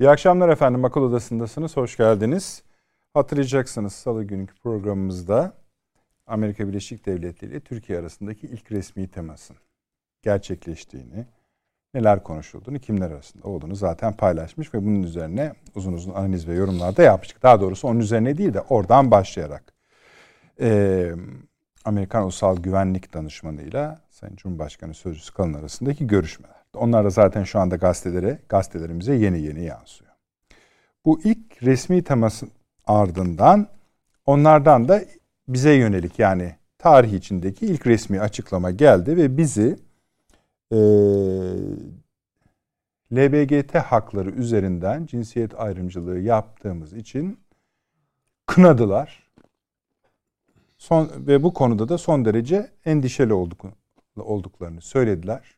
İyi akşamlar efendim. Akıl Odası'ndasınız. Hoş geldiniz. Hatırlayacaksınız Salı günkü programımızda Amerika Birleşik Devletleri ile Türkiye arasındaki ilk resmi temasın gerçekleştiğini, neler konuşulduğunu, kimler arasında olduğunu zaten paylaşmış ve bunun üzerine uzun uzun analiz ve yorumlar da yapmıştık. Daha doğrusu onun üzerine değil de oradan başlayarak Amerikan Ulusal Güvenlik Danışmanı'yla Sayın Cumhurbaşkanı Sözcüsü Kalın arasındaki görüşmeler. Onlar da zaten şu anda gazetelerimize yeni yansıyor. Bu ilk resmi temasın ardından onlardan da bize yönelik, yani tarih içindeki ilk resmi açıklama geldi ve bizi LGBTİ hakları üzerinden cinsiyet ayrımcılığı yaptığımız için kınadılar. Ve bu konuda da son derece endişeli olduklarını söylediler.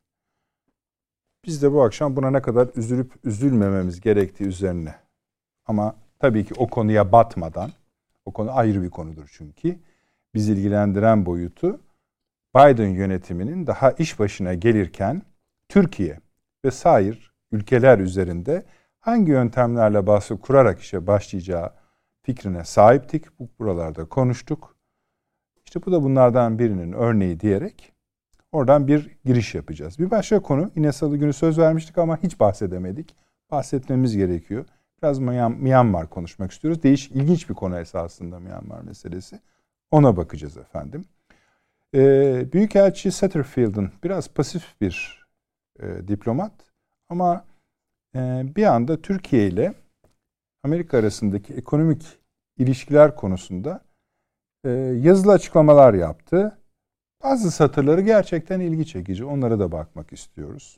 Biz de bu akşam buna ne kadar üzülüp üzülmememiz gerektiği üzerine, ama tabii ki o konuya batmadan, o konu ayrı bir konudur çünkü, bizi ilgilendiren boyutu Biden yönetiminin daha iş başına gelirken Türkiye ve sair ülkeler üzerinde hangi yöntemlerle baskı kurarak işe başlayacağı fikrine sahiptik. Buralarda konuştuk. İşte bu da bunlardan birinin örneği diyerek oradan bir giriş yapacağız. Bir başka konu, yine Salı günü söz vermiştik ama hiç bahsedemedik. Bahsetmemiz gerekiyor. Biraz Myanmar konuşmak istiyoruz. İlginç bir konu esasında Myanmar meselesi. Ona bakacağız efendim. Büyükelçi Satterfield'ın biraz pasif bir diplomat ama bir anda Türkiye ile Amerika arasındaki ekonomik ilişkiler konusunda yazılı açıklamalar yaptı. Bazı satırları gerçekten ilgi çekici. Onlara da bakmak istiyoruz.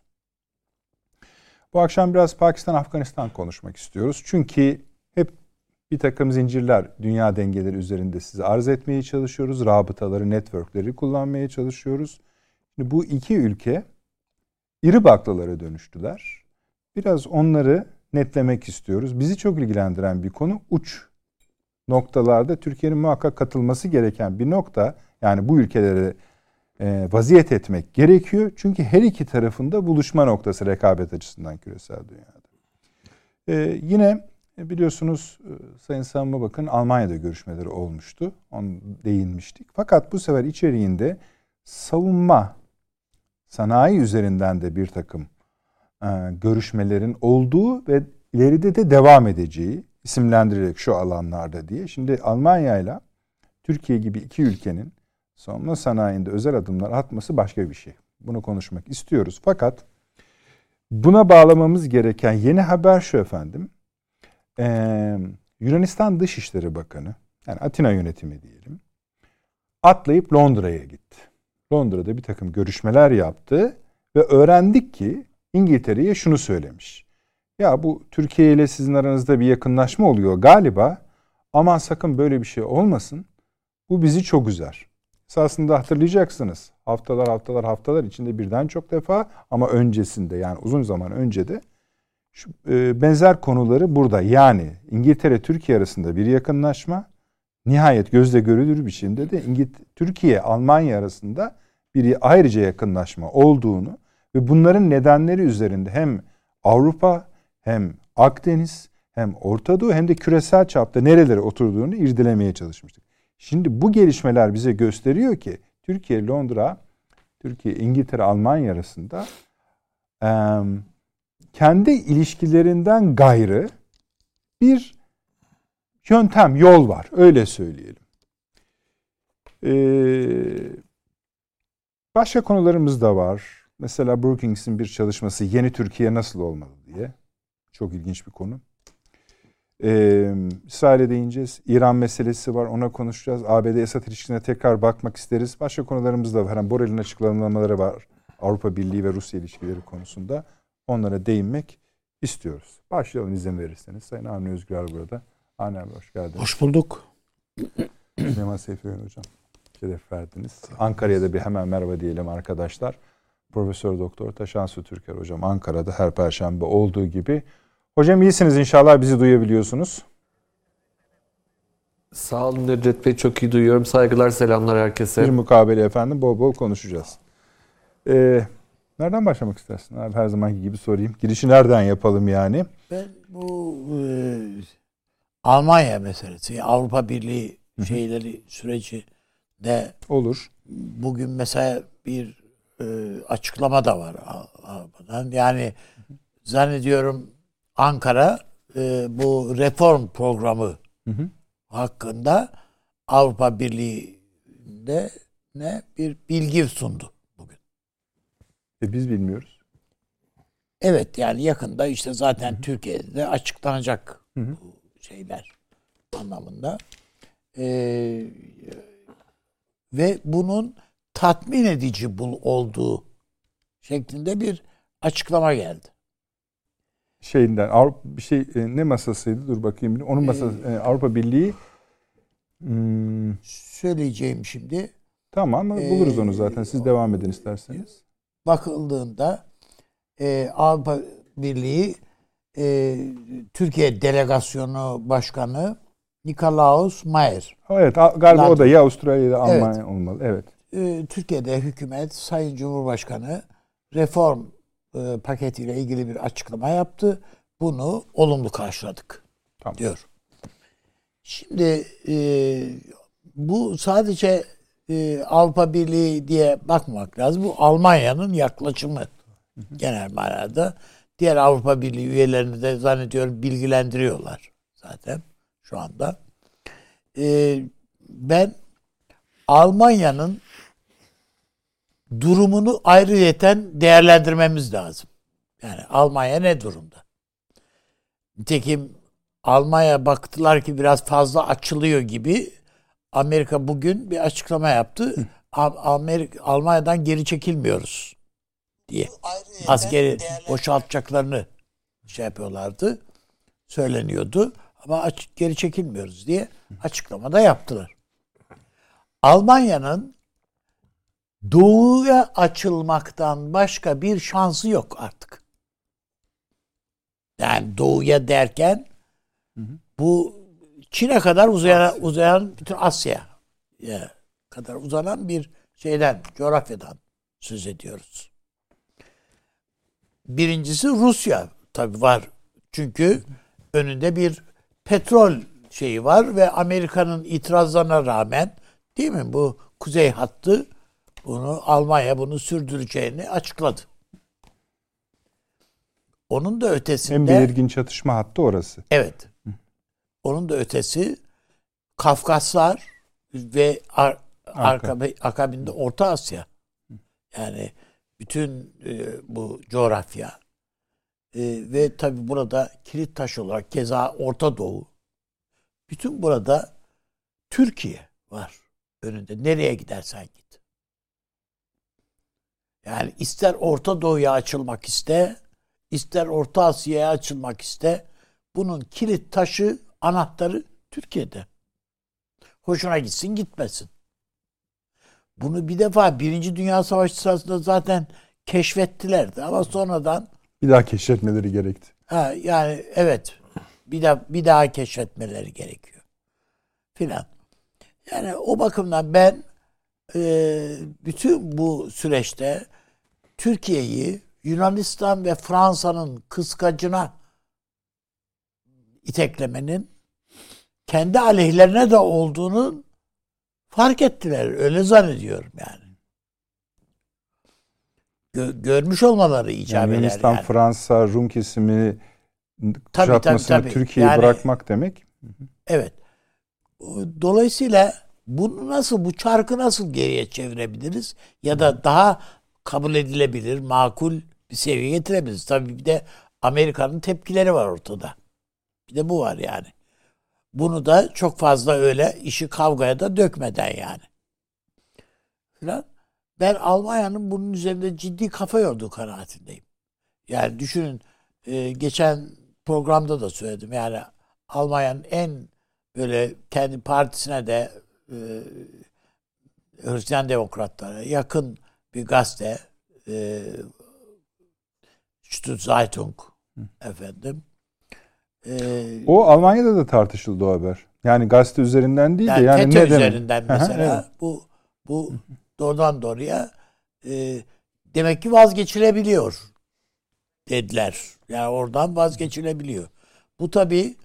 Bu akşam biraz Pakistan-Afganistan konuşmak istiyoruz. Çünkü hep bir takım zincirler, dünya dengeleri üzerinde size arz etmeye çalışıyoruz. Rabıtaları, networkleri kullanmaya çalışıyoruz. Şimdi bu iki ülke iri baklalara dönüştüler. Biraz onları netlemek istiyoruz. Bizi çok ilgilendiren bir konu, uç noktalarda Türkiye'nin muhakkak katılması gereken bir nokta. Yani bu ülkelere vaziyet etmek gerekiyor. Çünkü her iki tarafında buluşma noktası rekabet açısından küresel dünyada. Yine biliyorsunuz Sayın Savunma Bakanı Almanya'da görüşmeleri olmuştu. Onu değinmiştik. Fakat bu sefer içeriğinde savunma sanayi üzerinden de bir takım görüşmelerin olduğu ve ileride de devam edeceği isimlendirerek şu alanlarda diye. Şimdi Almanya ile Türkiye gibi iki ülkenin savunma sanayinde özel adımlar atması başka bir şey. Bunu konuşmak istiyoruz. Fakat buna bağlamamız gereken yeni haber şu efendim. Yunanistan Dışişleri Bakanı, yani Atina yönetimi diyelim, atlayıp Londra'ya gitti. Londra'da bir takım görüşmeler yaptı ve öğrendik ki İngiltere'ye şunu söylemiş. Ya bu Türkiye ile sizin aranızda bir yakınlaşma oluyor galiba. Aman sakın böyle bir şey olmasın. Bu bizi çok üzer. Esasında hatırlayacaksınız. Haftalar içinde birden çok defa, ama öncesinde, yani uzun zaman önce de benzer konuları burada, yani İngiltere-Türkiye arasında bir yakınlaşma, nihayet gözle görülür biçimde de Türkiye-Almanya arasında bir ayrıca yakınlaşma olduğunu ve bunların nedenleri üzerinde hem Avrupa, hem Akdeniz, hem Orta Doğu, hem de küresel çapta nerelere oturduğunu irdelemeye çalışmıştık. Şimdi bu gelişmeler bize gösteriyor ki Türkiye, Londra, Türkiye, İngiltere, Almanya arasında kendi ilişkilerinden gayrı bir yöntem, yol var. Öyle söyleyelim. Başka konularımız da var. Mesela Brookings'in bir çalışması, Yeni Türkiye nasıl olmalı diye. Çok ilginç bir konu. İsrail'e değineceğiz. İran meselesi var, ona konuşacağız. ABD-Esad ilişkisine tekrar bakmak isteriz. Başka konularımız da var. Borrell'in açıklamaları var. Avrupa Birliği ve Rusya ilişkileri konusunda. Onlara değinmek istiyoruz. Başlayalım izin verirseniz. Sayın Avni Özgür burada. Avni abi hoş geldiniz. Hoş bulduk. Süleyman Seyfi hocam. Şeref verdiniz. Ankara'ya da bir hemen merhaba diyelim arkadaşlar. Profesör Doktor Taşansu Türker hocam Ankara'da her perşembe olduğu gibi. Hocam iyisiniz inşallah, bizi duyabiliyorsunuz. Sağ olun Nedret Bey, çok iyi duyuyorum. Saygılar, selamlar herkese. Bir mukabele efendim, bol bol konuşacağız. Nereden başlamak istersin abi? Her zamanki gibi sorayım. Girişi nereden yapalım yani? Ben bu Almanya meselesi, Avrupa Birliği şeyleri süreci de olur. Bugün mesela bir açıklama da var Avrupa'dan. Yani zannediyorum Ankara bu reform programı hakkında Avrupa Birliği'nde bir bilgi sundu bugün. Biz bilmiyoruz. Evet, yani yakında işte zaten Türkiye'de de açıklanacak bu şeyler anlamında. Ve bunun tatmin edici olduğu şeklinde bir açıklama geldi. Bir şey ne masasıydı? Dur bakayım. Onun masası Avrupa Birliği. Söyleyeceğim şimdi. Tamam, buluruz onu zaten. Siz devam edin isterseniz. Bakıldığında Avrupa Birliği Türkiye Delegasyonu Başkanı Nikolaus Mayer. Evet, galiba o da ya Avustralya ya Almanya evet. olmalı. Evet. Türkiye'de hükümet Sayın Cumhurbaşkanı reform paketiyle ilgili bir açıklama yaptı. Bunu olumlu karşıladık diyor. Şimdi bu sadece Avrupa Birliği diye bakmamak lazım. Bu Almanya'nın yaklaşımı genel manada. Diğer Avrupa Birliği üyelerini de zannediyorum bilgilendiriyorlar zaten şu anda. Ben Almanya'nın durumunu ayrıyeten değerlendirmemiz lazım. Yani Almanya ne durumda? Nitekim Almanya baktılar ki biraz fazla açılıyor gibi. Amerika bugün bir açıklama yaptı. Almanya'dan geri çekilmiyoruz diye. Askeri boşaltacaklarını şey yapıyorlardı. Söyleniyordu. Ama geri çekilmiyoruz diye açıklamada yaptılar. Almanya'nın doğuya açılmaktan başka bir şansı yok artık. Yani doğuya derken bu Çin'e kadar uzayan bütün Asya'ya kadar uzanan bir coğrafyadan söz ediyoruz. Birincisi Rusya tabii var. Çünkü önünde bir petrol şeyi var ve Amerika'nın itirazlarına rağmen, değil mi, bu kuzey hattı Almanya bunu sürdüreceğini açıkladı. Onun da ötesinde en belirgin çatışma hattı orası. Evet. Onun da ötesi Kafkaslar ve akabinde Orta Asya. Yani bütün bu coğrafya ve tabi burada kilit taş olarak keza Orta Doğu. Bütün burada Türkiye var önünde. Nereye gidersen git. Yani ister Orta Doğu'ya açılmak iste, ister Orta Asya'ya açılmak iste, bunun kilit taşı, anahtarı Türkiye'de. Hoşuna gitsin gitmesin. Bunu bir defa Birinci Dünya Savaşı sırasında zaten keşfettilerdi ama sonradan bir daha keşfetmeleri gerekti. Yani evet, bir daha keşfetmeleri gerekiyor filan. Yani o bakımdan ben bütün bu süreçte Türkiye'yi Yunanistan ve Fransa'nın kıskacına iteklemenin kendi aleyhlerine de olduğunu fark ettiler. Öyle zannediyorum yani. Görmüş olmaları icap eder. Yunanistan, yani. Fransa, Rum kesimi kuşatmasını tabii. Türkiye'yi yani, bırakmak demek. Evet. Dolayısıyla bu çarkı nasıl geriye çevirebiliriz? Ya da daha kabul edilebilir, makul bir seviyeye getirebiliriz. Tabii bir de Amerika'nın tepkileri var ortada. Bir de bu var yani. Bunu da çok fazla öyle işi kavgaya da dökmeden yani. Ben Almanya'nın bunun üzerinde ciddi kafa yorduğu kanaatindeyim. Yani düşünün, geçen programda da söyledim. Yani Almanya'nın en böyle kendi partisine de Hristiyan Demokratlara yakın bir gazete, Zeitung efendim. O Almanya'da da tartışıldı o haber. Yani gazete üzerinden değil de yani FETÖ üzerinden mesela evet. bu doğrudan doğruya demek ki vazgeçilebiliyor dediler. Yani oradan vazgeçilebiliyor. Bu tabii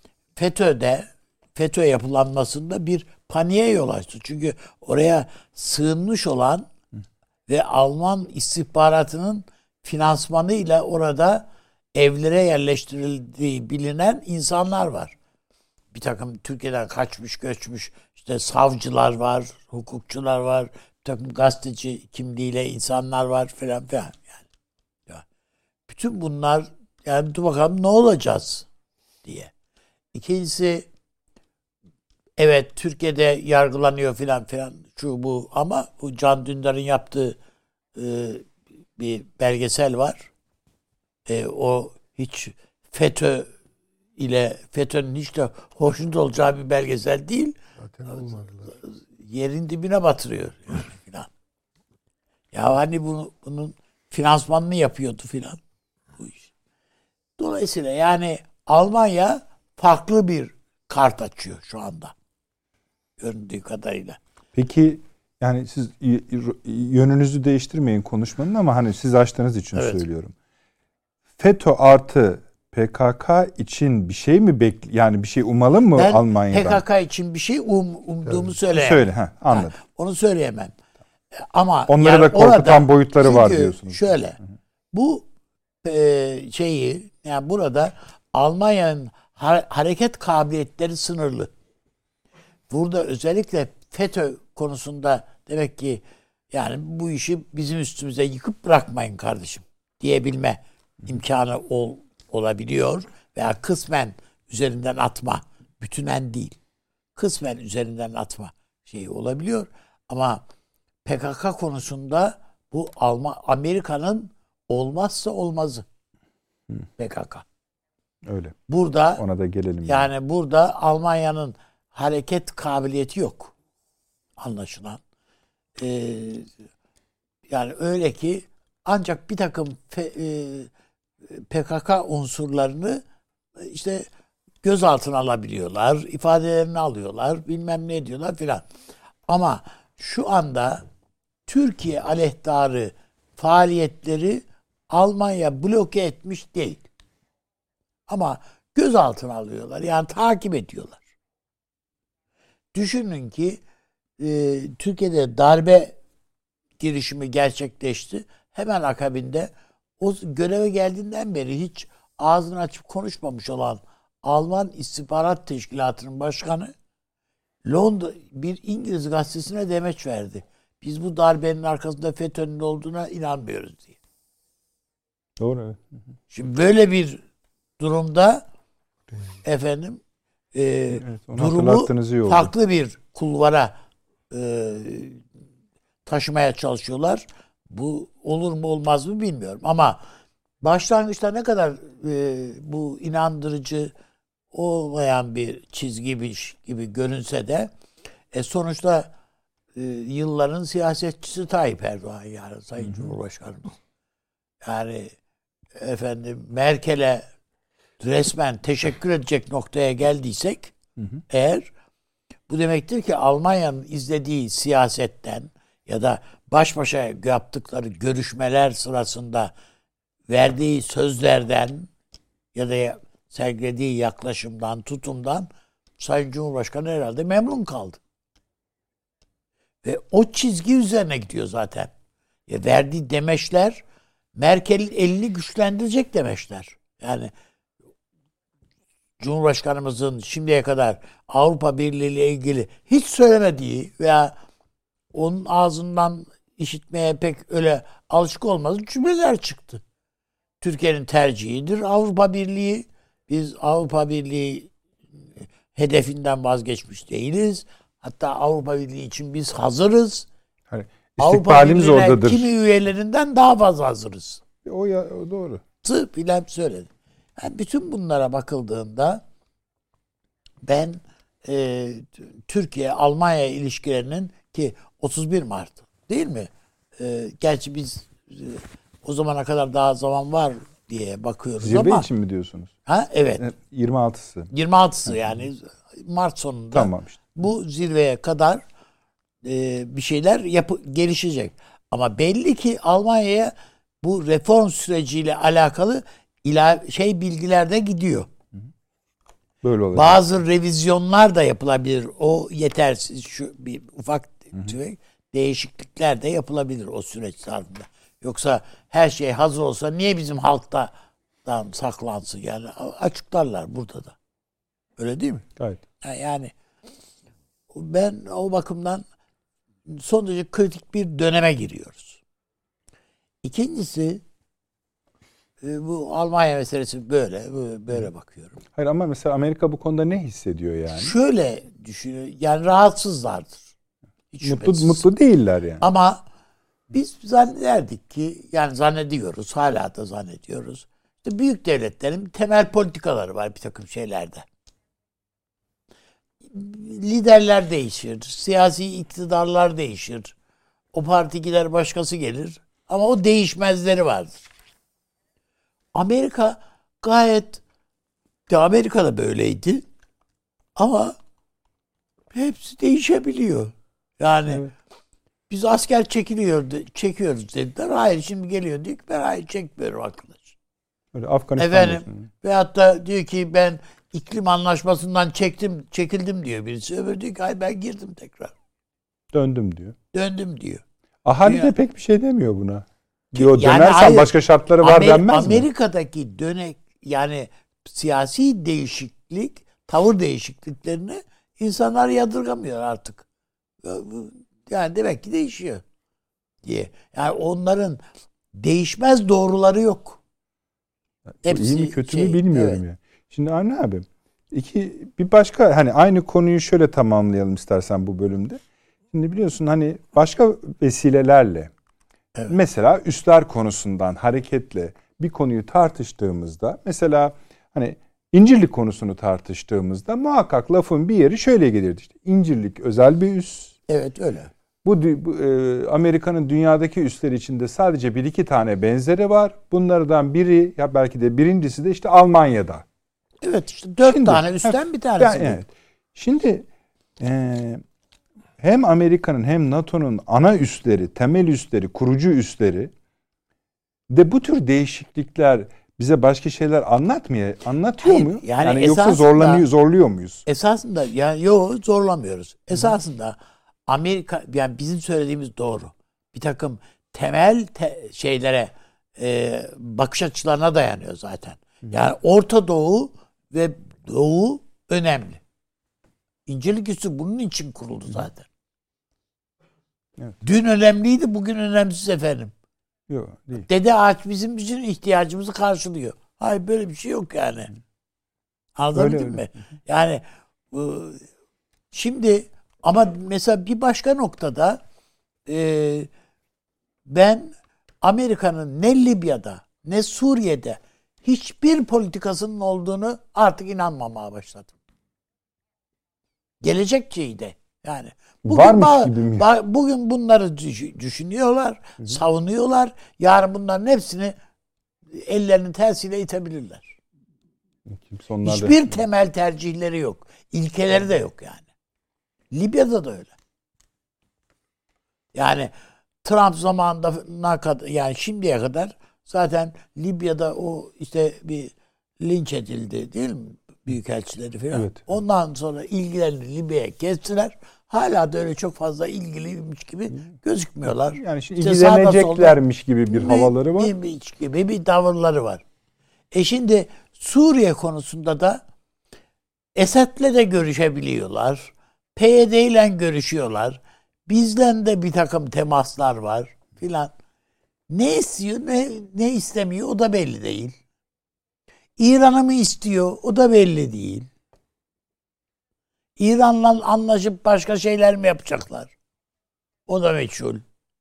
FETÖ yapılanmasında bir paniğe yol açtı. Çünkü oraya sığınmış olan ve Alman istihbaratının finansmanıyla orada evlere yerleştirildiği bilinen insanlar var. Bir takım Türkiye'den kaçmış göçmüş işte savcılar var, hukukçular var, bir takım gazeteci kimliğiyle insanlar var falan filan. Yani, ya, bütün bunlar yani dur bakalım ne olacağız diye. İkincisi evet Türkiye'de yargılanıyor filan filan şu bu ama bu Can Dündar'ın yaptığı bir belgesel var. O hiç FETÖ'nün hiç de hoşnut olacağı bir belgesel değil. Zaten olmadılar. Yerin dibine batırıyor yani filan. Ya hani bunun finansmanını yapıyordu filan bu iş. Dolayısıyla yani Almanya farklı bir kart açıyor şu anda. Göründüğü kadarıyla. Peki yani siz yönünüzü değiştirmeyin konuşmanın ama hani siz açtığınız için söylüyorum. FETÖ artı PKK için bir şey mi yani bir şey umalım mı ben Almanya'dan? PKK için bir şey umduğumu söyleyemem. Söyle, anladım. Yani onu söyleyemem. Ama onları yani da korkutan orada, boyutları var diyorsunuz. Şöyle, bu şeyi yani burada Almanya'nın hareket kabiliyetleri sınırlı. Burada özellikle FETÖ konusunda demek ki yani bu işi bizim üstümüze yıkıp bırakmayın kardeşim diyebilme imkanı olabiliyor veya kısmen üzerinden atma, bütünen değil. Kısmen üzerinden atma şeyi olabiliyor ama PKK konusunda bu Amerika'nın olmazsa olmazı. PKK. Öyle. Burada ona da gelelim. Yani burada Almanya'nın hareket kabiliyeti yok. Anlaşılan. Yani öyle ki ancak bir takım PKK unsurlarını işte gözaltına alabiliyorlar, ifadelerini alıyorlar, bilmem ne diyorlar filan. Ama şu anda Türkiye aleyhtarı faaliyetleri Almanya bloke etmiş değil. Ama gözaltına alıyorlar. Yani takip ediyorlar. Düşünün ki Türkiye'de darbe girişimi gerçekleşti. Hemen akabinde o göreve geldiğinden beri hiç ağzını açıp konuşmamış olan Alman İstihbarat Teşkilatı'nın başkanı Londra bir İngiliz gazetesine demeç verdi. Biz bu darbenin arkasında FETÖ'nün olduğuna inanmıyoruz diye. Doğru. Evet. Şimdi böyle bir durumda efendim durumu farklı bir kulvara taşımaya çalışıyorlar. Bu olur mu olmaz mı bilmiyorum. Ama başlangıçta ne kadar bu inandırıcı olmayan bir çizgiymiş gibi görünse de sonuçta yılların siyasetçisi Tayyip Erdoğan yani Sayın Cumhurbaşkanımız. Yani efendim Merkel'e resmen teşekkür edecek noktaya geldiysek eğer bu demektir ki Almanya'nın izlediği siyasetten ya da baş başa yaptıkları görüşmeler sırasında verdiği sözlerden ya da sergilediği yaklaşımdan, tutumdan Sayın Cumhurbaşkanı herhalde memnun kaldı. Ve o çizgi üzerine gidiyor zaten. Verdiği demeçler Merkel'in elini güçlendirecek demeçler. Yani Cumhurbaşkanımızın şimdiye kadar Avrupa Birliği ile ilgili hiç söylemediği veya onun ağzından işitmeye pek öyle alışık olmadığı cümleler çıktı. Türkiye'nin tercihidir Avrupa Birliği. Biz Avrupa Birliği hedefinden vazgeçmiş değiliz. Hatta Avrupa Birliği için biz hazırız. Hani Avrupa Birliği'ne kimi üyelerinden daha fazla hazırız. O doğru. Filan söyledi. Yani bütün bunlara bakıldığında ben Türkiye-Almanya ilişkilerinin ki 31 Mart değil mi? Gerçi biz o zamana kadar daha zaman var diye bakıyoruz Zirve ama. Zirve için mi diyorsunuz? Ha, evet. 26'sı. 26'sı yani Mart sonunda. Tamam işte. Bu zirveye kadar bir şeyler gelişecek. Ama belli ki Almanya'ya bu reform süreciyle alakalı bilgiler de gidiyor. Böyle olacak. Bazı revizyonlar da yapılabilir. O yetersiz bir ufak değişiklikler de yapılabilir o süreç zarfında. Yoksa her şey hazır olsa niye bizim halktan saklansın? Yani açıklarlar burada da. Öyle değil mi? Gayet. Yani ben o bakımdan son derece kritik bir döneme giriyoruz. İkincisi bu Almanya meselesi böyle bakıyorum. Hayır ama mesela Amerika bu konuda ne hissediyor yani? Şöyle düşünüyor. Yani rahatsızlardır. Hiç Mutlu değiller yani. Ama biz zannederdik ki yani zannediyoruz. Hala da zannediyoruz. İşte büyük devletlerin temel politikaları var bir takım şeylerde. Liderler değişir. Siyasi iktidarlar değişir. O parti gider başkası gelir. Ama o değişmezleri vardır. Amerika gayet Amerika'da böyleydi. Ama hepsi değişebiliyor. Yani evet. Biz asker çekiyoruz dediler. Hayır şimdi geliyor diyor ki ben hayır çekmiyorum arkadaş. Öyle Afganistan Efendim veyahut da diyor ki ben iklim anlaşmasından çekildim diyor birisi. Öbürü diyor ki hayır ben girdim tekrar. Döndüm diyor. Ahali de pek bir şey demiyor buna. Diyor yani dönersen başka şartları var denmez mi? Amerika'daki yani siyasi değişiklik, tavır değişikliklerini insanlar yadırgamıyor artık. Yani demek ki değişiyor diye. Yani onların değişmez doğruları yok. Hepsi iyi mi kötü mü bilmiyorum ya. Şimdi Avni abi bir başka hani aynı konuyu şöyle tamamlayalım istersen bu bölümde. Şimdi biliyorsun hani başka vesilelerle mesela üsler konusundan hareketle bir konuyu tartıştığımızda mesela hani İncirlik konusunu tartıştığımızda muhakkak lafın bir yeri şöyle gelirdi işte. İncirlik özel bir üs. Evet öyle. Bu Amerika'nın dünyadaki üsler içinde sadece bir iki tane benzeri var. Bunlardan biri ya belki de birincisi de işte Almanya'da. Evet işte 4 tane üstten bir tanesi. Evet. Şimdi hem Amerika'nın hem NATO'nun ana üsleri, temel üsleri, kurucu üsleri de bu tür değişiklikler bize başka şeyler anlatıyor mu? Yani yoksa zorluyor muyuz? Esasında yani zorlamıyoruz. Esasında Amerika yani bizim söylediğimiz doğru. Bir takım temel şeylere bakış açılarına dayanıyor zaten. Yani Orta Doğu ve Doğu önemli. İncirlik üssü bunun için kuruldu zaten. Evet. Dün önemliydi, bugün önemsiz efendim. Yok, değil. Dede ağaç bizim bütün ihtiyacımızı karşılıyor. Hayır böyle bir şey yok yani. Anladın mı? Yani şimdi ama mesela bir başka noktada ben Amerika'nın ne Libya'da ne Suriye'de hiçbir politikasının olduğunu artık inanmamaya başladım. Gelecek şeyde yani. Varmış gibi mi? Bugün bunları düşünüyorlar, savunuyorlar. Yarın bunların hepsini ellerinin tersiyle itebilirler. Hiçbir temel tercihleri yok. İlkeleri de yok yani. Libya'da da öyle. Yani Trump zamanına kadar yani şimdiye kadar zaten Libya'da o işte bir linç edildi değil mi? Büyükelçileri falan. Evet. Ondan sonra ilgilerini Libya'ya kestiler. Hala da öyle çok fazla ilgiliymiş gibi gözükmüyorlar. Yani şimdi ilgileneceklermiş gibi bir havaları var. Gibi bir tavırları var. Şimdi Suriye konusunda da Esad'le de görüşebiliyorlar. PYD ile görüşüyorlar. Bizden de bir takım temaslar var filan. Ne istiyor ne istemiyor o da belli değil. İran'ı mı istiyor o da belli değil. İran'la anlaşıp başka şeyler mi yapacaklar? O da meçhul.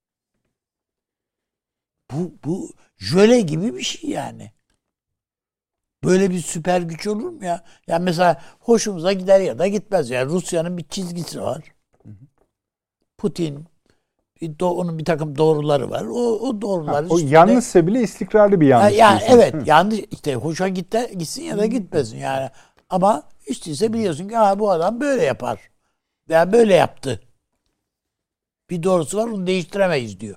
Bu jöle gibi bir şey yani. Böyle bir süper güç olur mu ya? Ya mesela hoşumuza gider ya da gitmez. Yani Rusya'nın bir çizgisi var. Putin onun bir takım doğruları var. O doğrular o yanlışsa bile istikrarlı bir yanlış. Yani evet yanlış işte hoşa gitsin ya da gitmesin yani. Ama hiç değilse biliyorsun ki bu adam böyle yapar. Veya böyle yaptı. Bir doğrusu var onu değiştiremeyiz diyor.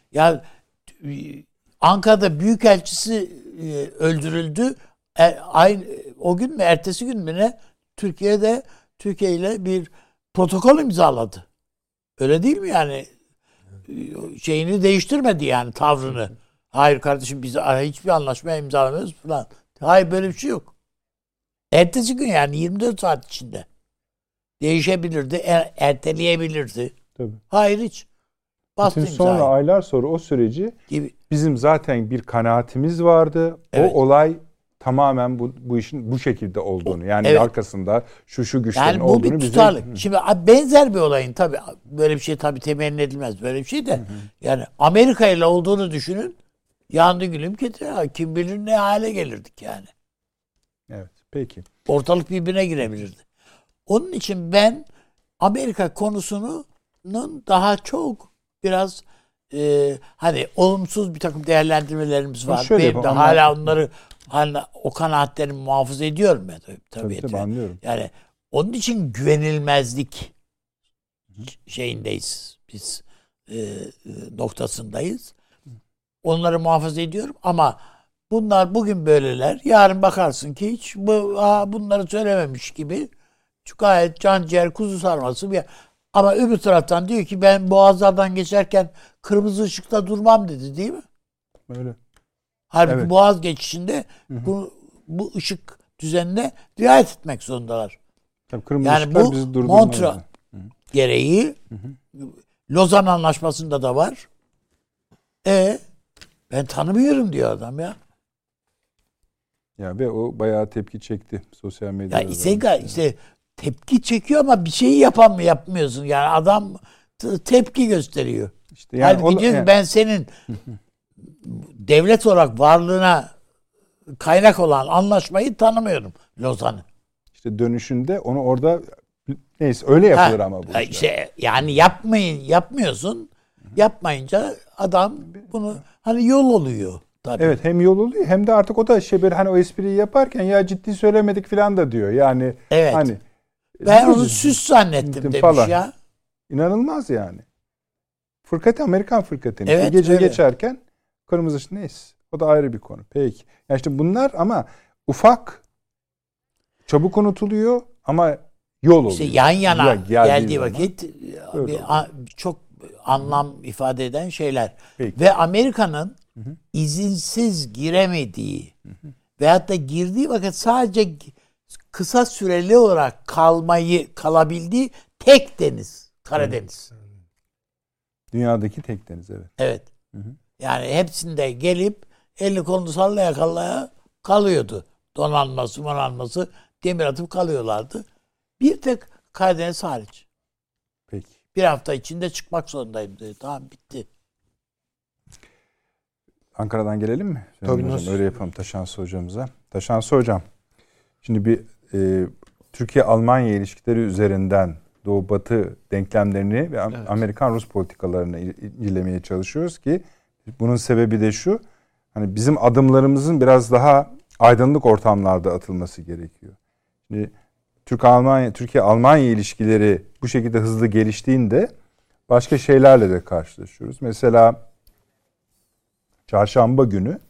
Ya Ankara'da büyükelçisi öldürüldü. Aynı o gün mü ertesi gün mü ne? Türkiye ile bir protokol imzaladı. Öyle değil mi yani? Şeyini değiştirmedi yani tavrını. Hayır kardeşim biz hiçbir anlaşmaya imzalamıyoruz falan. Hayır böyle bir şey yok. Ertesi gün yani 24 saat içinde değişebilirdi, erteleyebilirdi. Tabii. Hayır hiç. Bastı Bütün sonra imzayı. aylar sonra o süreci Gibi. bizim zaten bir kanaatimiz vardı. Evet. O olay tamamen bu işin bu şekilde olduğunu yani Evet. arkasında şu güçlerin Yani bu olduğunu bir bize... tutarlık. Şimdi benzer bir olayın tabii böyle bir şey tabii temenni edilmez böyle bir şey de. Yani Amerika ile olduğunu düşünün. Yandı gülüm ketir. Kim bilir ne hale gelirdik yani. Evet, peki. Ortalık birbirine girebilirdi. Onun için ben Amerika konusunun daha çok biraz hani olumsuz bir takım değerlendirmelerimiz var. Şöyle Benim de yapalım, hala onları hala o kanaatlerimi muhafaza ediyorum ben tabii. Anlıyorum. Yani onun için güvenilmezlik şeyindeyiz biz noktasındayız. Onları muhafaza ediyorum ama bunlar bugün böyleler. Yarın bakarsın ki hiç bunları söylememiş gibi gayet can ciğer kuzu sarması bir. Ama öbür taraftan diyor ki ben boğazlardan geçerken kırmızı ışıkta durmam dedi değil mi? Öyle. Halbuki Evet. boğaz geçişinde bu ışık düzenine riayet etmek zorundalar. Tabii kırmızı Yani ışıklar bu bizi durdurmaz. Montreux gereği Lozan Anlaşması'nda da var. Ben tanımıyorum diyor adam ya. Ya ve o bayağı tepki çekti sosyal medyada. Ya işte tepki çekiyor ama bir şeyi yapmıyorsun. Yani adam tepki gösteriyor. İşte yani Halbuki diyor ki ben senin devlet olarak varlığına kaynak olan anlaşmayı tanımıyorum. Lozan'ı. İşte dönüşünde onu orada neyse öyle yapılır ama bu işler. İşte yani yapmıyorsun. Yapmayınca adam bunu hani yol oluyor. Tabii. Evet, hem yol oluyor hem de artık o da böyle hani o espriyi yaparken ya ciddi söylemedik falan da diyor. Yani evet. hani ben onu süs zannettim demiş falan. ya. İnanılmaz yani. Amerikan fırkateni. Evet, Gece öyle. geçerken kırmızı ışık neyse. O da ayrı bir konu. Peki. Yani işte bunlar ama ufak, çabuk unutuluyor ama yol oluyor. İşte yan yana geldiği zaman vakit çok anlam ifade eden şeyler. Peki. Ve Amerika'nın izinsiz giremediği veyahut da girdiği vakit sadece kısa süreli olarak kalabildiği tek deniz. Karadeniz. Dünyadaki tek deniz, evet. Evet. Yani hepsinde gelip elini kolunu sallaya kalıyordu. Donanması demir atıp kalıyorlardı. Bir tek Karadeniz hariç. Peki. Bir hafta içinde çıkmak zorundayım dedi. Tamam bitti. Ankara'dan gelelim mi? Tabii, Hocam, nasıl? öyle yapalım Taşansı hocamıza. Taşansı hocam, şimdi bir Türkiye-Almanya ilişkileri üzerinden Doğu-Batı denklemlerini ve Evet. Amerikan-Rus politikalarını incelemeye çalışıyoruz ki bunun sebebi de şu, hani bizim adımlarımızın biraz daha aydınlık ortamlarda atılması gerekiyor. Şimdi Türkiye-Almanya ilişkileri bu şekilde hızlı geliştiğinde başka şeylerle de karşılaşıyoruz. Mesela Çarşamba günü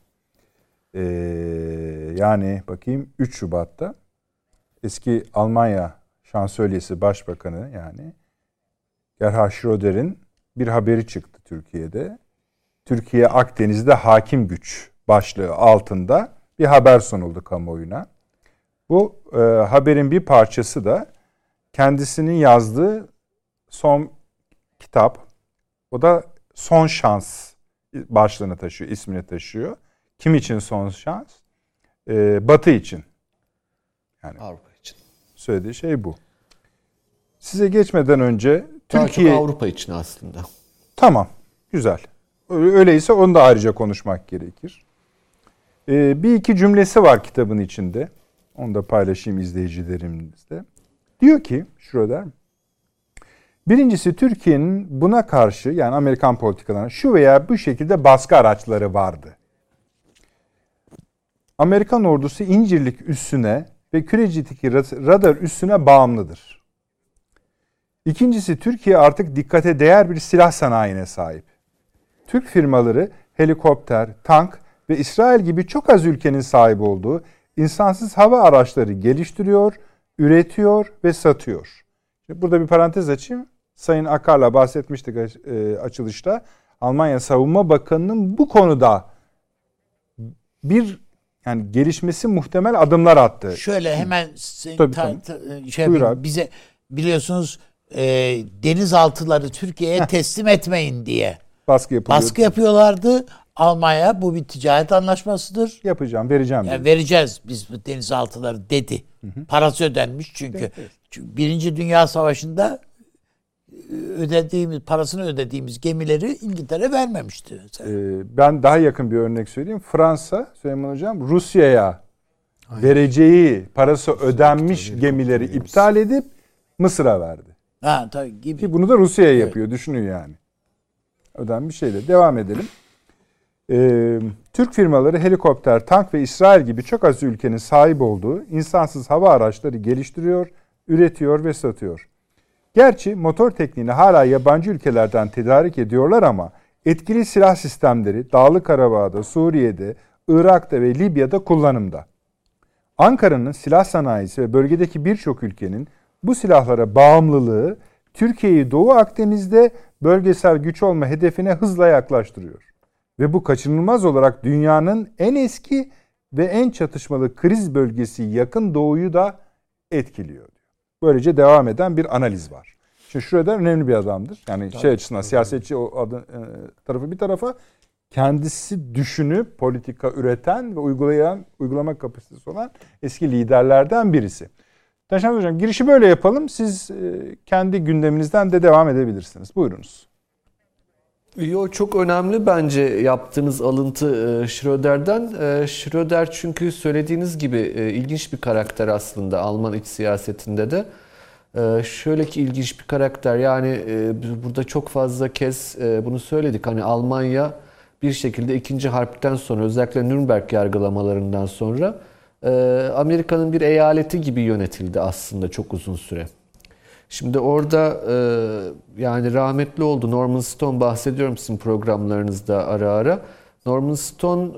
yani bakayım 3 Şubat'ta eski Almanya Şansölyesi Başbakanı yani Gerhard Schröder'in bir haberi çıktı Türkiye'de. Türkiye Akdeniz'de hakim güç başlığı altında bir haber sunuldu kamuoyuna. Bu haberin bir parçası da kendisinin yazdığı son kitap. O da Son Şans başlığını taşıyor, ismini taşıyor. Kim için son şans? Batı için. Yani Avrupa için. söylediği şey bu. Size geçmeden önce Daha Türkiye... çok Avrupa için aslında. Tamam, güzel. Öyleyse onu da ayrıca konuşmak gerekir. Bir iki cümlesi var kitabın içinde. Onu da paylaşayım izleyicilerimizle. Diyor ki Schröder, birincisi Türkiye'nin buna karşı yani Amerikan politikalarına şu veya bu şekilde baskı araçları vardı. Amerikan ordusu İncirlik üssüne ve Kürecik'teki radar üssüne bağımlıdır. İkincisi Türkiye artık dikkate değer bir silah sanayine sahip. Türk firmaları helikopter, tank ve İsrail gibi çok az ülkenin sahip olduğu insansız hava araçları geliştiriyor, üretiyor ve satıyor. Şimdi burada bir parantez açayım. Sayın Akar'la bahsetmiştik açılışta. Almanya Savunma Bakanı'nın bu konuda bir yani gelişmesi muhtemel adımlar attı. Şöyle hemen bize biliyorsunuz denizaltıları Türkiye'ye teslim etmeyin diye baskı yapıyorlardı. Almanya bu bir ticaret anlaşmasıdır. Vereceğim. Yani vereceğiz biz bu denizaltıları dedi. Parası ödenmiş çünkü. Çünkü Birinci Dünya Savaşı'nda parasını ödediğimiz gemileri İngiltere vermemişti. Ben daha yakın bir örnek söyleyeyim. Fransa, Süleyman Hocam, Rusya'ya vereceği parası ödenmiş gemileri iptal edip Mısır'a verdi. Tabii gibi. Ki bunu da Rusya'ya yapıyor. Düşünün yani. Ödenmiş şeyle. Devam edelim. Türk firmaları helikopter, tank ve İsrail gibi çok az ülkenin sahip olduğu insansız hava araçları geliştiriyor, üretiyor ve satıyor. Gerçi motor tekniğini hala yabancı ülkelerden tedarik ediyorlar ama etkili silah sistemleri Dağlık Karabağ'da, Suriye'de, Irak'ta ve Libya'da kullanımda. Ankara'nın silah sanayisi ve bölgedeki birçok ülkenin bu silahlara bağımlılığı Türkiye'yi Doğu Akdeniz'de bölgesel güç olma hedefine hızla yaklaştırıyor. Ve bu kaçınılmaz olarak dünyanın en eski ve en çatışmalı kriz bölgesi Yakın Doğu'yu da etkiliyor. Böylece devam eden bir analiz var. Şimdi şurada önemli bir adamdır. Yani açısından siyasetçi tarafı bir tarafa, kendisi düşünüp politika üreten ve uygulama kapasitesi olan eski liderlerden birisi. Taşan Hocam girişi böyle yapalım. Siz kendi gündeminizden de devam edebilirsiniz. Buyurunuz. Çok önemli bence yaptığınız alıntı Schröder'den. Schröder çünkü söylediğiniz gibi ilginç bir karakter aslında Alman iç siyasetinde de. Şöyle ki ilginç bir karakter, yani burada çok fazla kez bunu söyledik. Hani Almanya bir şekilde 2. Harp'ten sonra, özellikle Nürnberg yargılamalarından sonra Amerika'nın bir eyaleti gibi yönetildi aslında çok uzun süre. Şimdi orada yani rahmetli oldu Norman Stone, bahsediyorum sizin programlarınızda ara ara. Norman Stone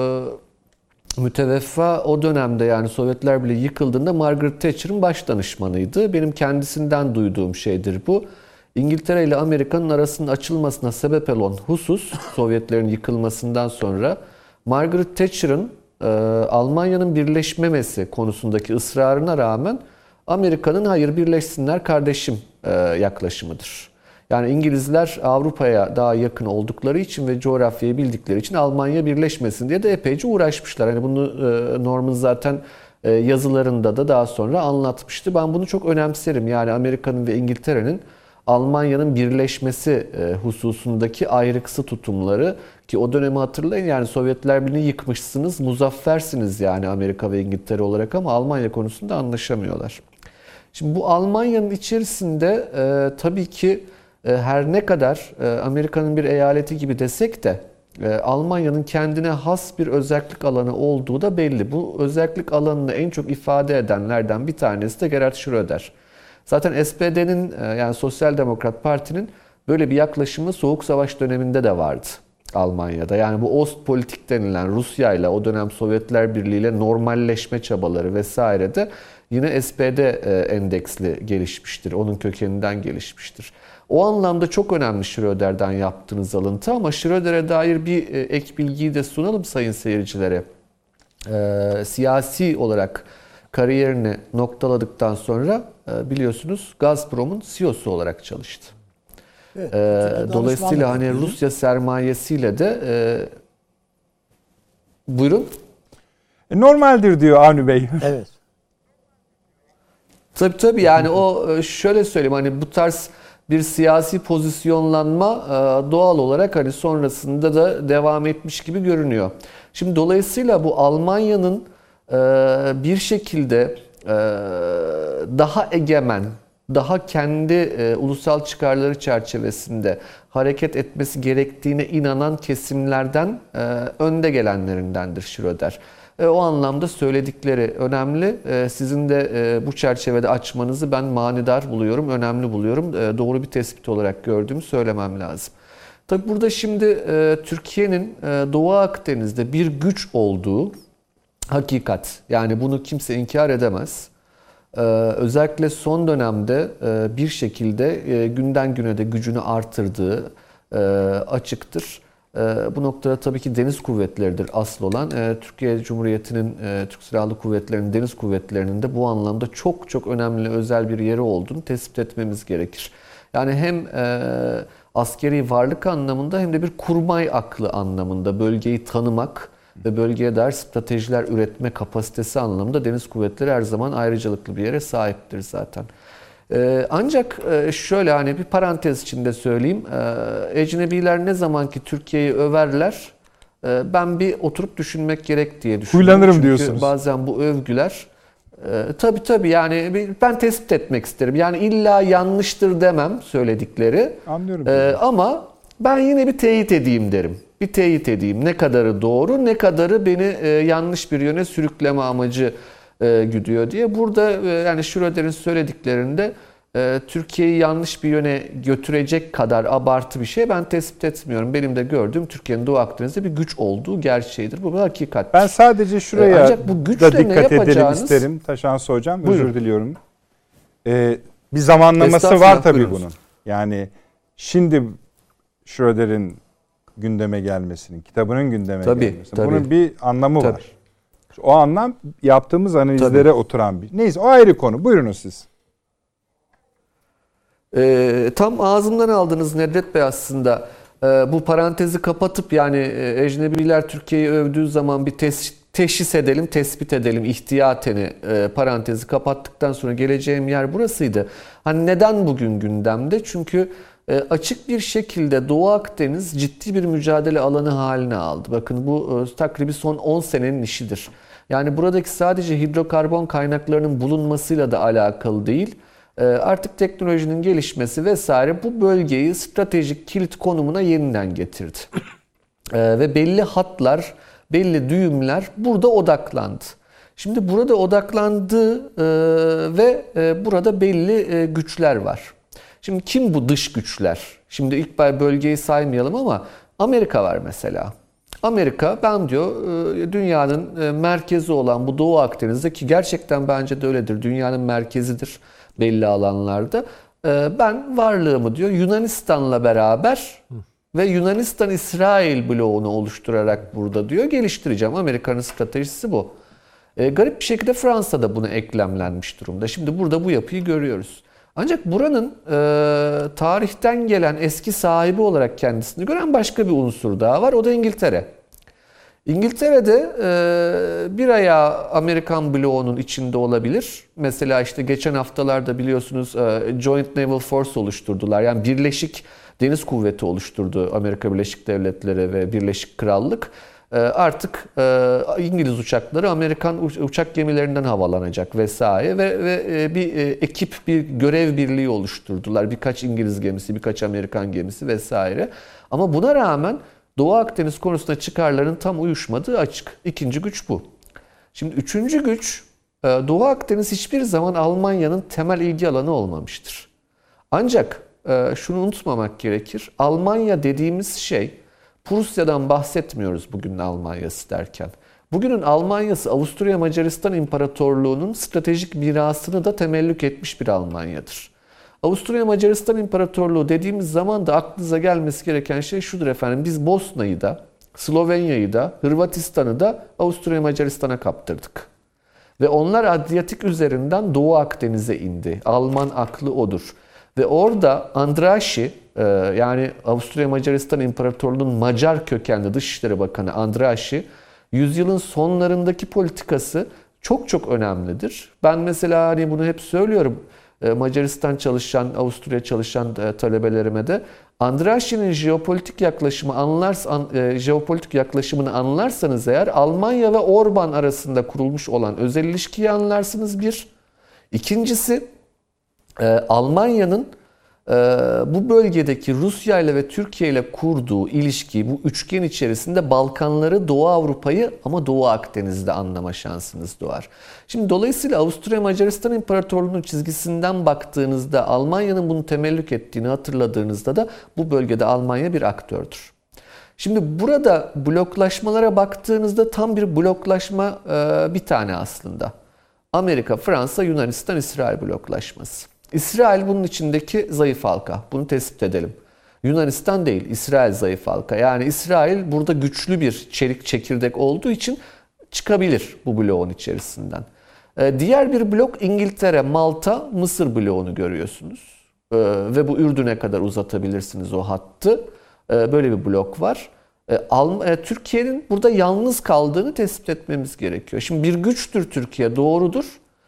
müteveffa, o dönemde yani Sovyetler Birliği yıkıldığında Margaret Thatcher'ın baş danışmanıydı. Benim kendisinden duyduğum şeydir bu. İngiltere ile Amerika'nın arasının açılmasına sebep olan husus, Sovyetlerin yıkılmasından sonra Margaret Thatcher'ın Almanya'nın birleşmemesi konusundaki ısrarına rağmen Amerika'nın hayır birleşsinler kardeşim yaklaşımıdır. Yani İngilizler Avrupa'ya daha yakın oldukları için ve coğrafyayı bildikleri için Almanya birleşmesin diye de epeyce uğraşmışlar. Hani bunu Norman zaten yazılarında da daha sonra anlatmıştı. Ben bunu çok önemserim. Yani Amerika'nın ve İngiltere'nin Almanya'nın birleşmesi hususundaki ayrıksı tutumları, ki o dönemi hatırlayın, yani Sovyetler Birliği'ni yıkmışsınız, muzaffersiniz yani Amerika ve İngiltere olarak, ama Almanya konusunda anlaşamıyorlar. Şimdi bu Almanya'nın içerisinde tabii ki her ne kadar Amerika'nın bir eyaleti gibi desek de Almanya'nın kendine has bir özellik alanı olduğu da belli. Bu özellik alanını en çok ifade edenlerden bir tanesi de Gerhard Schröder. Zaten SPD'nin yani Sosyal Demokrat Parti'nin böyle bir yaklaşımı Soğuk Savaş döneminde de vardı Almanya'da. Yani bu Ostpolitik denilen Rusya ile, o dönem Sovyetler Birliği ile normalleşme çabaları vesaire de yine SPD endeksli gelişmiştir. Onun kökeninden gelişmiştir. O anlamda çok önemli Schröder'den yaptığınız alıntı, ama Schröder'e dair bir ek bilgiyi de sunalım sayın seyircilere. Siyasi olarak kariyerini noktaladıktan sonra biliyorsunuz Gazprom'un CEO'su olarak çalıştı. Evet, dolayısıyla hani Rusya sermayesiyle de buyurun. Normaldir diyor Avni Bey. Evet. Tabii yani o şöyle söyleyeyim, hani bu tarz bir siyasi pozisyonlanma doğal olarak hani sonrasında da devam etmiş gibi görünüyor. Şimdi dolayısıyla bu Almanya'nın bir şekilde daha egemen, daha kendi ulusal çıkarları çerçevesinde hareket etmesi gerektiğine inanan kesimlerden önde gelenlerindendir Schröder. O anlamda söyledikleri önemli. Sizin de bu çerçevede açmanızı ben manidar buluyorum, önemli buluyorum. Doğru bir tespit olarak gördüğümü söylemem lazım. Tabii burada şimdi Türkiye'nin Doğu Akdeniz'de bir güç olduğu hakikat. Yani bunu kimse inkar edemez. Özellikle son dönemde bir şekilde günden güne de gücünü artırdığı açıktır. Bu noktada tabii ki deniz kuvvetleridir asıl olan. Türkiye Cumhuriyeti'nin, Türk Silahlı Kuvvetleri'nin, deniz kuvvetlerinin de bu anlamda çok çok önemli, özel bir yeri olduğunu tespit etmemiz gerekir. Yani hem askeri varlık anlamında hem de bir kurmay aklı anlamında bölgeyi tanımak ve bölgeye dair stratejiler üretme kapasitesi anlamında deniz kuvvetleri her zaman ayrıcalıklı bir yere sahiptir zaten. Ancak şöyle hani bir parantez içinde söyleyeyim. Ecnebiler ne zaman ki Türkiye'yi överler ben bir oturup düşünmek gerek diye düşünüyorum. Huylanırım Çünkü diyorsunuz. bazen bu övgüler tabii yani ben tespit etmek isterim. Yani illa yanlıştır demem söyledikleri. Anlıyorum. Ama ben yine bir teyit edeyim derim. Bir teyit edeyim. Ne kadarı doğru, ne kadarı beni yanlış bir yöne sürükleme amacı güdüyor diye. Burada yani Schröder'in söylediklerinde Türkiye'yi yanlış bir yöne götürecek kadar abartı bir şey ben tespit etmiyorum. Benim de gördüğüm Türkiye'nin Doğu Akdeniz'de bir güç olduğu gerçeğidir. Bu bir hakikat. Ben sadece şuraya Ancak bu güçle da dikkat edelim isterim Taşansı Hocam. Buyurun. Özür diliyorum. Bir zamanlaması var tabii buyurunuz. bunun. Yani şimdi Schröder'in gündeme gelmesinin, kitabının gündeme gelmesinin. Tabii. Bunun bir anlamı Tabii. var. O anlam yaptığımız analizlere oturan bir. Neyse o ayrı konu. Buyurunuz siz. Tam ağzımdan aldınız Nedret Bey aslında. Bu parantezi kapatıp yani ecnebiler Türkiye'yi övdüğü zaman bir teşhis edelim, tespit edelim ihtiyateni parantezi kapattıktan sonra geleceğim yer burasıydı. Hani neden bugün gündemde? Çünkü açık bir şekilde Doğu Akdeniz ciddi bir mücadele alanı haline aldı. Bakın bu takribi son 10 senenin işidir. Yani buradaki sadece hidrokarbon kaynaklarının bulunmasıyla da alakalı değil. Artık teknolojinin gelişmesi vesaire bu bölgeyi stratejik kilit konumuna yeniden getirdi. Ve belli hatlar, belli düğümler burada odaklandı. Şimdi burada odaklandı ve burada belli güçler var. Şimdi kim bu dış güçler? Şimdi ilk bölgeyi saymayalım ama Amerika var mesela. Amerika ben diyor dünyanın merkezi olan bu Doğu Akdeniz'de ki gerçekten bence de öyledir. Dünyanın merkezidir belli alanlarda. Ben varlığımı diyor Yunanistan'la beraber ve Yunanistan-İsrail bloğunu oluşturarak burada diyor geliştireceğim. Amerika'nın stratejisi bu. Garip bir şekilde Fransa da buna eklemlenmiş durumda. Şimdi burada bu yapıyı görüyoruz. Ancak buranın tarihten gelen eski sahibi olarak kendisini gören başka bir unsur daha var. O da İngiltere. İngiltere'de bir ayağı Amerikan bloğunun içinde olabilir. Mesela işte geçen haftalarda biliyorsunuz Joint Naval Force oluşturdular. Yani Birleşik Deniz Kuvveti oluşturdu Amerika Birleşik Devletleri ve Birleşik Krallık. Artık İngiliz uçakları Amerikan uçak gemilerinden havalanacak vesaire ve bir ekip, bir görev birliği oluşturdular. Birkaç İngiliz gemisi, birkaç Amerikan gemisi vesaire. Ama buna rağmen Doğu Akdeniz konusunda çıkarların tam uyuşmadığı açık. İkinci güç bu. Şimdi üçüncü güç, Doğu Akdeniz hiçbir zaman Almanya'nın temel ilgi alanı olmamıştır. Ancak şunu unutmamak gerekir. Almanya dediğimiz şey, Prusya'dan bahsetmiyoruz bugünün Almanya'sı derken. Bugünün Almanya'sı Avusturya Macaristan İmparatorluğu'nun stratejik mirasını da temellük etmiş bir Almanya'dır. Avusturya Macaristan İmparatorluğu dediğimiz zaman da aklınıza gelmesi gereken şey şudur efendim. Biz Bosna'yı da, Slovenya'yı da, Hırvatistan'ı da Avusturya Macaristan'a kaptırdık. Ve onlar Adriyatik üzerinden Doğu Akdeniz'e indi. Alman aklı odur. Ve orada Andrassy yani Avusturya Macaristan İmparatorluğu'nun Macar kökenli Dışişleri Bakanı Andrassy, yüzyılın sonlarındaki politikası çok çok önemlidir. Ben mesela hani bunu hep söylüyorum. Macaristan çalışan, Avusturya çalışan talebelerime de Andrassy'nin jeopolitik yaklaşımını anlarsanız eğer Almanya ve Orban arasında kurulmuş olan özel ilişkiyi anlarsınız bir. İkincisi Almanya'nın bu bölgedeki Rusya ile ve Türkiye ile kurduğu ilişki, bu üçgen içerisinde Balkanları, Doğu Avrupa'yı ama Doğu Akdeniz'de anlama şansınız doğar. Şimdi dolayısıyla Avusturya Macaristan İmparatorluğu'nun çizgisinden baktığınızda, Almanya'nın bunu temellük ettiğini hatırladığınızda da bu bölgede Almanya bir aktördür. Şimdi burada bloklaşmalara baktığınızda tam bir bloklaşma bir tane aslında. Amerika, Fransa, Yunanistan, İsrail bloklaşması. İsrail bunun içindeki zayıf halka. Bunu tespit edelim. Yunanistan değil, İsrail zayıf halka. Yani İsrail burada güçlü bir çelik çekirdek olduğu için çıkabilir bu bloğun içerisinden. Diğer bir blok İngiltere, Malta, Mısır bloğunu görüyorsunuz. Ve bu Ürdün'e kadar uzatabilirsiniz o hattı. Böyle bir blok var. Türkiye'nin burada yalnız kaldığını tespit etmemiz gerekiyor. Şimdi bir güçtür Türkiye, doğrudur.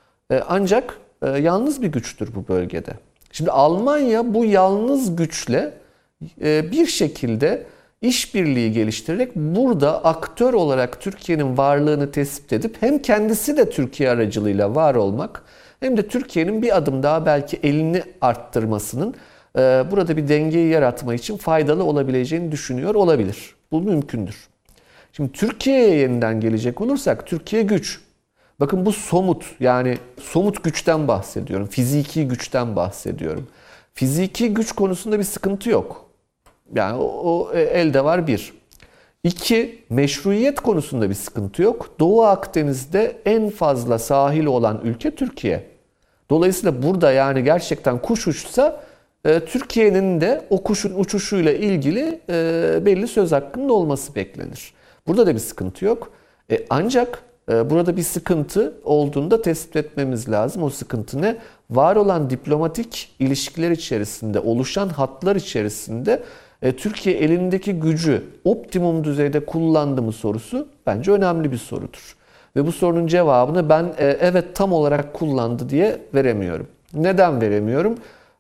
Ancak yalnız bir güçtür bu bölgede. Şimdi Almanya bu yalnız güçle bir şekilde işbirliği geliştirerek burada aktör olarak Türkiye'nin varlığını tespit edip hem kendisi de Türkiye aracılığıyla var olmak hem de Türkiye'nin bir adım daha belki elini arttırmasının burada bir dengeyi yaratma için faydalı olabileceğini düşünüyor olabilir. Bu mümkündür. Şimdi Türkiye'ye yeniden gelecek olursak Türkiye güç. Bakın bu somut, yani somut güçten bahsediyorum. Fiziki güçten bahsediyorum. Fiziki güç konusunda bir sıkıntı yok. Yani o elde var bir. İki, meşruiyet konusunda bir sıkıntı yok. Doğu Akdeniz'de en fazla sahili olan ülke Türkiye. Dolayısıyla burada yani gerçekten kuş uçsa Türkiye'nin de o kuşun uçuşuyla ilgili belli söz hakkının olması beklenir. Burada da bir sıkıntı yok. Ancak burada bir sıkıntı olduğunda tespit etmemiz lazım. O sıkıntı ne? Var olan diplomatik ilişkiler içerisinde, oluşan hatlar içerisinde Türkiye elindeki gücü optimum düzeyde kullandı mı sorusu bence önemli bir sorudur. Ve bu sorunun cevabını ben evet tam olarak kullandı diye veremiyorum. Neden veremiyorum?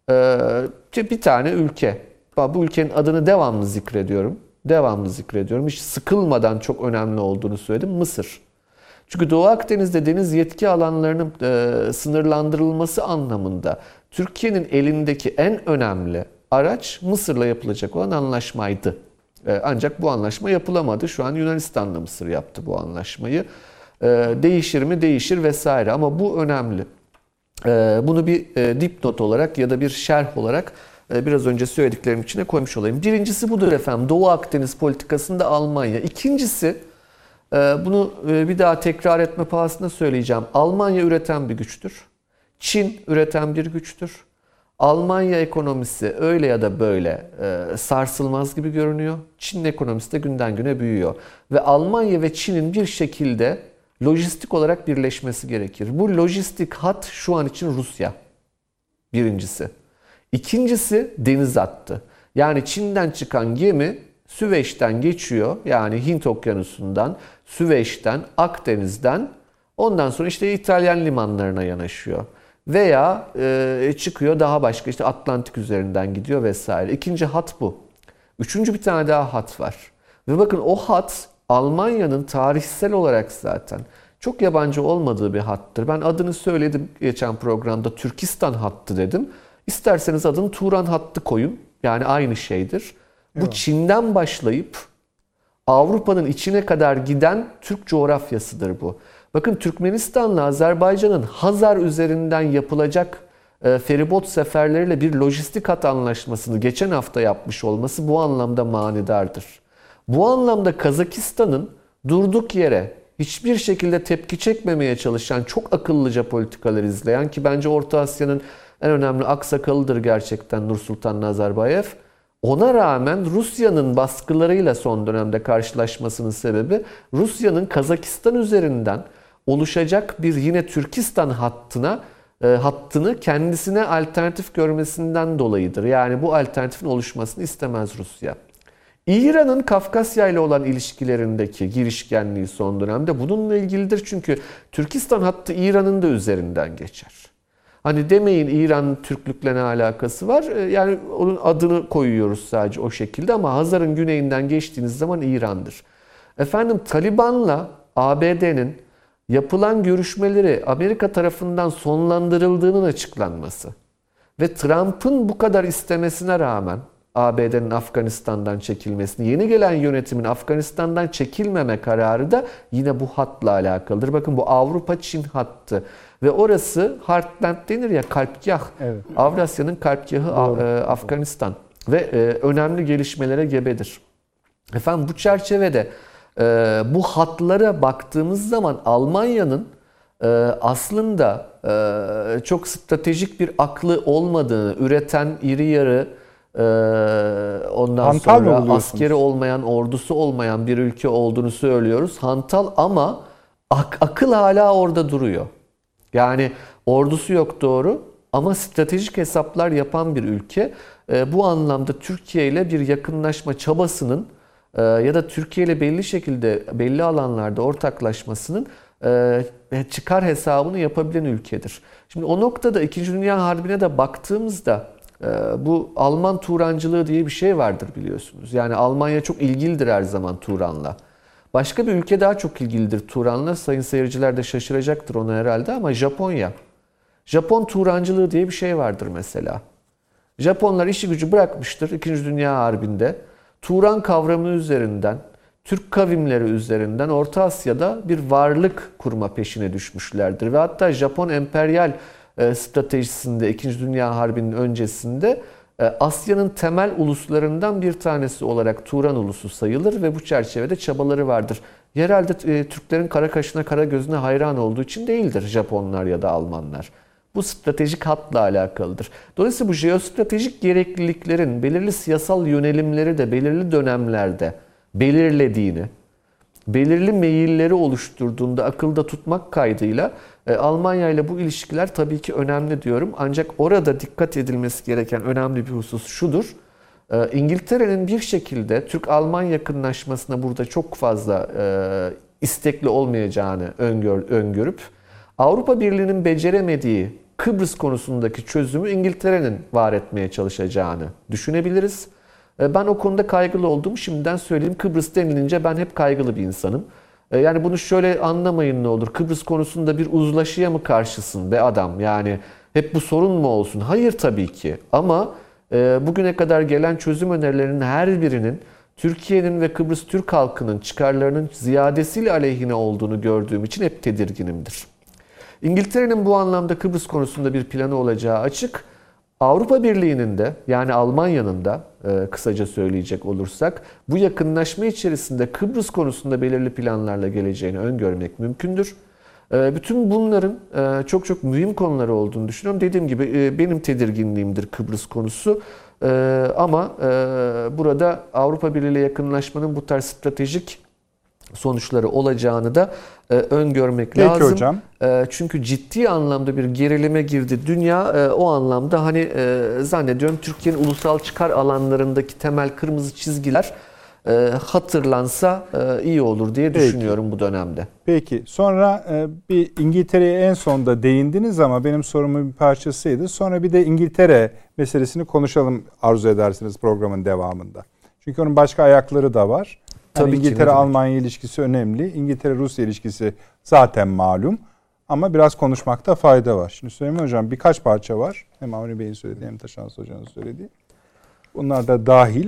Bir tane ülke. Bu ülkenin adını devamlı zikrediyorum. Devamlı zikrediyorum. Hiç sıkılmadan çok önemli olduğunu söyledim. Mısır. Çünkü Doğu Akdeniz'de deniz yetki alanlarının sınırlandırılması anlamında Türkiye'nin elindeki en önemli araç Mısır'la yapılacak olan anlaşmaydı. Ancak bu anlaşma yapılamadı. Şu an Yunanistan'la Mısır yaptı bu anlaşmayı. Değişir mi? Değişir vesaire. Ama bu önemli. Bunu bir dipnot olarak ya da bir şerh olarak biraz önce söylediklerim içine koymuş olayım. Birincisi budur efendim. Doğu Akdeniz politikasında Almanya. İkincisi, bunu bir daha tekrar etme pahasına söyleyeceğim. Almanya üreten bir güçtür. Çin üreten bir güçtür. Almanya ekonomisi öyle ya da böyle sarsılmaz gibi görünüyor. Çin'in ekonomisi de günden güne büyüyor. Ve Almanya ve Çin'in bir şekilde lojistik olarak birleşmesi gerekir. Bu lojistik hat şu an için Rusya. Birincisi. İkincisi deniz hattı. Yani Çin'den çıkan gemi Süveyş'ten geçiyor. Yani Hint Okyanusu'ndan, Süveyş'ten, Akdeniz'den ondan sonra işte İtalyan limanlarına yanaşıyor. Veya çıkıyor daha başka işte Atlantik üzerinden gidiyor vesaire. İkinci hat bu. Üçüncü bir tane daha hat var. Ve bakın o hat Almanya'nın tarihsel olarak zaten çok yabancı olmadığı bir hattır. Ben adını söyledim geçen programda, Türkistan hattı dedim. İsterseniz adını Turan hattı koyun. Yani aynı şeydir. Bu Çin'den başlayıp Avrupa'nın içine kadar giden Türk coğrafyasıdır bu. Bakın Türkmenistan'la Azerbaycan'ın Hazar üzerinden yapılacak feribot seferleriyle bir lojistik hat anlaşmasını geçen hafta yapmış olması bu anlamda manidardır. Bu anlamda Kazakistan'ın durduk yere hiçbir şekilde tepki çekmemeye çalışan, çok akıllıca politikalar izleyen, ki bence Orta Asya'nın en önemli aksakalıdır gerçekten Nursultan Nazarbayev. Ona rağmen Rusya'nın baskılarıyla son dönemde karşılaşmasının sebebi Rusya'nın Kazakistan üzerinden oluşacak bir yine Türkistan hattını kendisine alternatif görmesinden dolayıdır. Yani bu alternatifin oluşmasını istemez Rusya. İran'ın Kafkasya ile olan ilişkilerindeki girişkenliği son dönemde bununla ilgilidir. Çünkü Türkistan hattı İran'ın da üzerinden geçer. Hani demeyin İran Türklükle ne alakası var? Yani onun adını koyuyoruz sadece o şekilde ama Hazar'ın güneyinden geçtiğiniz zaman İran'dır. Efendim Taliban'la ABD'nin yapılan görüşmeleri Amerika tarafından sonlandırıldığının açıklanması Ve Trump'ın bu kadar istemesine rağmen ABD'nin Afganistan'dan çekilmesini, yeni gelen yönetimin Afganistan'dan çekilmeme kararı da yine bu hatla alakalıdır. Bakın bu Avrupa-Çin hattı ve orası Heartland denir ya, kalpgah. Evet. Avrasya'nın kalpgahı Afganistan ve önemli gelişmelere gebedir. Efendim bu çerçevede bu hatlara baktığımız zaman Almanya'nın aslında çok stratejik bir aklı olmadığını, üreten iri yarı, ondan Hantal mı sonra buluyorsunuz? askeri olmayan, ordusu olmayan bir ülke olduğunu söylüyoruz. Hantal ama akıl hala orada duruyor. Yani ordusu yok doğru ama stratejik hesaplar yapan bir ülke. Bu anlamda Türkiye ile bir yakınlaşma çabasının ya da Türkiye ile belli şekilde belli alanlarda ortaklaşmasının çıkar hesabını yapabilen ülkedir. Şimdi o noktada 2. Dünya Harbi'ne de baktığımızda bu Alman Turancılığı diye bir şey vardır biliyorsunuz. Yani Almanya çok ilgilidir her zaman Turan'la. Başka bir ülke daha çok ilgilidir Turan'la. Sayın seyirciler de şaşıracaktır ona herhalde ama Japonya. Japon Turancılığı diye bir şey vardır mesela. Japonlar işi gücü bırakmıştır 2. Dünya Harbi'nde. Turan kavramı üzerinden, Türk kavimleri üzerinden Orta Asya'da bir varlık kurma peşine düşmüşlerdir. Ve hatta Japon emperyal stratejisinde 2. Dünya Harbi'nin öncesinde Asya'nın temel uluslarından bir tanesi olarak Turan ulusu sayılır ve bu çerçevede çabaları vardır. Yerelde Türklerin kara kaşına kara gözüne hayran olduğu için değildir Japonlar ya da Almanlar. Bu stratejik hatla alakalıdır. Dolayısıyla bu jeostratejik gerekliliklerin belirli siyasal yönelimleri de belirli dönemlerde belirlediğini, belirli meyilleri oluşturduğunda akılda tutmak kaydıyla Almanya ile bu ilişkiler tabii ki önemli diyorum. Ancak orada dikkat edilmesi gereken önemli bir husus şudur. İngiltere'nin bir şekilde Türk-Alman yakınlaşmasına burada çok fazla istekli olmayacağını öngörüp Avrupa Birliği'nin beceremediği Kıbrıs konusundaki çözümü İngiltere'nin var etmeye çalışacağını düşünebiliriz. Ben o konuda kaygılı olduğumu şimdiden söyleyeyim. Kıbrıs denilince ben hep kaygılı bir insanım. Yani bunu şöyle anlamayın ne olur. Kıbrıs konusunda bir uzlaşıya mı karşısın be adam? Yani hep bu sorun mu olsun? Hayır tabii ki. Ama bugüne kadar gelen çözüm önerilerinin her birinin Türkiye'nin ve Kıbrıs Türk halkının çıkarlarının ziyadesiyle aleyhine olduğunu gördüğüm için hep tedirginimdir. İngiltere'nin bu anlamda Kıbrıs konusunda bir planı olacağı açık. Avrupa Birliği'nin de yani Almanya'nın da kısaca söyleyecek olursak bu yakınlaşma içerisinde Kıbrıs konusunda belirli planlarla geleceğini öngörmek mümkündür. Bütün bunların çok çok mühim konuları olduğunu düşünüyorum. Dediğim gibi benim tedirginliğimdir Kıbrıs konusu. Ama burada Avrupa Birliği ile yakınlaşmanın bu tarz stratejik sonuçları olacağını da öngörmek lazım. Peki hocam. Çünkü ciddi anlamda bir gerilime girdi dünya. O anlamda hani zannediyorum Türkiye'nin ulusal çıkar alanlarındaki temel kırmızı çizgiler hatırlansa iyi olur diye düşünüyorum bu dönemde. Peki sonra bir İngiltere'ye en sonda değindiniz ama benim sorumun bir parçasıydı. Sonra bir de İngiltere meselesini konuşalım arzu edersiniz programın devamında. Çünkü onun başka ayakları da var. Yani İngiltere-Almanya ilişkisi önemli. İngiltere-Rusya ilişkisi zaten malum. Ama biraz konuşmakta fayda var. Şimdi Süleyman Hocam birkaç parça var. Hem Avni Bey'in söylediği hem Taşans Hoca'nın söylediği. Bunlar da dahil.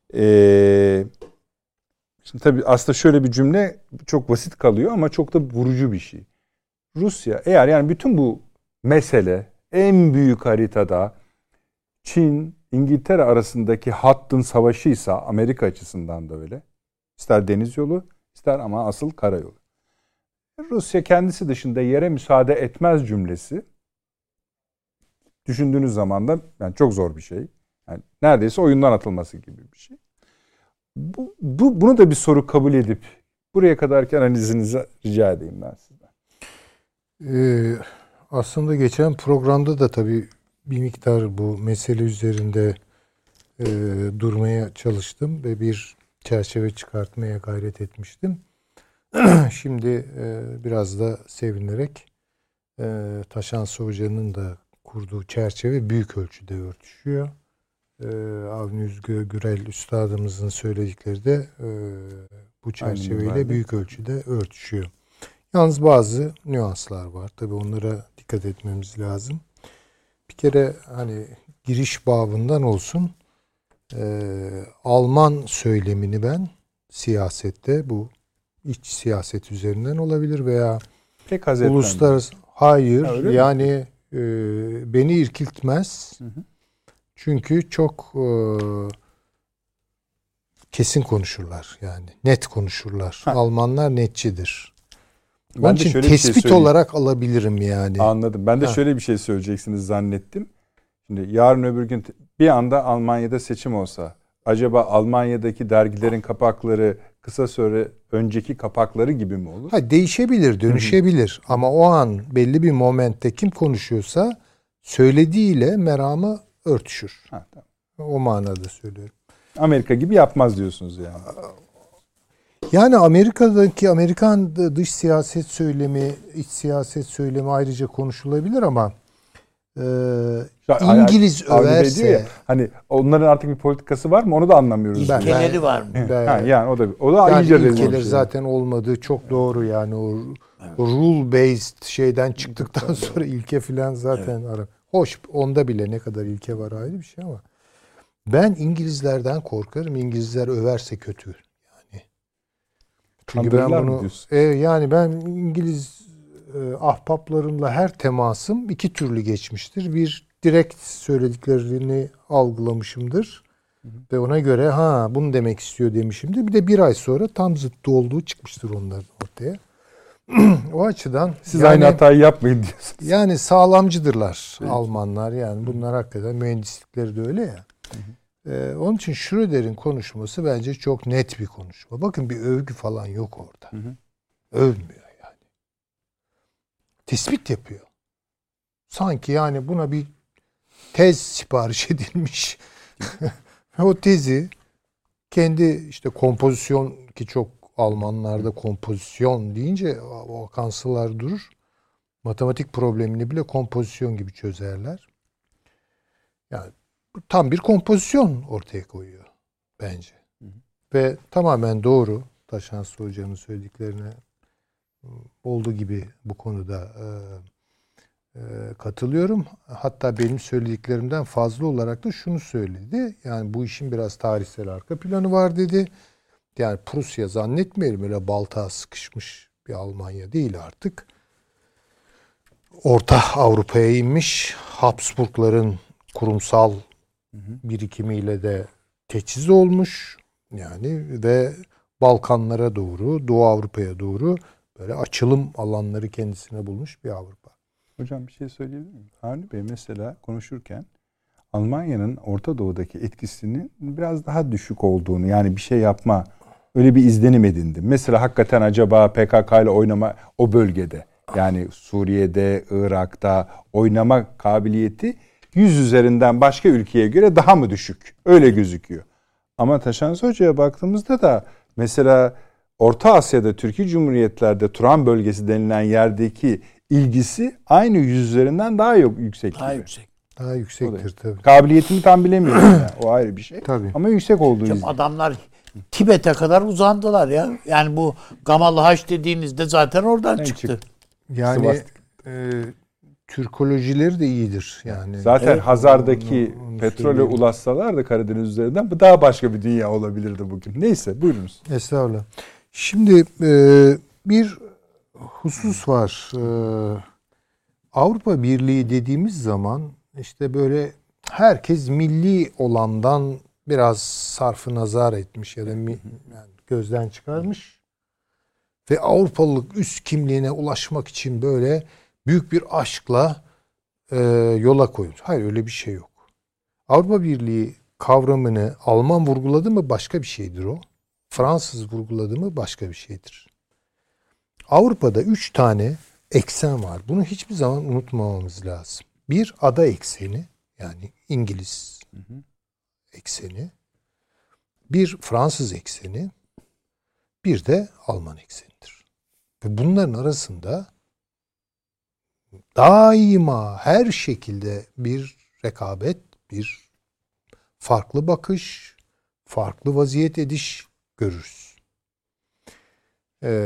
Şimdi tabii aslında şöyle bir cümle çok basit kalıyor ama çok da vurucu bir şey. Rusya eğer yani bütün bu mesele en büyük haritada Çin, İngiltere arasındaki hattın savaşıysa Amerika açısından da öyle. İster deniz yolu, ister ama asıl karayolu. Rusya kendisi dışında yere müsaade etmez cümlesi düşündüğünüz zaman da yani çok zor bir şey. Yani neredeyse oyundan atılması gibi bir şey. Bunu da bir soru kabul edip buraya kadarki analizinizi rica edeyim ben sizden. Aslında geçen programda da tabii bir miktar bu mesele üzerinde durmaya çalıştım ve bir çerçeve çıkartmaya gayret etmiştim. Şimdi biraz da sevinerek Taşans Hoca'nın da kurduğu çerçeve büyük ölçüde örtüşüyor. Avni Üzgü Gürel Üstadımızın söyledikleri de bu çerçeveyle büyük ölçüde örtüşüyor. Yalnız bazı nüanslar var. Tabii onlara dikkat etmemiz lazım. Bir kere hani giriş babından olsun Alman söylemini ben siyasette, bu iç siyaset üzerinden olabilir veya Pek haz etmem. uluslararası, hayır Ha, öyle mi? yani beni irkiltmez. Hı hı. Çünkü çok kesin konuşurlar, yani net konuşurlar. Ha. Almanlar netçidir. Ben Onun de için şöyle bir şey tespit söyleyeyim. olarak alabilirim yani. Anladım. Ben de Ha. şöyle bir şey söyleyeceksiniz zannettim. Şimdi yarın öbür gün bir anda Almanya'da seçim olsa, acaba Almanya'daki dergilerin kapakları kısa süre önceki kapakları gibi mi olur? Ha, değişebilir, dönüşebilir. Ama o an belli bir momentte kim konuşuyorsa söylediğiyle meramı örtüşür. Ha, tamam. O manada söylüyorum. Amerika gibi yapmaz diyorsunuz yani. Yani Amerikan dış siyaset söylemi, iç siyaset söylemi ayrıca konuşulabilir ama İngiliz Avni Bey diyor överse ya, hani onların artık bir politikası var mı? Onu da anlamıyoruz. İlkeleri var mı? Ha, yani o da yani ayrıca ilkeler rezil bir şey. zaten olmadığı çok doğru, yani o rule based şeyden çıktıktan sonra ilke filan zaten hoş, onda bile ne kadar ilke var ayrı bir şey ama ben İngilizlerden korkarım. İngilizler överse kötü. Yani çünkü ben Kandırırlar mı bunu diyorsun? yani ben İngiliz ahbaplarımla her temasım iki türlü geçmiştir. Bir, direkt söylediklerini algılamışımdır. Ve ona göre bunu demek istiyor demişimdir. Bir de bir ay sonra tam zıttı olduğu çıkmıştır onların ortaya. O açıdan Siz aynı hatayı yapmayın diyorsunuz. yani sağlamcıdırlar Almanlar. Yani bunlar hakikaten, mühendislikleri de öyle ya. Onun için Schröder'in konuşması bence çok net bir konuşma. Bakın, bir övgü falan yok orada. Övmüyor yani. Tespit yapıyor. Sanki yani buna bir tez sipariş edilmiş. O tezi kendi işte kompozisyon, ki çok Almanlarda kompozisyon deyince o akansılar durur. Matematik problemini bile kompozisyon gibi çözerler. Yani tam bir kompozisyon ortaya koyuyor bence. Ve tamamen doğru. Taşansı Hoca'nın söylediklerine olduğu gibi bu konuda katılıyorum. Hatta benim söylediklerimden fazla olarak da şunu söyledi. Yani bu işin biraz tarihsel arka planı var dedi. Yani Prusya, zannetmeyelim öyle baltağa sıkışmış bir Almanya değil artık. Orta Avrupa'ya inmiş. Habsburgların kurumsal birikimiyle de teçhiz olmuş. Yani ve Balkanlara doğru, Doğu Avrupa'ya doğru böyle açılım alanları kendisine bulmuş bir Avrupa. Hocam bir şey söyleyebilir miyim? Avni Bey mesela konuşurken Almanya'nın Orta Doğu'daki etkisinin biraz daha düşük olduğunu, yani bir şey yapma, öyle bir izlenim edindim. Mesela hakikaten acaba PKK ile oynama o bölgede, yani Suriye'de, Irak'ta oynama kabiliyeti 100 üzerinden başka ülkeye göre daha mı düşük? Öyle gözüküyor. Ama Taşansı Hoca'ya baktığımızda da mesela Orta Asya'da, Türkiye Cumhuriyetler'de Turan bölgesi denilen yerdeki ilgisi aynı 100 üzerinden daha yüksek gibi. Daha yüksek. Daha yüksektir tabii. Kabiliyetini tam bilemiyorum yani. O ayrı bir şey. Tabii. Ama yüksek olduğu Hocam izin. adamlar Tibet'e kadar uzandılar ya. Yani bu Gamalı Haç dediğinizde zaten oradan çıktı. Yani Türkolojileri de iyidir yani. Zaten Evet, Hazar'daki onu petrole söyleyeyim. ulaşsalar da Karadeniz üzerinden bu daha başka bir dünya olabilirdi bugün. Neyse, buyurunuz. Estağfurullah. Şimdi bir husus var. Avrupa Birliği dediğimiz zaman işte böyle herkes milli olandan biraz sarfı nazar etmiş ya da yani gözden çıkarmış. Ve Avrupalılık üst kimliğine ulaşmak için böyle büyük bir aşkla yola koyulmuş. Hayır, öyle bir şey yok. Avrupa Birliği kavramını Alman vurguladı mı başka bir şeydir o. Fransız vurguladı mı başka bir şeydir. Avrupa'da 3 tane eksen var. Bunu hiçbir zaman unutmamamız lazım. Bir, ada ekseni, yani İngiliz ekseni. Bir, Fransız ekseni. Bir de Alman eksenidir. Ve bunların arasında daima her şekilde bir rekabet, bir farklı bakış, farklı vaziyet ediş görürüz.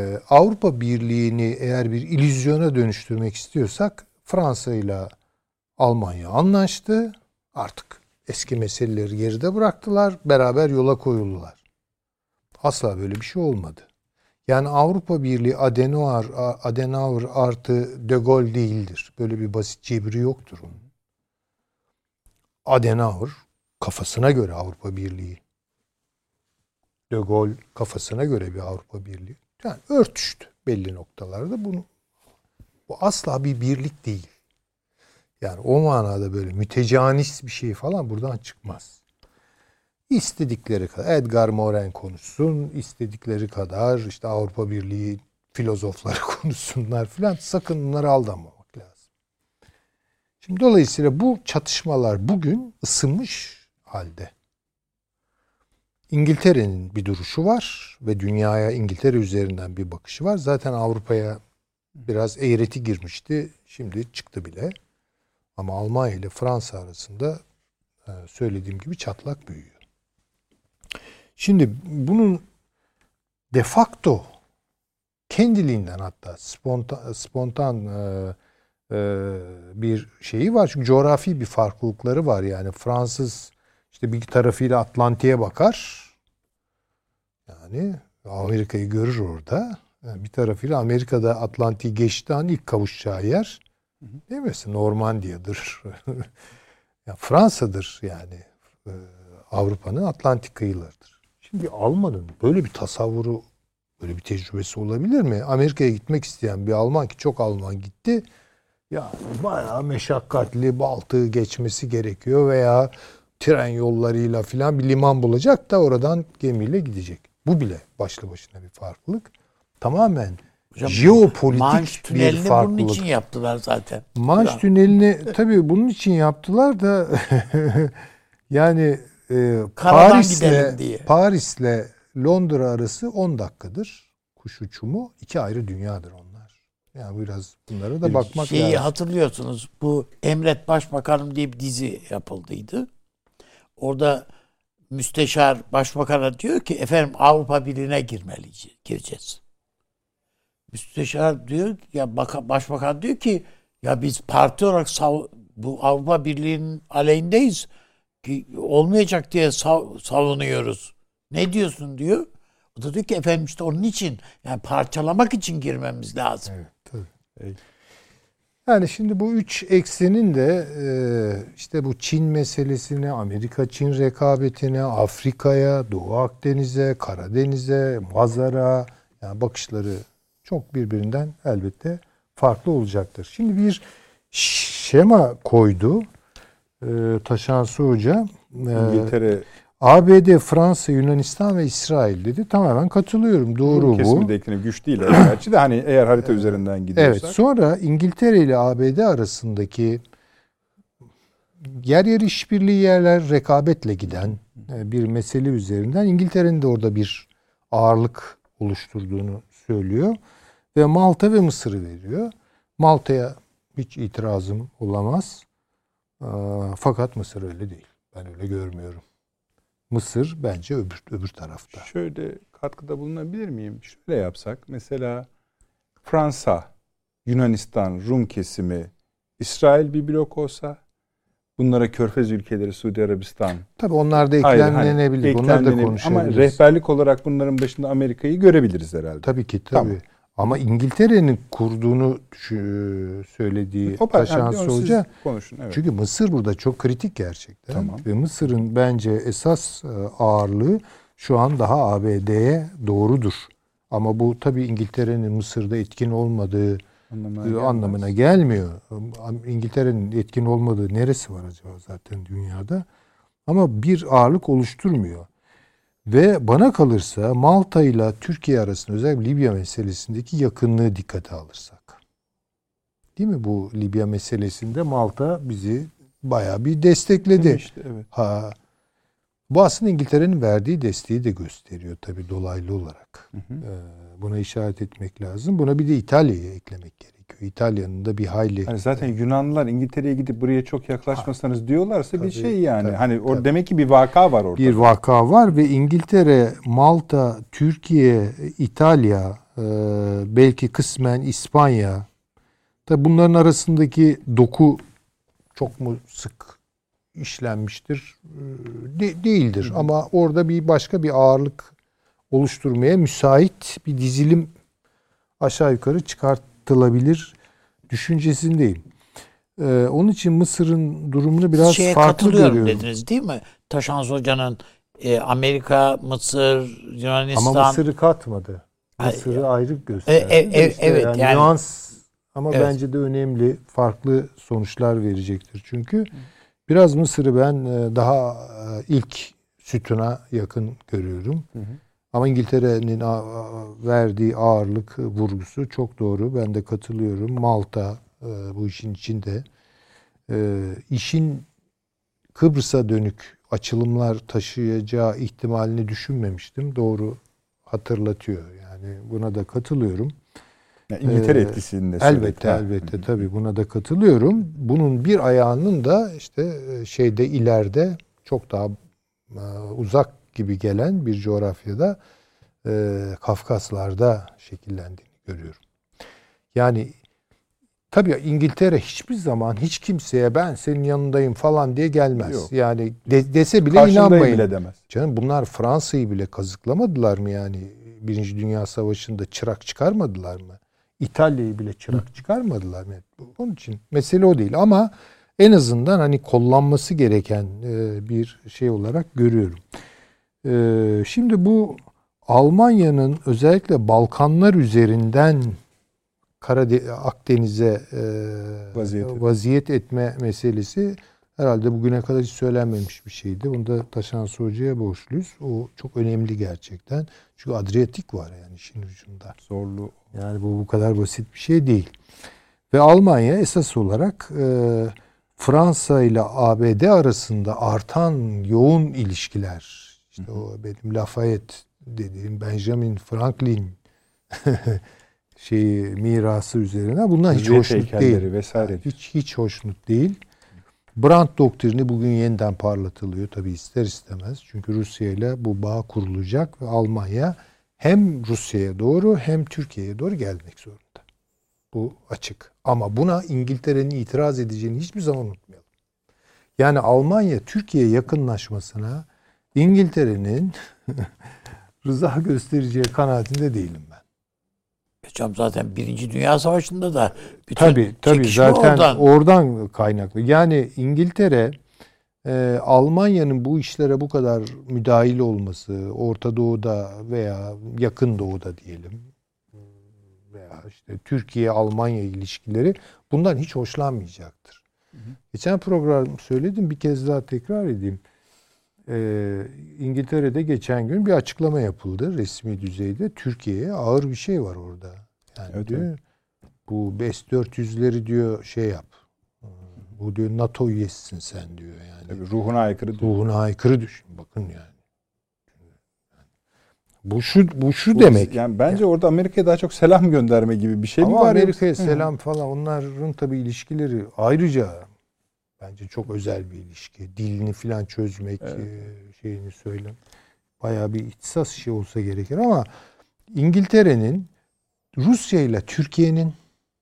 Avrupa Birliği'ni eğer bir illüzyona dönüştürmek istiyorsak Fransa ile Almanya anlaştı. Artık eski meseleleri geride bıraktılar. Beraber yola koyuldular. Asla böyle bir şey olmadı. Yani Avrupa Birliği Adenauer artı De Gaulle değildir. Böyle bir basit cebri yoktur onun. Adenauer kafasına göre Avrupa Birliği. De Gaulle kafasına göre bir Avrupa Birliği. Yani örtüştü belli noktalarda. Bu asla bir birlik değil. Yani o manada böyle mütecanis bir şey falan buradan çıkmaz. İstedikleri kadar Edgar Morin konuşsun, istedikleri kadar işte Avrupa Birliği filozofları konuşsunlar filan. Sakın bunlara aldanmamak lazım. Şimdi dolayısıyla bu çatışmalar bugün ısınmış halde. İngiltere'nin bir duruşu var ve dünyaya İngiltere üzerinden bir bakışı var. Zaten Avrupa'ya biraz eğreti girmişti. Şimdi çıktı bile. Ama Almanya ile Fransa arasında söylediğim gibi çatlak büyüyor. Şimdi bunun de facto kendiliğinden hatta spontan bir şeyi var. Çünkü coğrafi bir farklılıkları var. Yani Fransız işte bir tarafıyla Atlantik'e bakar. Yani Amerika'yı görür orada. Yani bir tarafıyla Amerika'da Atlantik'i geçtiği an ilk kavuşacağı yer değil mi? Normandiya'dır. Yani Fransa'dır yani. Avrupa'nın Atlantik kıyılarıdır. Şimdi Alman'ın böyle bir tasavvuru, böyle bir tecrübesi olabilir mi? Amerika'ya gitmek isteyen bir Alman ki çok Alman gitti. Ya bayağı meşakkatli Baltık'ı geçmesi gerekiyor veya tren yollarıyla filan bir liman bulacak da oradan gemiyle gidecek. Bu bile başlı başına bir farklılık. Tamamen jeopolitik Manş bir tünelini farklılık. bunun için yaptılar zaten. Manş tünelini tabii bunun için yaptılar da yani Paris'le Londra arası 10 dakikadır kuş uçumu. 2 ayrı dünyadır onlar. Yani biraz bunlara da bakmak lazım. Hatırlıyorsunuz, bu Emret Başbakanım diye bir dizi yapıldıydı. Orada müsteşar başbakana diyor ki efendim Avrupa Birliği'ne gireceğiz. Müsteşar diyor ya, başbakan diyor ki ya biz parti olarak bu Avrupa Birliği'nin aleyhindeyiz. Ki olmayacak diye savunuyoruz. Ne diyorsun diyor. O da diyor ki efendim işte onun için, yani parçalamak için girmemiz lazım. Evet, tabii. Yani şimdi bu 3 eksenin de işte bu Çin meselesine, Amerika-Çin rekabetine, Afrika'ya, Doğu Akdeniz'e, Karadeniz'e, Mazar'a yani bakışları çok birbirinden elbette farklı olacaktır. Şimdi bir şema koydu Taşansı Hoca. İngiltere, ABD, Fransa, Yunanistan ve İsrail dedi. Tamamen katılıyorum. Doğru bu. kesimindekine güç değil gerçi de hani eğer harita üzerinden gidiyorsak. Evet. Sonra İngiltere ile ABD arasındaki yer işbirliği yerler rekabetle giden bir mesele üzerinden İngiltere'nin de orada bir ağırlık oluşturduğunu söylüyor. Ve Malta ve Mısır'ı veriyor. Malta'ya hiç itirazım olamaz. Fakat Mısır öyle değil. Ben öyle görmüyorum. Mısır bence öbür tarafta. Şöyle katkıda bulunabilir miyim? Şöyle yapsak. Mesela Fransa, Yunanistan, Rum kesimi, İsrail bir blok olsa, bunlara Körfez ülkeleri, Suudi Arabistan. Tabii onlar da eklemlenebilir. Bunlar da konuşabiliriz. Ama rehberlik olarak bunların başında Amerika'yı görebiliriz herhalde. Tabii ki. Tamam. Ama İngiltere'nin kurduğunu söylediği Taşansı Hoca. Konuşun, evet. Çünkü Mısır burada çok kritik gerçekten. Tamam. Ve Mısır'ın bence esas ağırlığı şu an daha ABD'ye doğrudur. Ama bu tabii İngiltere'nin Mısır'da etkin olmadığı anlamına gelmiyor. İngiltere'nin etkin olmadığı neresi var acaba zaten dünyada? Ama bir ağırlık oluşturmuyor. Ve bana kalırsa Malta ile Türkiye arasında özellikle Libya meselesindeki yakınlığı dikkate alırsak. Değil mi? Bu Libya meselesinde Malta bizi bayağı bir destekledi. İşte, evet. Bu aslında İngiltere'nin verdiği desteği de gösteriyor tabii dolaylı olarak. Buna işaret etmek lazım. Buna bir de İtalya'yı eklemek gerekiyor. İtalya'nın da bir hayli... Yani zaten Yunanlılar İngiltere'ye gidip buraya çok yaklaşmasanız diyorlarsa tabii, bir şey yani. Tabii, hani tabii. Demek ki bir vaka var orada. Bir vaka var ve İngiltere, Malta, Türkiye, İtalya, belki kısmen İspanya. Tabii bunların arasındaki doku çok mu sık işlenmiştir? Değildir. Ama orada bir başka bir ağırlık oluşturmaya müsait bir dizilim aşağı yukarı çıkartılabilir düşüncesindeyim. Onun için Mısır'ın durumunu biraz farklı görüyorum. Dediniz değil mi? Taşans Hoca'nın Amerika, Mısır, Yunanistan... Ama Mısır'ı katmadı. Mısır'ı ayrı gösterdi. Evet. Yani nüans ama bence de önemli. Farklı sonuçlar verecektir. Çünkü biraz Mısır'ı ben daha ilk sütuna yakın görüyorum. Ama İngiltere'nin verdiği ağırlık vurgusu çok doğru. Ben de katılıyorum. Malta bu işin içinde. İşin Kıbrıs'a dönük açılımlar taşıyacağı ihtimalini düşünmemiştim. Doğru hatırlatıyor. Yani buna da katılıyorum. Yani İngiltere etkisini de elbette tabii buna da katılıyorum. Bunun bir ayağının da işte ileride çok daha uzak gibi gelen bir coğrafyada Kafkaslar'da şekillendiğini görüyorum. Yani tabii İngiltere hiçbir zaman hiç kimseye ben senin yanındayım falan diye gelmez. Yok. Yani dese bile karşındayım inanmayın. bile demez. Canım bunlar Fransa'yı bile kazıklamadılar mı yani? Birinci Dünya Savaşı'nda çırak çıkarmadılar mı? İtalya'yı bile çırak çıkarmadılar mı? Onun için mesele o değil ama en azından hani kollanması gereken bir şey olarak görüyorum. Şimdi bu Almanya'nın özellikle Balkanlar üzerinden Akdeniz'e vaziyet etme meselesi herhalde bugüne kadar hiç söylenmemiş bir şeydi. Onu da Taşans Hoca'ya borçluyuz. O çok önemli gerçekten. Çünkü Adriyatik var yani işin ucunda. Zorlu. Yani bu kadar basit bir şey değil. Ve Almanya esas olarak Fransa ile ABD arasında artan yoğun ilişkiler. İşte o benim Lafayette dediğim Benjamin Franklin mirası üzerine. Bunlar hiç hoşnut değil. Vesaire. Hiç hoşnut değil. Brandt doktrini bugün yeniden parlatılıyor tabii ister istemez. Çünkü Rusya ile bu bağ kurulacak ve Almanya hem Rusya'ya doğru hem Türkiye'ye doğru gelmek zorunda. Bu açık. Ama buna İngiltere'nin itiraz edeceğini hiçbir zaman unutmayalım. Yani Almanya Türkiye yakınlaşmasına İngiltere'nin rıza göstereceği kanaatinde değilim ben. Hocam zaten Birinci Dünya Savaşı'nda da bütün tabii zaten oradan kaynaklı. Yani İngiltere Almanya'nın bu işlere bu kadar müdahil olması, Orta Doğu'da veya Yakın Doğu'da diyelim veya işte Türkiye-Almanya ilişkileri bundan hiç hoşlanmayacaktır. Geçen program söyledim, bir kez daha tekrar edeyim. İngiltere'de geçen gün bir açıklama yapıldı resmi düzeyde. Türkiye'ye ağır bir şey var orada. Yani diyor, bu S-400'leri diyor yap. Bu diyor NATO üyesisin sen diyor yani. Tabii ruhuna aykırı. Ruhuna aykırı düşün. Bakın yani. Bu şu demek. Yani bence orada Amerika'ya daha çok selam gönderme gibi bir şey mi var? Ama Amerika'ya selam falan, onların tabii ilişkileri ayrıca bence çok özel bir ilişki. Dilini falan çözmek, şeyini söylem. Bayağı bir ihtisas işi olsa gerekir ama İngiltere'nin Rusya ile Türkiye'nin,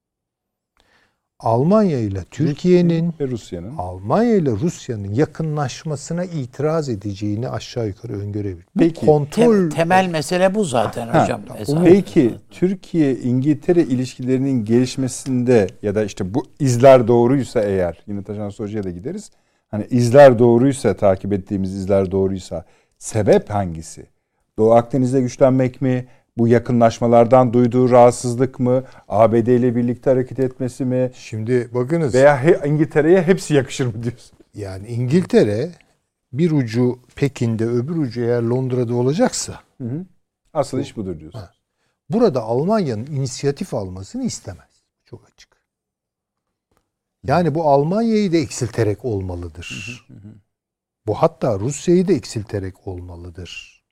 Almanya ile Türkiye'nin ve Rusya'nın, Almanya ile Rusya'nın yakınlaşmasına itiraz edeceğini aşağı yukarı öngörebilir. Peki, temel mesele bu zaten hocam. Peki Türkiye-İngiltere ilişkilerinin gelişmesinde ya da işte bu izler doğruysa eğer, yine Taşans Hoca'ya da gideriz. Hani izler doğruysa, takip ettiğimiz izler doğruysa sebep hangisi? Doğu Akdeniz'de güçlenmek mi? Bu yakınlaşmalardan duyduğu rahatsızlık mı? ABD ile birlikte hareket etmesi mi? Şimdi bakınız. Veya İngiltere'ye hepsi yakışır mı diyorsun? Yani İngiltere bir ucu Pekin'de, öbür ucu eğer Londra'da olacaksa. Asıl iş budur diyorsun. Burada Almanya'nın inisiyatif almasını istemez. Çok açık. Yani bu Almanya'yı da eksilterek olmalıdır. Bu hatta Rusya'yı da eksilterek olmalıdır.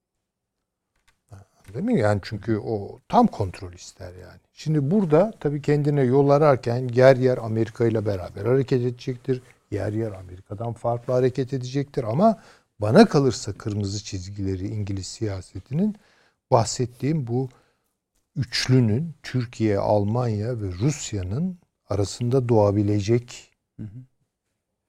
Değil mi? Yani çünkü o tam kontrol ister yani. Şimdi burada tabii kendine yol ararken yer yer Amerika ile beraber hareket edecektir. Yer yer Amerika'dan farklı hareket edecektir. Ama bana kalırsa kırmızı çizgileri İngiliz siyasetinin bahsettiğim bu üçlünün Türkiye, Almanya ve Rusya'nın arasında doğabilecek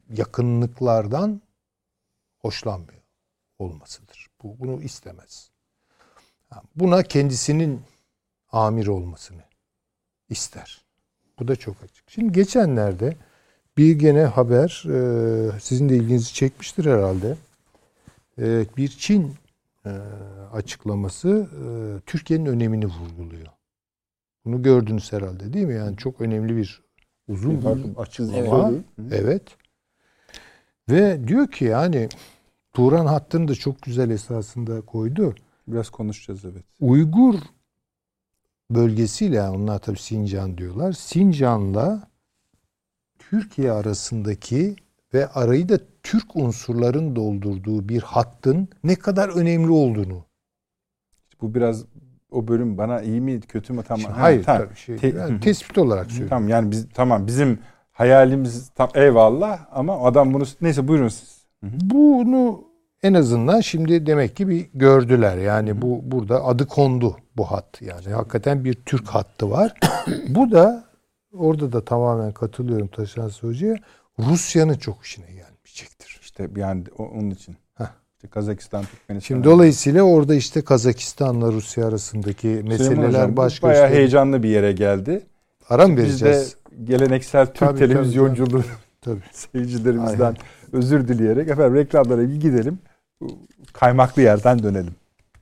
yakınlıklardan hoşlanmıyor olmasıdır. Bunu istemez. Buna kendisinin amir olmasını ister. Bu da çok açık. Şimdi geçenlerde bir gene haber, sizin de ilginizi çekmiştir herhalde. Bir Çin açıklaması Türkiye'nin önemini vurguluyor. Bunu gördünüz herhalde değil mi? Yani çok önemli bir uzun bir açıklama. Evet. Ve diyor ki yani Turan hattını da çok güzel esasında koydu. Biraz konuşacağız evet. Uygur bölgesiyle, onlar tabii Sincan diyorlar. Sincan'la Türkiye arasındaki ve arayı da Türk unsurların doldurduğu bir hattın ne kadar önemli olduğunu. Bu biraz o bölüm bana iyi mi kötü mü tamam. Hayır tabii yani tespit olarak söylüyorum. Tamam yani bizim hayalimiz tam eyvallah ama adam bunu neyse buyurun siz. Bunu en azından şimdi demek ki bir gördüler. Yani burada adı kondu bu hat. Yani hakikaten bir Türk hattı var. Bu da orada da tamamen katılıyorum Taşan Hoca'ya. Rusya'nın çok işine gelmeyecektir. İşte yani onun için. İşte Kazakistan, Türkmenistan. Şimdi dolayısıyla orada işte Kazakistan'la Rusya arasındaki meseleler başka. Bayağı heyecanlı bir yere geldi. Ara mı vereceğiz? Biz de geleneksel Türk televizyonculuğu seyircilerimizden özür dileyerek efendim reklamlara bir gidelim. Kaymaklı yerden dönelim.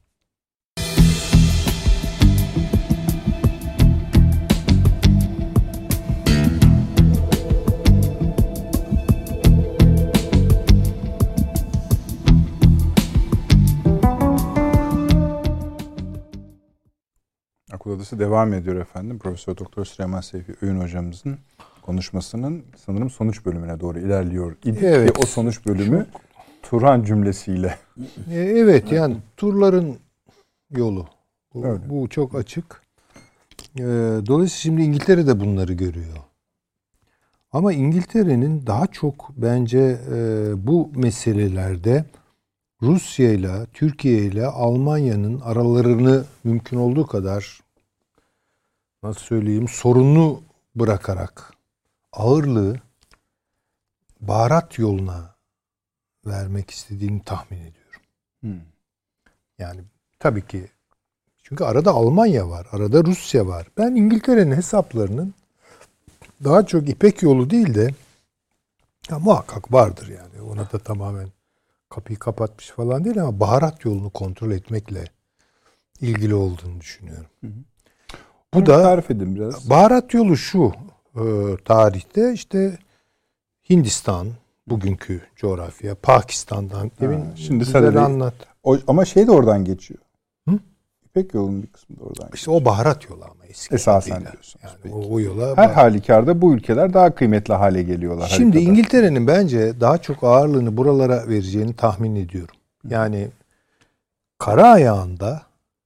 Akıl Odası devam ediyor efendim. Profesör Doktor Süleyman Seyfi Öğün hocamızın konuşmasının sanırım sonuç bölümüne doğru ilerliyor idik. Evet. Ve o sonuç bölümü Turan cümlesiyle. Evet yani turların yolu. Bu çok açık. Dolayısıyla şimdi İngiltere de bunları görüyor. Ama İngiltere'nin daha çok bence bu meselelerde Rusya ile, Türkiye ile Almanya'nın aralarını mümkün olduğu kadar nasıl söyleyeyim sorunlu bırakarak ağırlığı baharat yoluna vermek istediğini tahmin ediyorum. Yani tabii ki çünkü arada Almanya var, arada Rusya var. Ben İngiltere'nin hesaplarının daha çok İpek yolu değil de muhakkak vardır yani. Ona da tamamen kapıyı kapatmış falan değil ama baharat yolunu kontrol etmekle ilgili olduğunu düşünüyorum. Bu da tarif edin biraz. Baharat yolu şu tarihte işte Hindistan, bugünkü coğrafya, Pakistan'dan şimdi sadece anlat. Ama şey de oradan geçiyor. İpek yolunun bir kısmı da oradan. İşte o baharat yolu ama eski. Esasen diyorsunuz. Yani o yola her halükarda bu ülkeler daha kıymetli hale geliyorlar. Şimdi haritada. İngiltere'nin bence daha çok ağırlığını buralara vereceğini tahmin ediyorum. Yani kara ayağında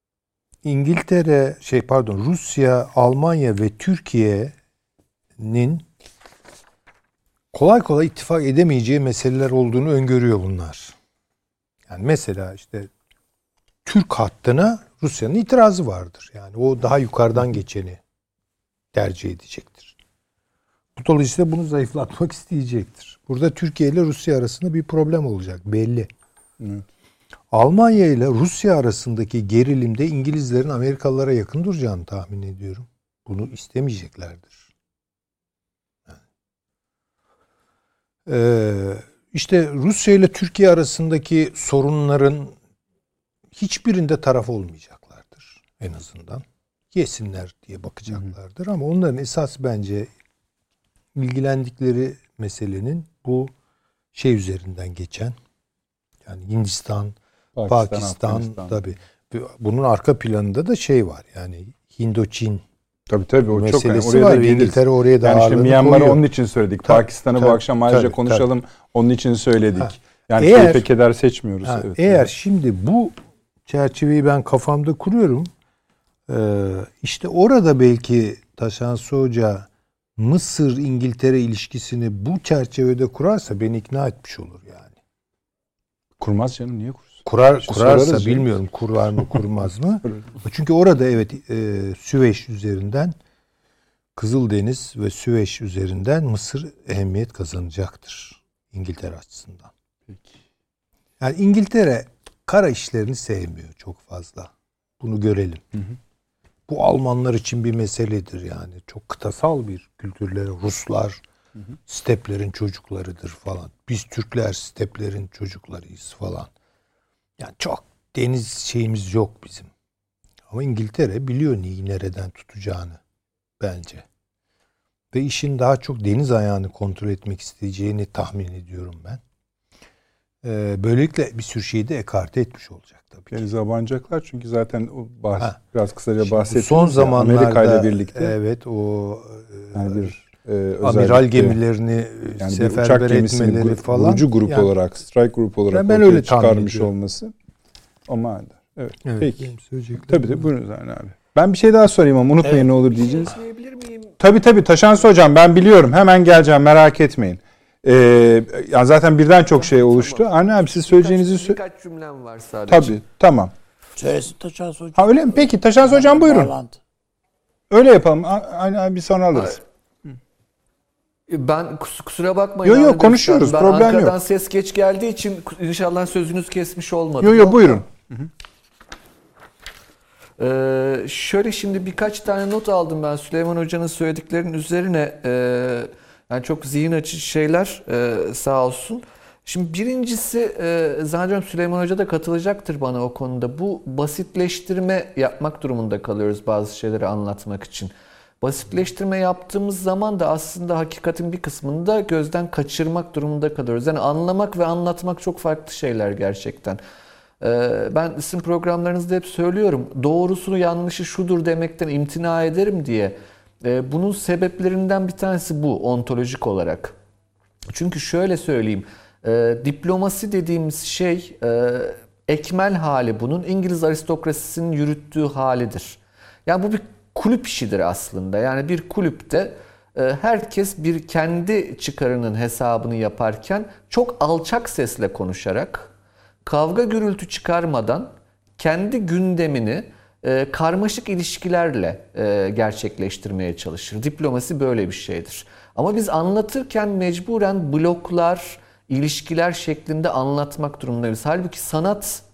Rusya, Almanya ve Türkiye'nin kolay kolay ittifak edemeyeceği meseleler olduğunu öngörüyor bunlar. Yani mesela işte Türk hattına Rusya'nın itirazı vardır. Yani o daha yukarıdan geçeni tercih edecektir. Dolayısıyla bunu zayıflatmak isteyecektir. Burada Türkiye ile Rusya arasında bir problem olacak belli. Evet. Almanya ile Rusya arasındaki gerilimde İngilizlerin Amerikalılara yakın duracağını tahmin ediyorum. Bunu istemeyeceklerdir. İşte Rusya ile Türkiye arasındaki sorunların hiçbirinde taraf olmayacaklardır en azından. Yesinler diye bakacaklardır ama onların esas bence ilgilendikleri meselenin bu şey üzerinden geçen yani Hindistan, Pakistan tabii. Bunun arka planında da şey var yani Hindoçin tabii o meselesi çok oraya var. İngiltere oraya da yani ağırlığını Myanmar'ı koyuyor. onun için söyledik. Pakistan'ı bu akşam ayrıca konuşalım. Onun için söyledik. Yani keyfe keder seçmiyoruz. Evet, eğer şimdi bu çerçeveyi ben kafamda kuruyorum. İşte orada belki Taşansı Hoca Mısır-İngiltere ilişkisini bu çerçevede kurarsa beni ikna etmiş olur yani. Kurmaz canım niye kursun? Kurarsa bilmiyorum kurar mı kurmaz mı? Çünkü orada evet Süveyş üzerinden Kızıldeniz ve Süveyş üzerinden Mısır ehemmiyet kazanacaktır. İngiltere açısından. Yani İngiltere kara işlerini sevmiyor çok fazla. Bunu görelim. Bu Almanlar için bir meseledir yani. Çok kıtasal bir kültürleri. Ruslar steplerin çocuklarıdır falan. Biz Türkler steplerin çocuklarıyız falan. Yani çok deniz şeyimiz yok bizim. Ama İngiltere biliyor neyi nereden tutacağını bence. Ve işin daha çok deniz ayağını kontrol etmek isteyeceğini tahmin ediyorum ben. Böylelikle bir sürü şeyi de ekarte etmiş olacak tabii. Denize abanacaklar çünkü zaten o biraz kısaca bahsettiğimiz son zamanlarda Amerika ile birlikte. Evet, o yani amiral gemilerini yani seferber etmeleri falan. Vurucu grup yani, olarak, strike grup olarak ben ortaya öyle çıkarmış olması. O manada. Evet. Peki. Tabii tabii buyurun Zahra abi. Ben bir şey daha sorayım ama unutmayın ne olur diyeceğiz. Söyleyebilir miyim? Tabii Taşansı hocam ben biliyorum. Hemen geleceğim merak etmeyin. Yani zaten birden çok şey oluştu. Anne abi siz söyleyeceğinizi birkaç cümlem var sadece. Tabii tamam. Söylesin Taşansı hocam. Ha öyle mi? Peki Taşansı hocam buyurun. Bağlantı. Öyle yapalım. Anne bir sonra alırız. Ben kusura bakmayın. Yok konuşuyoruz. Problem yok. Ankara'dan ses geç geldiği için inşallah sözünüz kesmiş olmadı. Yok buyurun. Şöyle şimdi birkaç tane not aldım ben Süleyman Hoca'nın söylediklerinin üzerine. Yani çok zihin açıcı şeyler sağ olsun. Şimdi birincisi zannediyorum Süleyman Hoca da katılacaktır bana o konuda. Bu basitleştirme yapmak durumunda kalıyoruz bazı şeyleri anlatmak için. Basitleştirme yaptığımız zaman da aslında hakikatin bir kısmını da gözden kaçırmak durumunda kalıyoruz. Yani anlamak ve anlatmak çok farklı şeyler gerçekten. Ben sizin programlarınızda hep söylüyorum. Doğrusunu yanlışı şudur demekten imtina ederim diye. Bunun sebeplerinden bir tanesi bu ontolojik olarak. Çünkü şöyle söyleyeyim. Diplomasi dediğimiz şey ekmel hali bunun İngiliz aristokrasisinin yürüttüğü halidir. Yani bu bir kulüp işidir aslında. Yani bir kulüpte herkes bir kendi çıkarının hesabını yaparken çok alçak sesle konuşarak, kavga gürültü çıkarmadan kendi gündemini karmaşık ilişkilerle gerçekleştirmeye çalışır. Diplomasi böyle bir şeydir. Ama biz anlatırken mecburen bloklar, ilişkiler şeklinde anlatmak durumundayız. Halbuki sanat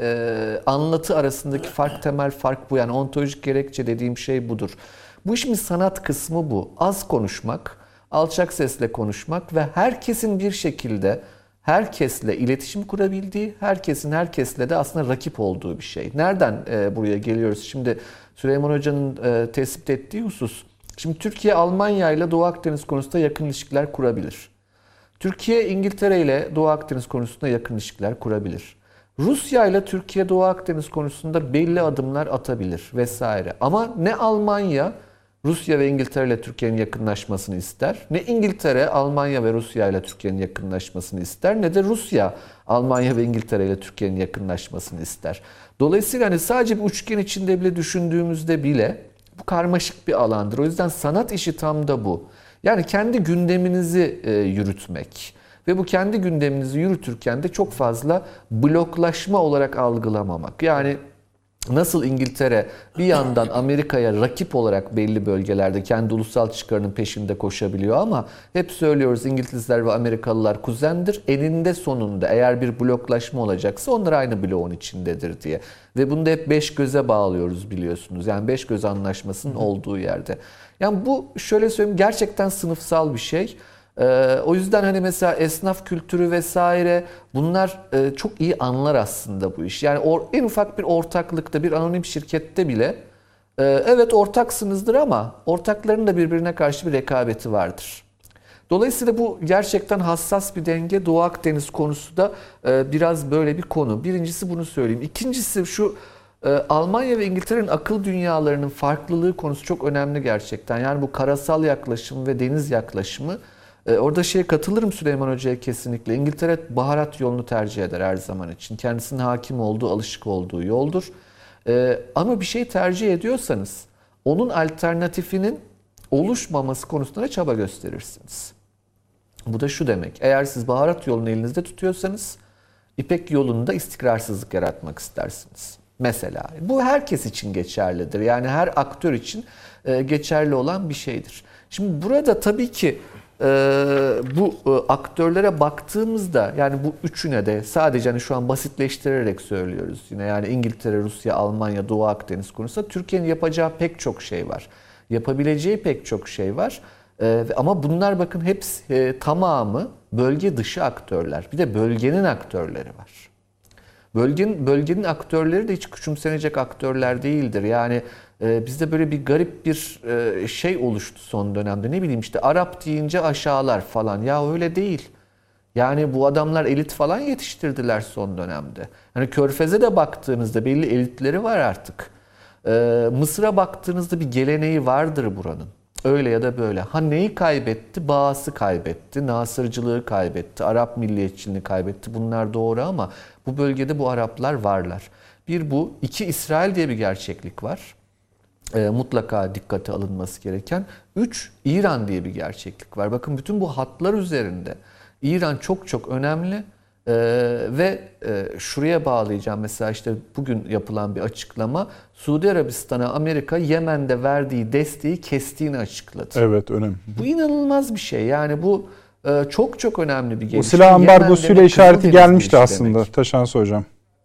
ve anlatı arasındaki temel fark bu. Yani ontolojik gerekçe dediğim şey budur. Bu işin sanat kısmı bu. Az konuşmak, alçak sesle konuşmak ve herkesin bir şekilde herkesle iletişim kurabildiği, herkesin herkesle de aslında rakip olduğu bir şey. Nereden buraya geliyoruz? Şimdi Süleyman Hoca'nın tespit ettiği husus. Şimdi Türkiye Almanya ile Doğu Akdeniz konusunda yakın ilişkiler kurabilir. Türkiye İngiltere ile Doğu Akdeniz konusunda yakın ilişkiler kurabilir. Rusya ile Türkiye Doğu Akdeniz konusunda belli adımlar atabilir vesaire. Ama ne Almanya Rusya ve İngiltere ile Türkiye'nin yakınlaşmasını ister, ne İngiltere Almanya ve Rusya ile Türkiye'nin yakınlaşmasını ister, ne de Rusya Almanya ve İngiltere ile Türkiye'nin yakınlaşmasını ister. Dolayısıyla hani sadece bir üçgen içinde bile düşündüğümüzde bile bu karmaşık bir alandır. O yüzden sanat işi tam da bu. Yani kendi gündeminizi yürütmek ve bu kendi gündeminizi yürütürken de çok fazla bloklaşma olarak algılamamak. Yani nasıl İngiltere bir yandan Amerika'ya rakip olarak belli bölgelerde kendi ulusal çıkarının peşinde koşabiliyor ama hep söylüyoruz İngilizler ve Amerikalılar kuzendir. Eninde sonunda eğer bir bloklaşma olacaksa onlar aynı bloğun içindedir diye. Ve bunu da hep beş göze bağlıyoruz biliyorsunuz. Yani beş göz anlaşmasının olduğu yerde. Yani bu şöyle söyleyeyim gerçekten sınıfsal bir şey. O yüzden hani mesela esnaf kültürü vesaire bunlar çok iyi anlar aslında bu iş. Yani en ufak bir ortaklıkta bir anonim şirkette bile evet ortaksınızdır ama ortakların da birbirine karşı bir rekabeti vardır. Dolayısıyla bu gerçekten hassas bir denge. Doğu Akdeniz konusu da biraz böyle bir konu. Birincisi bunu söyleyeyim. İkincisi şu Almanya ve İngiltere'nin akıl dünyalarının farklılığı konusu çok önemli gerçekten. Yani bu karasal yaklaşım ve deniz yaklaşımı. Orada katılırım Süleyman Hoca'ya kesinlikle. İngiltere baharat yolunu tercih eder her zaman için. Kendisinin hakim olduğu, alışık olduğu yoldur. Ama bir şey tercih ediyorsanız onun alternatifinin oluşmaması konusunda da çaba gösterirsiniz. Bu da şu demek. Eğer siz baharat yolunu elinizde tutuyorsanız İpek yolunda istikrarsızlık yaratmak istersiniz. Mesela bu herkes için geçerlidir. Yani her aktör için geçerli olan bir şeydir. Şimdi burada tabii ki bu aktörlere baktığımızda yani bu üçüne de sadece hani şu an basitleştirerek söylüyoruz yine yani İngiltere, Rusya, Almanya, Doğu Akdeniz konusunda Türkiye'nin yapacağı pek çok şey var. Yapabileceği pek çok şey var. Ama bunlar bakın hepsi tamamı bölge dışı aktörler. Bir de bölgenin aktörleri var. Bölgenin aktörleri de hiç küçümsenecek aktörler değildir. Yani bizde böyle bir garip bir şey oluştu son dönemde. Ne bileyim işte Arap deyince aşağılar falan. Ya öyle değil. Yani bu adamlar elit falan yetiştirdiler son dönemde. Hani Körfez'e de baktığınızda belli elitleri var artık. Mısır'a baktığınızda bir geleneği vardır buranın. Öyle ya da böyle. Ha neyi kaybetti? Bağısı kaybetti, Nasırcılığı kaybetti, Arap milliyetçiliğini kaybetti. Bunlar doğru ama bu bölgede bu Araplar varlar. Bir bu. İki İsrail diye bir gerçeklik var. Mutlaka dikkate alınması gereken. 3 İran diye bir gerçeklik var. Bakın bütün bu hatlar üzerinde İran çok çok önemli ve şuraya bağlayacağım mesela işte bugün yapılan bir açıklama Suudi Arabistan'a Amerika Yemen'de verdiği desteği kestiğini açıkladı. Evet önemli. Bu inanılmaz bir şey yani bu çok çok önemli bir gelişme. O silah ambargosuyla işareti gelmişti aslında demek. Taşansı Hocam.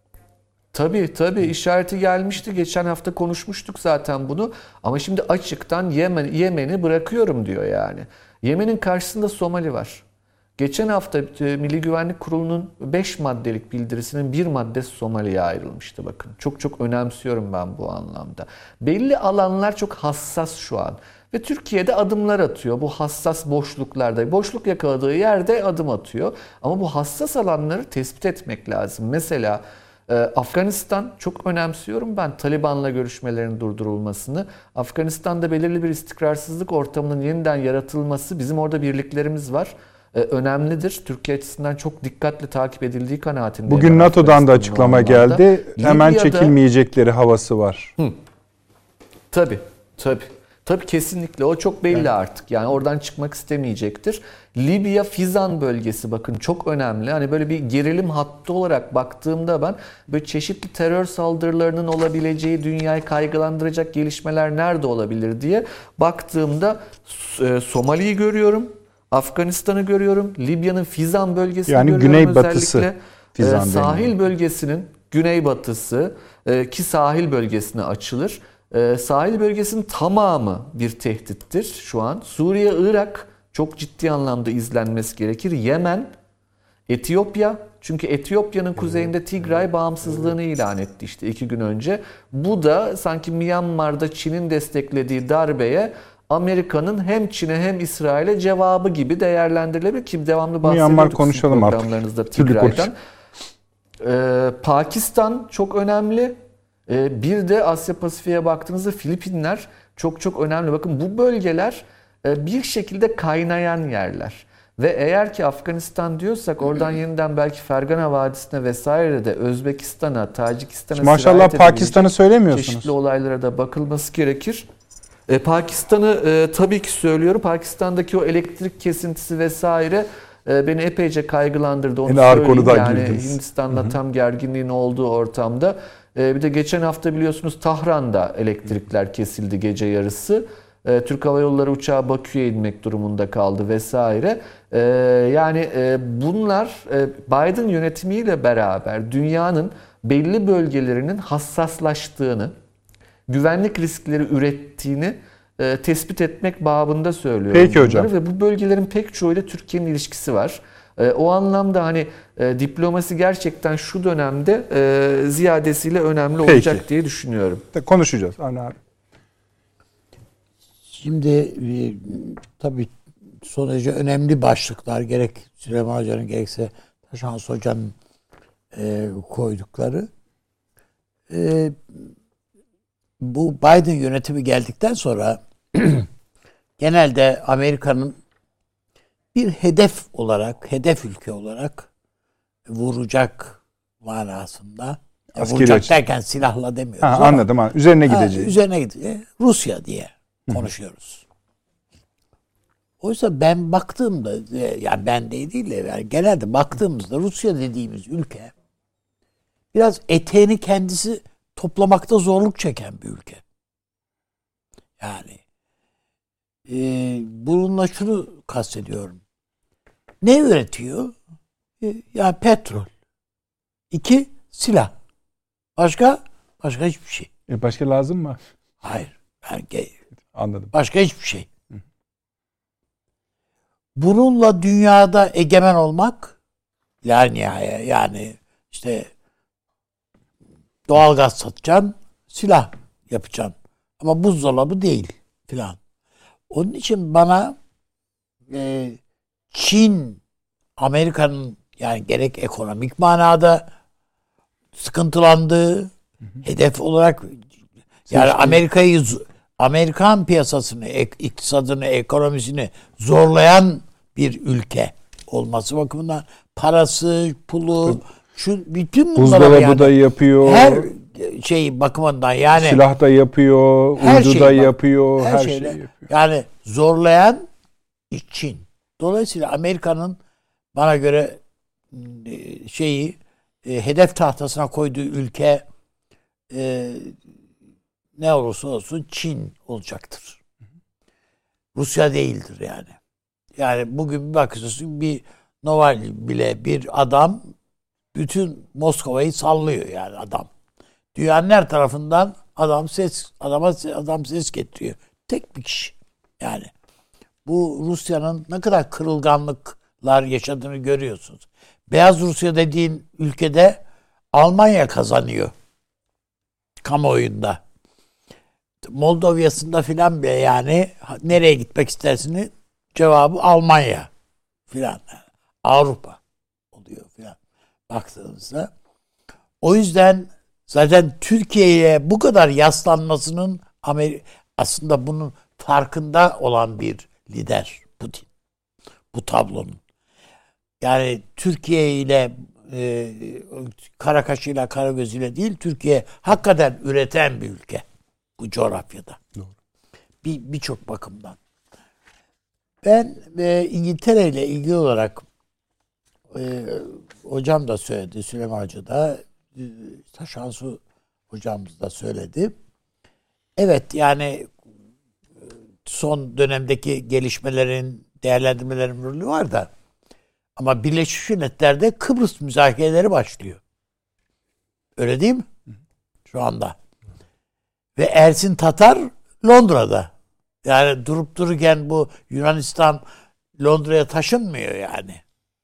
Tabii işareti gelmişti. Geçen hafta konuşmuştuk zaten bunu. Ama şimdi açıktan Yemen'i bırakıyorum diyor yani. Yemen'in karşısında Somali var. Geçen hafta Milli Güvenlik Kurulu'nun 5 maddelik bildirisinin bir maddesi Somali'ye ayrılmıştı bakın. Çok çok önemsiyorum ben bu anlamda. Belli alanlar çok hassas şu an. Ve Türkiye'de adımlar atıyor. Bu hassas boşluklarda, boşluk yakaladığı yerde adım atıyor. Ama bu hassas alanları tespit etmek lazım. Mesela Afganistan çok önemsiyorum ben Taliban'la görüşmelerin durdurulmasını. Afganistan'da belirli bir istikrarsızlık ortamının yeniden yaratılması, bizim orada birliklerimiz var. Önemlidir. Türkiye açısından çok dikkatli takip edildiği kanaatindeyim. Bugün NATO'dan da açıklama geldi. Hemen çekilmeyecekleri havası var. Tabii kesinlikle o çok belli artık. Yani oradan çıkmak istemeyecektir. Libya Fizan bölgesi bakın çok önemli. Hani böyle bir gerilim hattı olarak baktığımda ben böyle çeşitli terör saldırılarının olabileceği, dünyayı kaygılandıracak gelişmeler nerede olabilir diye baktığımda Somali'yi görüyorum. Afganistan'ı görüyorum. Libya'nın Fizan bölgesini yani görüyorum güneybatısı özellikle. Sahil bölgesinin güneybatısı ki sahil bölgesine açılır. Sahil bölgesinin tamamı bir tehdittir şu an. Suriye, Irak çok ciddi anlamda izlenmesi gerekir. Yemen, Etiyopya. Çünkü Etiyopya'nın kuzeyinde Tigray bağımsızlığını ilan etti işte 2 gün önce. Bu da sanki Myanmar'da Çin'in desteklediği darbeye Amerika'nın hem Çin'e hem İsrail'e cevabı gibi değerlendirilebilir ki devamlı bahsediyorduk programlarınızda Tigray'dan. Pakistan çok önemli. Bir de Asya Pasifik'e baktığınızda Filipinler çok çok önemli. Bakın bu bölgeler bir şekilde kaynayan yerler. Ve eğer ki Afganistan diyorsak oradan yeniden belki Fergana Vadisi'ne vesaire de Özbekistan'a, Tacikistan'a maşallah Pakistan'ı söylemiyorsunuz. Çeşitli olaylara da bakılması gerekir. Pakistan'ı tabii ki söylüyorum. Pakistan'daki o elektrik kesintisi vesaire beni epeyce kaygılandırdı. Onu söyleyeyim. Yani Hindistan'la tam gerginliğin olduğu ortamda. Bir de geçen hafta biliyorsunuz Tahran'da elektrikler kesildi gece yarısı. Türk Hava Yolları uçağı Bakü'ye inmek durumunda kaldı vesaire. Yani bunlar Biden yönetimiyle beraber dünyanın belli bölgelerinin hassaslaştığını, güvenlik riskleri ürettiğini tespit etmek babında söylüyorum. Peki hocam. Ve bu bölgelerin pek çoğuyla Türkiye'nin ilişkisi var. O anlamda hani diplomasi gerçekten şu dönemde ziyadesiyle önemli olacak diye düşünüyorum. Konuşacağız Avni abi. Şimdi tabii son derece önemli başlıklar gerek Süleyman Hoca'nın gerekse Taşansı Hoca'nın koydukları. Bu Biden yönetimi geldikten sonra genelde Amerika'nın bir hedef olarak, hedef ülke olarak vuracak manasında. Vuracak derken silahla demiyoruz. Anladım. Üzerine gideceğiz. Üzerine gideceğiz. Rusya diye konuşuyoruz. Oysa ben baktığımda, yani ben değil de yani genelde baktığımızda Rusya dediğimiz ülke biraz eteğini kendisi toplamakta zorluk çeken bir ülke. Yani Bununla şunu kastediyorum. Ne üretiyor? Yani petrol. 2, silah. Başka hiçbir şey. Başka lazım mı? Hayır. Yani Anladım. başka hiçbir şey. Bununla dünyada egemen olmak, yani işte doğalgaz satacaksın, silah yapacaksın. Ama buzdolabı değil filan. Onun için bana Çin, Amerika'nın yani gerek ekonomik manada sıkıntılandığı, hedef olarak yani Amerikan piyasasını, iktisadını, ekonomisini zorlayan bir ülke olması bakımından parası, pulu, şu bütün bunlara buzdolabı yani, da yapıyor. her şey bakımından yani silah da yapıyor, uydu da yapıyor, her şeyi yapıyor. Yani zorlayan Çin. Dolayısıyla Amerika'nın bana göre hedef tahtasına koyduğu ülke ne olursa olsun Çin olacaktır. Rusya değildir yani. Yani bugün bir bakıyorsun bir Navalny bile bir adam bütün Moskova'yı sallıyor yani adam. Dünyanın her tarafından adam ses getiriyor. Tek bir kişi. Yani bu Rusya'nın ne kadar kırılganlıklar yaşadığını görüyorsunuz. Beyaz Rusya dediğin ülkede Almanya kazanıyor kamuoyunda. Moldova'sında filan bile yani nereye gitmek istersiniz? Cevabı Almanya filan. Avrupa oluyor filan. Baktığınızda. O yüzden zaten Türkiye'ye bu kadar yaslanmasının aslında bunun farkında olan bir lider Putin. Bu tablonun. Yani Türkiye ile kara kaşıyla kara gözüyle değil, Türkiye hakikaten üreten bir ülke bu coğrafyada. Doğru. Birçok bakımdan. Ben İngiltere ile ilgili olarak hocam da söyledi, Süleyman Hoca da, Şansu hocamız da söyledi. Evet yani son dönemdeki gelişmelerin, değerlendirmelerin rolü var da ama Birleşmiş Milletler'de Kıbrıs müzakereleri başlıyor. Öyle değil mi? Şu anda. Ve Ersin Tatar Londra'da. Yani durup dururken bu Yunanistan Londra'ya taşınmıyor yani.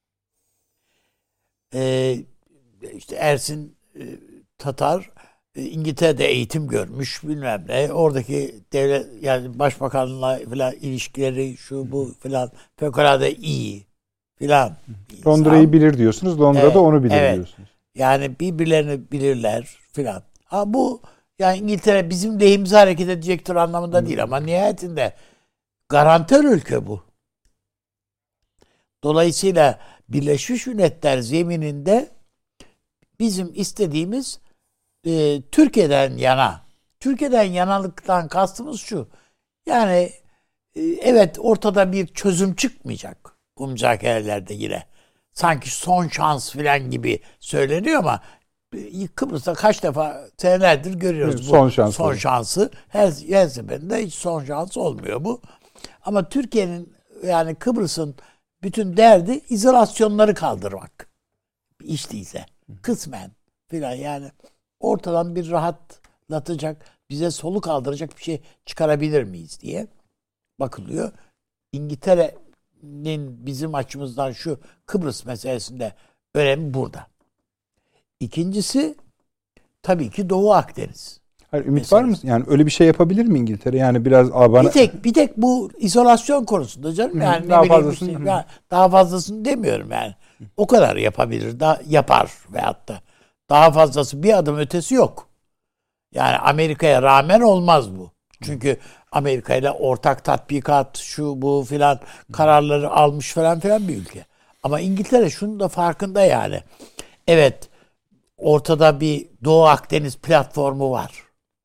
İşte Ersin Tatar İngiltere'de eğitim görmüş bilmem ne. Oradaki devlet yani başbakanla falan ilişkileri şu bu falan fevkalade iyi filan. Londra'yı bilir diyorsunuz. Londra'da onu bilir diyorsunuz. Yani birbirlerini bilirler filan. Ha bu yani İngiltere bizim lehimize hareket edecektir anlamında değil ama nihayetinde garantör ülke bu. Dolayısıyla Birleşmiş Milletler zemininde bizim istediğimiz Türkiye'den yana. Türkiye'den yanalıktan kastımız şu. Yani evet ortada bir çözüm çıkmayacak bu müzakerelerde yine. Sanki son şans filan gibi söyleniyor ama Kıbrıs'ta kaç defa senelerdir görüyoruz evet, bu son şansı. Her seferinde hiç son şans olmuyor bu. Ama Türkiye'nin yani Kıbrıs'ın bütün derdi izolasyonları kaldırmak. Hiç değilse. Kısmen filan yani ortadan bir rahatlatacak, bize soluk aldıracak bir şey çıkarabilir miyiz diye bakılıyor. İngiltere'nin bizim açımızdan şu Kıbrıs meselesinde önemi burada. İkincisi tabii ki Doğu Akdeniz. Hayır, ümit var mı? Yani öyle bir şey yapabilir mi İngiltere? Yani biraz bir tek bu izolasyon konusunda canım. Yani daha fazlasını daha fazlasını demiyorum yani. O kadar yapabilir, yapar veyahut da daha fazlası bir adım ötesi yok. Yani Amerika'ya rağmen olmaz bu. Çünkü Amerika ile ortak tatbikat şu bu filan kararları almış falan filan bir ülke. Ama İngiltere şunun da farkında yani. Evet ortada bir Doğu Akdeniz platformu var.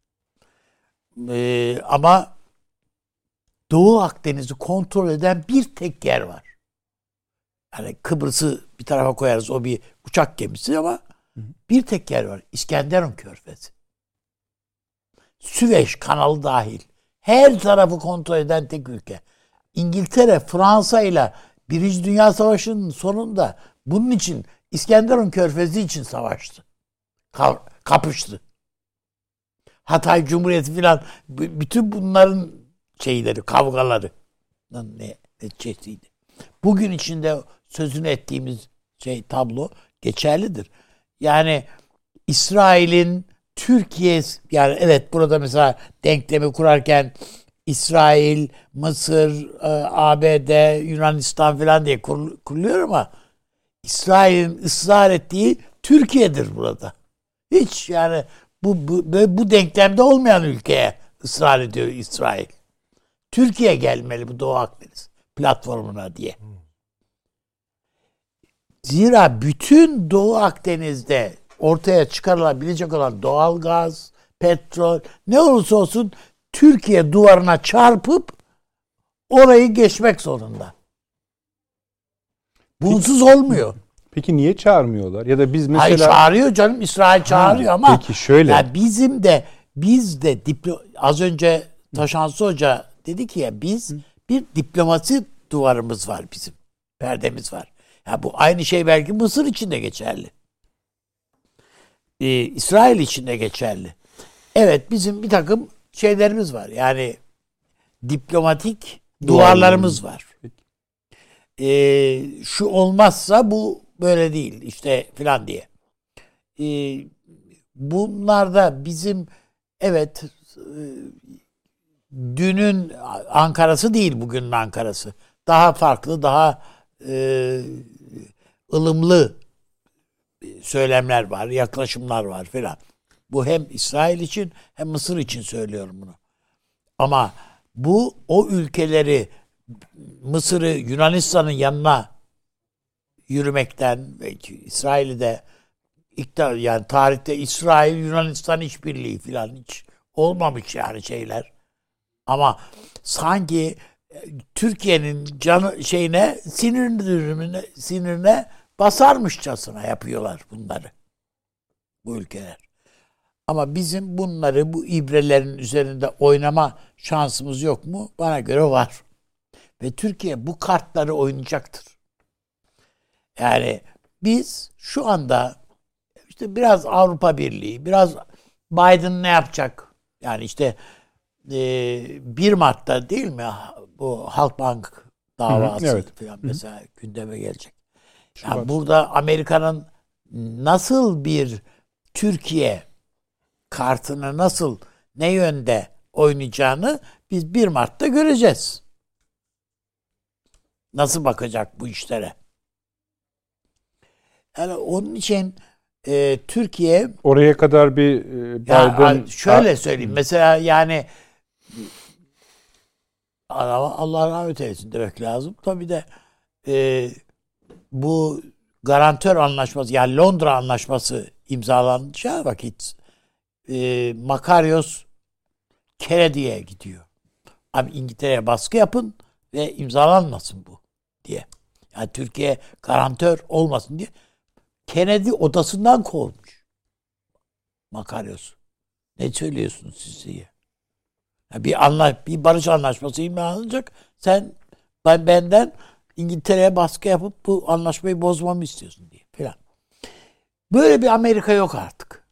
Ama Doğu Akdeniz'i kontrol eden bir tek yer var. Yani Kıbrıs'ı bir tarafa koyarız o bir uçak gemisi ama bir tek yer var. İskenderun Körfezi. Süveyş kanalı dahil. Her tarafı kontrol eden tek ülke. İngiltere, Fransa ile Birinci Dünya Savaşı'nın sonunda bunun için İskenderun Körfezi için savaştı. Kapıştı. Hatay Cumhuriyeti filan bütün bunların şeyleri, kavgaları neticesiydi. Bugün içinde sözünü ettiğimiz tablo geçerlidir. Yani İsrail'in Türkiye, yani evet burada mesela denklemi kurarken İsrail, Mısır, ABD, Yunanistan falan diye kuruluyor ama İsrail'in ısrar ettiği Türkiye'dir burada. Hiç yani bu denklemde olmayan ülkeye ısrar ediyor İsrail. Türkiye gelmeli bu Doğu Akdeniz platformuna diye. Zira bütün Doğu Akdeniz'de ortaya çıkarılabilecek olan doğal gaz, petrol ne olursa olsun Türkiye duvarına çarpıp orayı geçmek zorunda. Bunsuz olmuyor. Peki niye çağırmıyorlar? Ya da biz mesela... Hayır, çağırıyor canım. İsrail çağırıyor ama peki şöyle. Ya biz de az önce Taşansı Hoca dedi ki ya biz bir diplomasi duvarımız var bizim. Perdemiz var. Ya bu aynı şey belki Mısır için de geçerli. İsrail için de geçerli. Evet, bizim bir takım şeylerimiz var. Yani diplomatik duvarlarımız var. Şu olmazsa bu böyle değil işte filan diye. Bunlarda bizim evet dünün Ankara'sı değil bugünün Ankara'sı. Daha farklı, daha ılımlı söylemler var, yaklaşımlar var filan. Bu hem İsrail için hem Mısır için söylüyorum bunu. Ama bu o ülkeleri Mısır'ı Yunanistan'ın yanına yürümekten ve İsrail'i de yani tarihte İsrail Yunanistan işbirliği filan hiç olmamış yani şeyler. Ama sanki Türkiye'nin sinirine basarmışçasına yapıyorlar bunları. Bu ülkeler. Ama bizim bunları bu ibrelerin üzerinde oynama şansımız yok mu? Bana göre var. Ve Türkiye bu kartları oynayacaktır. Yani biz şu anda işte biraz Avrupa Birliği, biraz Biden ne yapacak? Yani işte 1 Mart'ta değil mi bu Halkbank davası evet. falan mesela gündeme gelecek. Yani burada Amerika'nın nasıl bir Türkiye kartını nasıl ne yönde oynayacağını biz 1 Mart'ta göreceğiz. Nasıl bakacak bu işlere? Yani onun için Türkiye oraya kadar bir Biden... şöyle söyleyeyim. Mesela yani Allah rahmet eylesin demek lazım. Tabii de bu garantör anlaşması yani Londra anlaşması imzalanacağı vakit Makarios Kennedy'ye gidiyor. Abi İngiltere'ye baskı yapın ve imzalanmasın bu diye. Yani Türkiye garantör olmasın diye. Kennedy odasından kovmuş. Makarios. Ne söylüyorsunuz siz diye. Bir barış anlaşması imzalanacak. Sen benden İngiltere'ye baskı yapıp bu anlaşmayı bozmamı istiyorsun diye falan. Böyle bir Amerika yok artık.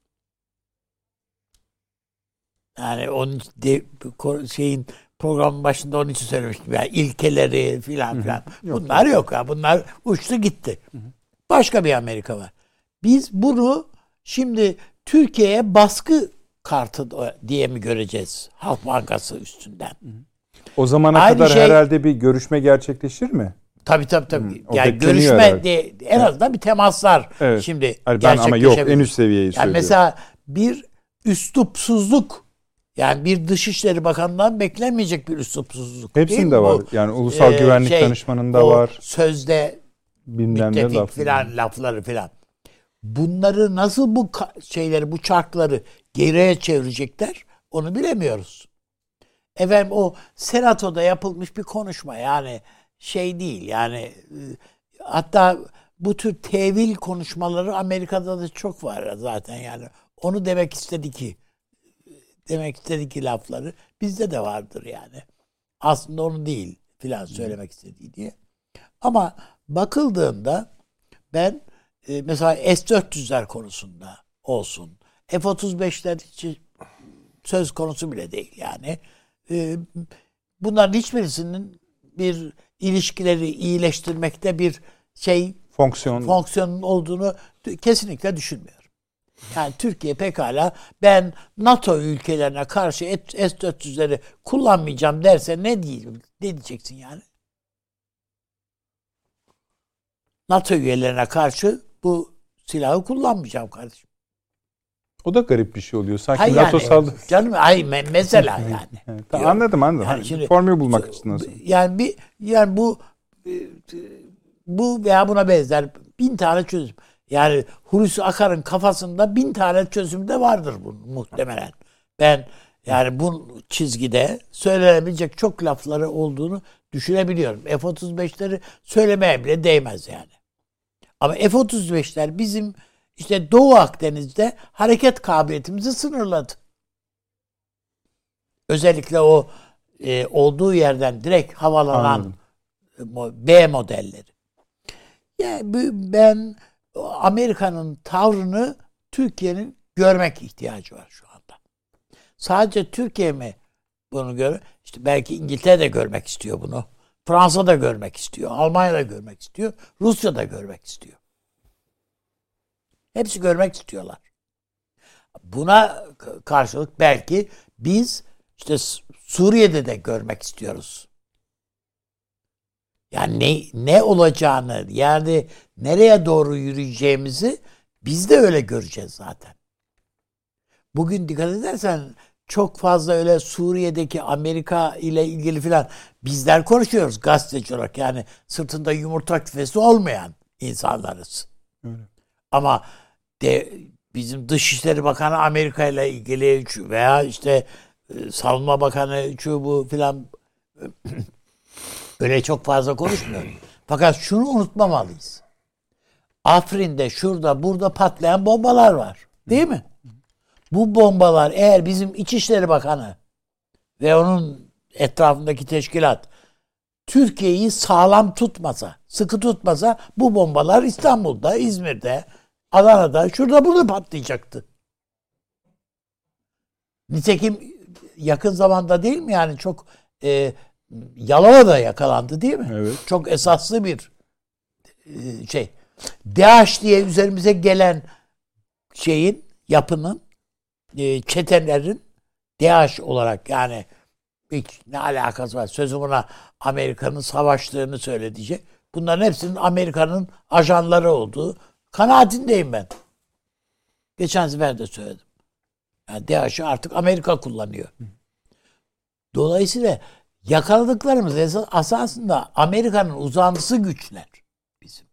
Yani onun programın başında onun için söylemiştim. Yani ilkeleri filan. Bunlar yok ya. Bunlar uçtu gitti. Başka bir Amerika var. Biz bunu şimdi Türkiye'ye baskı kartı diye mi göreceğiz? Halk Bankası üstünden. O zamana aynı kadar herhalde bir görüşme gerçekleşir mi? Tabii. Yani görüşme de, en azından bir temaslar şimdi ben ama yok en üst seviyeyi söylüyorum. Mesela bir üslupsuzluk yani bir Dışişleri Bakanı'ndan beklenmeyecek bir üslupsuzluk. Hepsinde var. Yani Ulusal Güvenlik Danışmanı'nda var. Sözde müttefik filan lafları filan. Bunları nasıl bu bu çarkları geriye çevirecekler onu bilemiyoruz. Efendim o Senato'da yapılmış bir konuşma yani değil yani hatta bu tür tevil konuşmaları Amerika'da da çok var zaten yani onu demek istedi ki demek istediği lafları bizde de vardır yani. Aslında onu değil filan söylemek istediği diye. Ama bakıldığında ben mesela S-400'ler konusunda olsun, F-35'ler hiç söz konusu bile değil yani. Bunların hiçbirisinin bir ilişkileri iyileştirmekte bir fonksiyonun olduğunu kesinlikle düşünmüyorum. Yani Türkiye pekala ben NATO ülkelerine karşı S-400'leri kullanmayacağım derse ne diyeceksin yani? NATO üyelerine karşı bu silahı kullanmayacağım kardeşim. O da garip bir şey oluyor. Sanki hayır NATO yani, saldırı. Canım mesela yani. Evet, anladım. Yani hani şimdi, formül bulmak açısından. Yani bu veya buna benzer 1000 tane çözüm. Yani Hulusi Akar'ın kafasında 1000 tane çözüm de vardır bu muhtemelen. Ben yani bu çizgide söylenebilecek çok lafları olduğunu düşünebiliyorum. F-35'leri söylemeye bile değmez yani. Ama F-35'ler bizim işte Doğu Akdeniz'de hareket kabiliyetimizi sınırladı. Özellikle o olduğu yerden direkt havalanan B modelleri. Yani ben Amerika'nın tavrını Türkiye'nin görmek ihtiyacı var şu anda. Sadece Türkiye mi bunu görüyor? İşte belki İngiltere de görmek istiyor bunu. Fransa da görmek istiyor. Almanya da görmek istiyor. Rusya da görmek istiyor. Hepsi görmek istiyorlar. Buna karşılık belki biz işte Suriye'de de görmek istiyoruz. Yani ne olacağını, yani nereye doğru yürüyeceğimizi biz de öyle göreceğiz zaten. Bugün dikkat edersen çok fazla öyle Suriye'deki Amerika ile ilgili filan bizler konuşuyoruz gazeteci olarak. Yani sırtında yumurta küfesi olmayan insanlarız. Öyle. Ama bizim Dışişleri Bakanı Amerika ile ilgili veya işte Savunma Bakanı şu bu filan öyle çok fazla konuşmuyor. Fakat şunu unutmamalıyız. Afrin'de şurada burada patlayan bombalar var. Değil mi? Bu bombalar eğer bizim İçişleri Bakanı ve onun etrafındaki teşkilat Türkiye'yi sağlam tutmasa, sıkı tutmasa bu bombalar İstanbul'da, İzmir'de, Adana'da, şurada burada patlayacaktı. Nitekim yakın zamanda değil mi yani çok Yalova'da yakalandı değil mi? Evet. Çok esaslı bir şey. DAEŞ diye üzerimize gelen yapının çetelerin DAEŞ olarak yani hiç ne alakası var? Sözüm ona Amerika'nın savaştığını söyleyecek. Bunların hepsinin Amerika'nın ajanları olduğu kanaatindeyim ben. Geçen sefer de söyledim. Yani DAEŞ'i artık Amerika kullanıyor. Dolayısıyla yakaladıklarımız esasında Amerika'nın uzantısı güçler bizim.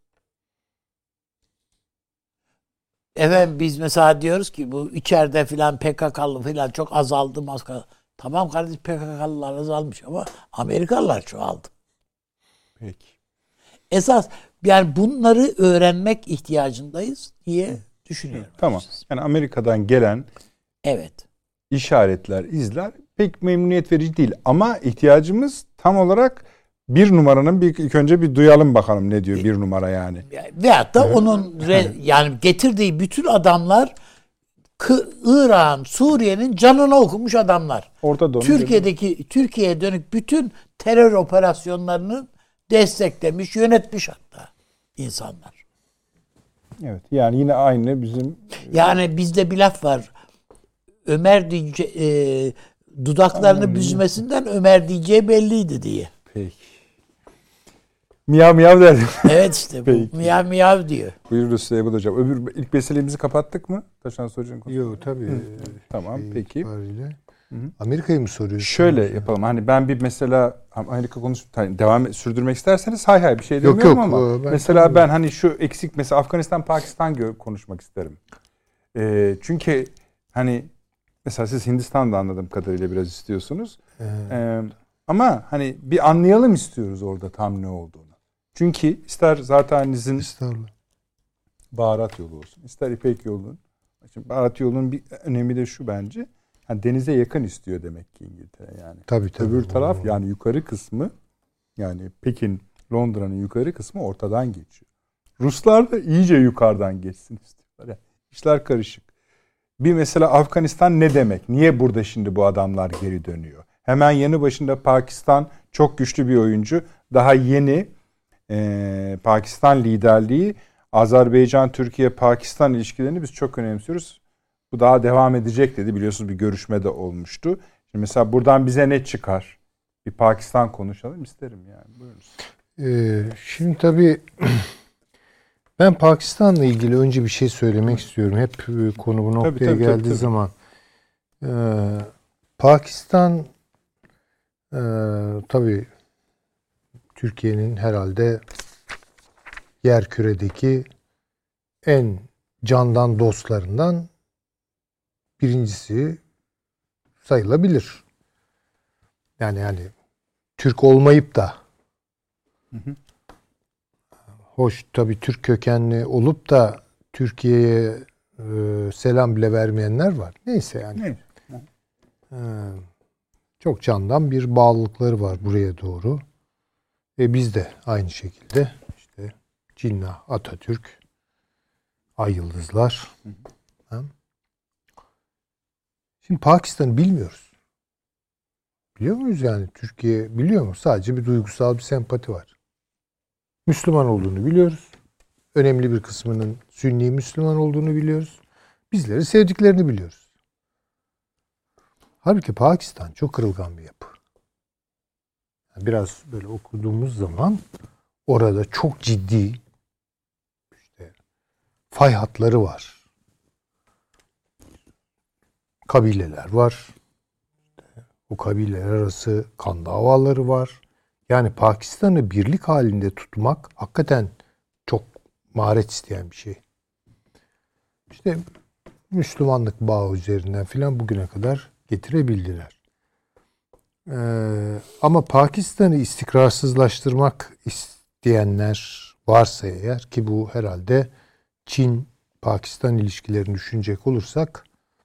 Efendim biz mesela diyoruz ki bu içeride filan PKK'lı filan çok azaldı. Tamam kardeşim PKK'lılar azalmış ama Amerikalılar çoğaldı. Peki. Esas yani bunları öğrenmek ihtiyacındayız diye düşünüyorum. Tamam. Yani Amerika'dan gelen işaretler, izler pek memnuniyet verici değil. Ama ihtiyacımız tam olarak bir numaranın ilk önce bir duyalım bakalım ne diyor bir numara yani. Veyahut da onun yani getirdiği bütün adamlar İran, Suriye'nin canına okumuş adamlar. Türkiye'ye dönük bütün terör operasyonlarını desteklemiş, yönetmiş hatta insanlar. Evet. Yani yine aynı bizim yani bizde bir laf var. Ömer dudaklarını büzmesinden Ömer diyeceği belliydi diye. Peki. Miyav miyav derdim. Evet işte bu miyav miyav diyor. Buyurunuz Süleyman Hocam. Öbür ilk meselemizi kapattık mı? Taşan Hocam. Yok tabii. Tamam peki. Amerika'yı mı soruyorsunuz? Şöyle yapalım. Hani ben bir mesela Amerika devam sürdürmek isterseniz hay bir şey demiyorum ama mesela ben hani şu eksik mesela Afganistan Pakistan konuşmak isterim. Çünkü hani mesela siz Hindistan'da anladığım kadarıyla biraz istiyorsunuz. Ama hani bir anlayalım istiyoruz orada tam ne olduğunu. Çünkü ister zaten baharat yolu olsun, ister İpek yolunun. Şimdi baharat yolunun bir önemi de şu bence. Yani denize yakın istiyor demek ki İngiltere yani. Tabii. Öbür taraf yani yukarı kısmı, yani Pekin, Londra'nın yukarı kısmı ortadan geçiyor. Ruslar da iyice yukarıdan geçsin istiyorlar. Yani işler karışık. Bir mesela Afganistan ne demek? Niye burada şimdi bu adamlar geri dönüyor? Hemen yanı başında Pakistan, çok güçlü bir oyuncu. Daha yeni Pakistan liderliği, Azerbaycan, Türkiye, Pakistan ilişkilerini biz çok önemsiyoruz. Bu daha devam edecek dedi. Biliyorsunuz bir görüşme de olmuştu. Şimdi mesela buradan bize ne çıkar? Bir Pakistan konuşalım isterim yani. Buyurunuz. Şimdi tabii ben Pakistan'la ilgili önce bir şey söylemek istiyorum. Hep konu bu noktaya geldiği zaman. Pakistan tabii Türkiye'nin herhalde yerküredeki en candan dostlarından birincisi sayılabilir. Yani Türk olmayıp da hoş tabii Türk kökenli olup da Türkiye'ye selam bile vermeyenler var. Neyse yani. Çok candan bir bağlılıkları var buraya doğru. Ve biz de aynı şekilde işte Cinnah, Atatürk, Ay Yıldızlar. Şimdi Pakistan'ı bilmiyoruz. Biliyor muyuz yani? Türkiye biliyor mu? Sadece bir duygusal bir sempati var. Müslüman olduğunu biliyoruz. Önemli bir kısmının Sünni Müslüman olduğunu biliyoruz. Bizleri sevdiklerini biliyoruz. Halbuki Pakistan çok kırılgan bir yapı. Yani biraz böyle okuduğumuz zaman orada çok ciddi işte fay hatları var. Kabileler var. Bu kabileler arası kan davaları var. Yani Pakistan'ı birlik halinde tutmak hakikaten çok maharet isteyen bir şey. İşte Müslümanlık bağı üzerinden filan bugüne kadar getirebildiler. Ama Pakistan'ı istikrarsızlaştırmak isteyenler varsa eğer, ki bu herhalde Çin-Pakistan ilişkilerini düşünecek olursak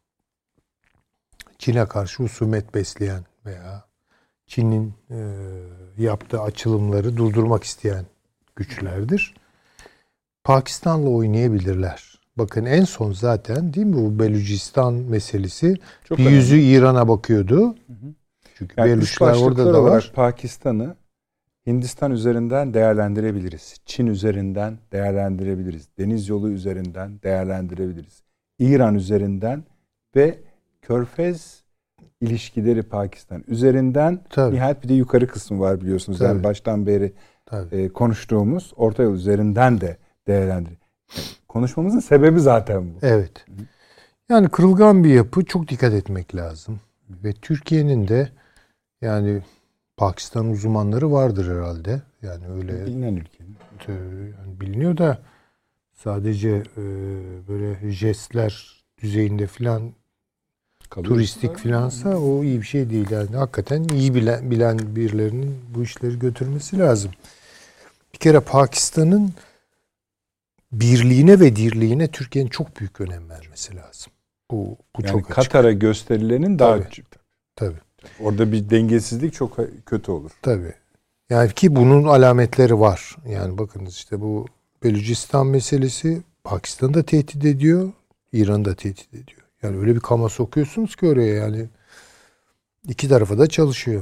Çin'e karşı husumet besleyen veya Çin'in yaptığı açılımları durdurmak isteyen güçlerdir. Pakistan'la oynayabilirler. Bakın en son zaten değil mi bu Belucistan meselesi çok bir önemli. Yüzü İran'a bakıyordu. Çünkü yani Beluşlar orada da var. Pakistan'ı Hindistan üzerinden değerlendirebiliriz. Çin üzerinden değerlendirebiliriz. Deniz yolu üzerinden değerlendirebiliriz. İran üzerinden ve Körfez ilişkileri Pakistan üzerinden nihayet bir de yukarı kısmı var biliyorsunuz. Yani baştan beri konuştuğumuz orta yol üzerinden de değerlendir. Konuşmamızın sebebi zaten bu. Evet. Yani kırılgan bir yapı, çok dikkat etmek lazım. Ve Türkiye'nin de yani Pakistan uzmanları vardır herhalde. Yani öyle bilinen ülkenin. Yani biliniyor da sadece böyle jestler düzeyinde filan turistik filansa o iyi bir şey değil. Yani hakikaten iyi bilen birilerinin bu işleri götürmesi lazım. Bir kere Pakistan'ın birliğine ve dirliğine Türkiye'nin çok büyük önem vermesi lazım. Bu yani çok açık. Katar'a gösterilenin daha küçük. Tabii. Orada bir dengesizlik çok kötü olur. Tabii. Yani ki bunun alametleri var. Yani bakınız işte bu Belucistan meselesi Pakistan'ı da tehdit ediyor, İran'ı da tehdit ediyor. Yani öyle bir kama sokuyorsunuz ki oraya yani iki tarafa da çalışıyor.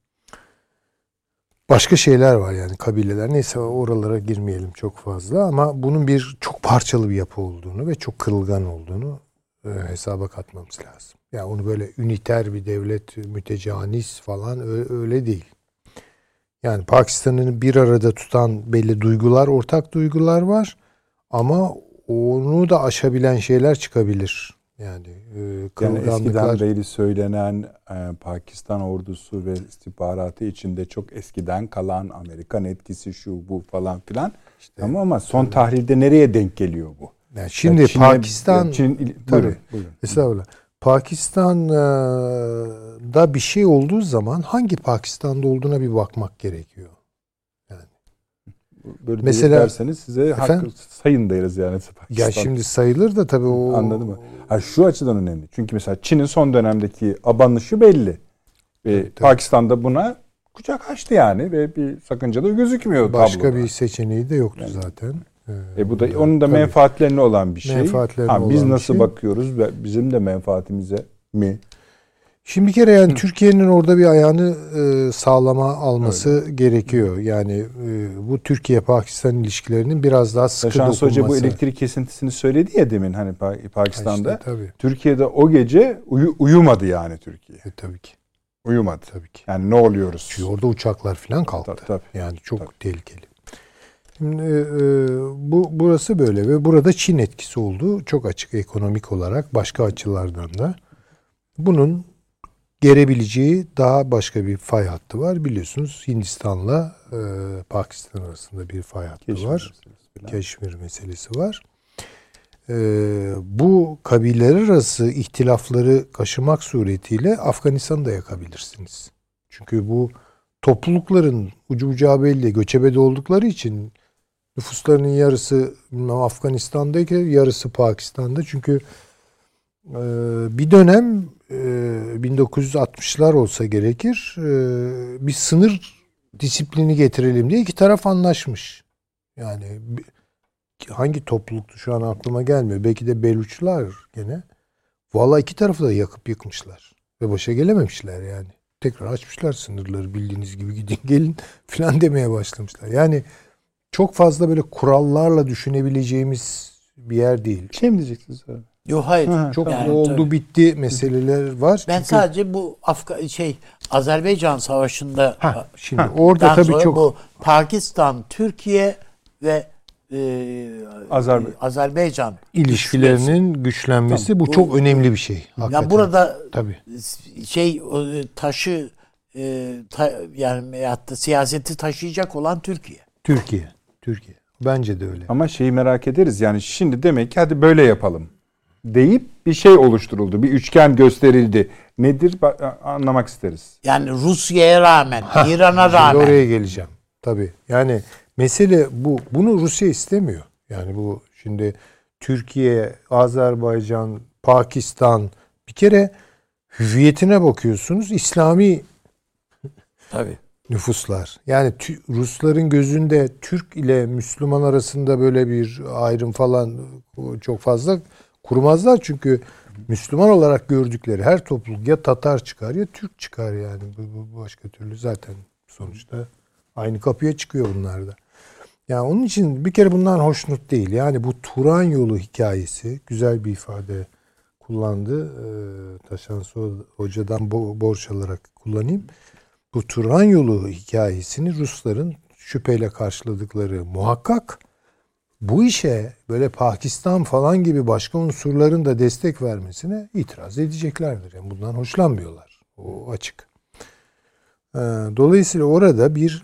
Başka şeyler var yani kabileler. Neyse oralara girmeyelim çok fazla ama bunun bir çok parçalı bir yapı olduğunu ve çok kırılgan olduğunu hesaba katmamız lazım. Yani onu böyle üniter bir devlet, mütecanis falan öyle değil. Yani Pakistan'ın bir arada tutan belli duygular, ortak duygular var ama onu da aşabilen şeyler çıkabilir. Yani eskiden beri söylenen Pakistan ordusu ve istihbaratı içinde çok eskiden kalan Amerikan etkisi şu bu falan filan. İşte, ama son tahlilde nereye denk geliyor bu? Yani şimdi yani Pakistan buyurun. Estağfurullah. Pakistan'da bir şey olduğu zaman hangi Pakistan'da olduğuna bir bakmak gerekiyor. Yani Böyle Mesela- derseniz size hakkı sayın deriz yani. Pakistan. Ya şimdi sayılır da tabii o... Anladın mı? Ha, şu açıdan önemli. Çünkü mesela Çin'in son dönemdeki abanışı belli. Ve Tabii. Pakistan'da buna kucak açtı yani ve bir sakınca da gözükmüyor Başka tabloda. bir seçeneği de yoktu Yani. zaten. Bu da onun da Tabii. menfaatlerine olan bir şey. Menfaatlerine Ha, biz olan bir nasıl şey. bakıyoruz ve bizim de menfaatimize mi? Şimdi bir kere yani Türkiye'nin orada bir ayağını sağlama alması gerekiyor. Yani bu Türkiye-Pakistan ilişkilerinin biraz daha sıkı Şans dokunması. Hoca bu elektrik kesintisini söyledi ya demin hani Pakistan'da. İşte, tabii. Türkiye'de o gece uyumadı yani Türkiye. Tabii ki. Uyumadı. Tabii ki. Yani ne oluyoruz? Çünkü orada uçaklar falan kalktı. Tabii. Yani çok Tabii. tehlikeli. Şimdi burası böyle ve burada Çin etkisi olduğu çok açık ekonomik olarak başka açılardan da. Bunun gerebileceği daha başka bir fay hattı var. Biliyorsunuz Hindistan'la Pakistan arasında bir fay hattı var. Keşmir meselesi var. Bu kabileler arası ihtilafları kaşımak suretiyle Afganistan'ı da yakabilirsiniz. Çünkü bu toplulukların ucu bucağı belli, göçebede oldukları için nüfuslarının yarısı Afganistan'dayken yarısı Pakistan'da. Çünkü bir dönem 1960'lar olsa gerekir bir sınır disiplini getirelim diye iki taraf anlaşmış. Yani hangi topluluktu şu an aklıma gelmiyor. Belki de Beluçlar gene. Vallahi iki tarafı da yakıp yıkmışlar. Ve başa gelememişler yani. Tekrar açmışlar sınırları bildiğiniz gibi gidin gelin falan demeye başlamışlar. Yani çok fazla böyle kurallarla düşünebileceğimiz bir yer değil. Bir şey mi diyeceksiniz abi? Yok hayır. Çok Yani oldu tabii. bitti meseleler var. Ben Çünkü- sadece bu Azerbaycan Savaşı'nda Şimdi orada tabii sonra çok bu Pakistan, Türkiye ve Azerbaycan ilişkilerinin güçlenmesi bu Bu- çok önemli bir şey. Hakikaten. ya burada Tabii. taşı yani hatta siyaseti taşıyacak olan Türkiye. Türkiye. Bence de öyle. Ama şeyi merak ederiz yani şimdi demek ki hadi böyle yapalım deyip bir şey oluşturuldu. Bir üçgen gösterildi. Nedir anlamak isteriz. Yani Rusya'ya rağmen, İran'a Şimdi rağmen. oraya geleceğim. Tabii. Yani mesele bu. Bunu Rusya istemiyor. Yani bu şimdi Türkiye, Azerbaycan, Pakistan bir kere hüviyetine bakıyorsunuz. İslami Tabii. nüfuslar. Yani Rusların gözünde Türk ile Müslüman arasında böyle bir ayrım falan çok fazla kurmazlar. Çünkü Müslüman olarak gördükleri her topluluk ya Tatar çıkar ya Türk çıkar yani. Bu başka türlü zaten sonuçta aynı kapıya çıkıyor bunlar da. Yani onun için bir kere bundan hoşnut değil. Yani bu Turan yolu hikayesi güzel bir ifade kullandı. Taşan Hoca'dan borç alarak kullanayım. Bu Turan yolu hikayesini Rusların şüpheyle karşıladıkları muhakkak. Bu işe böyle Pakistan falan gibi başka unsurların da destek vermesine itiraz edeceklerdir. Yani bundan hoşlanmıyorlar. O açık. Dolayısıyla orada bir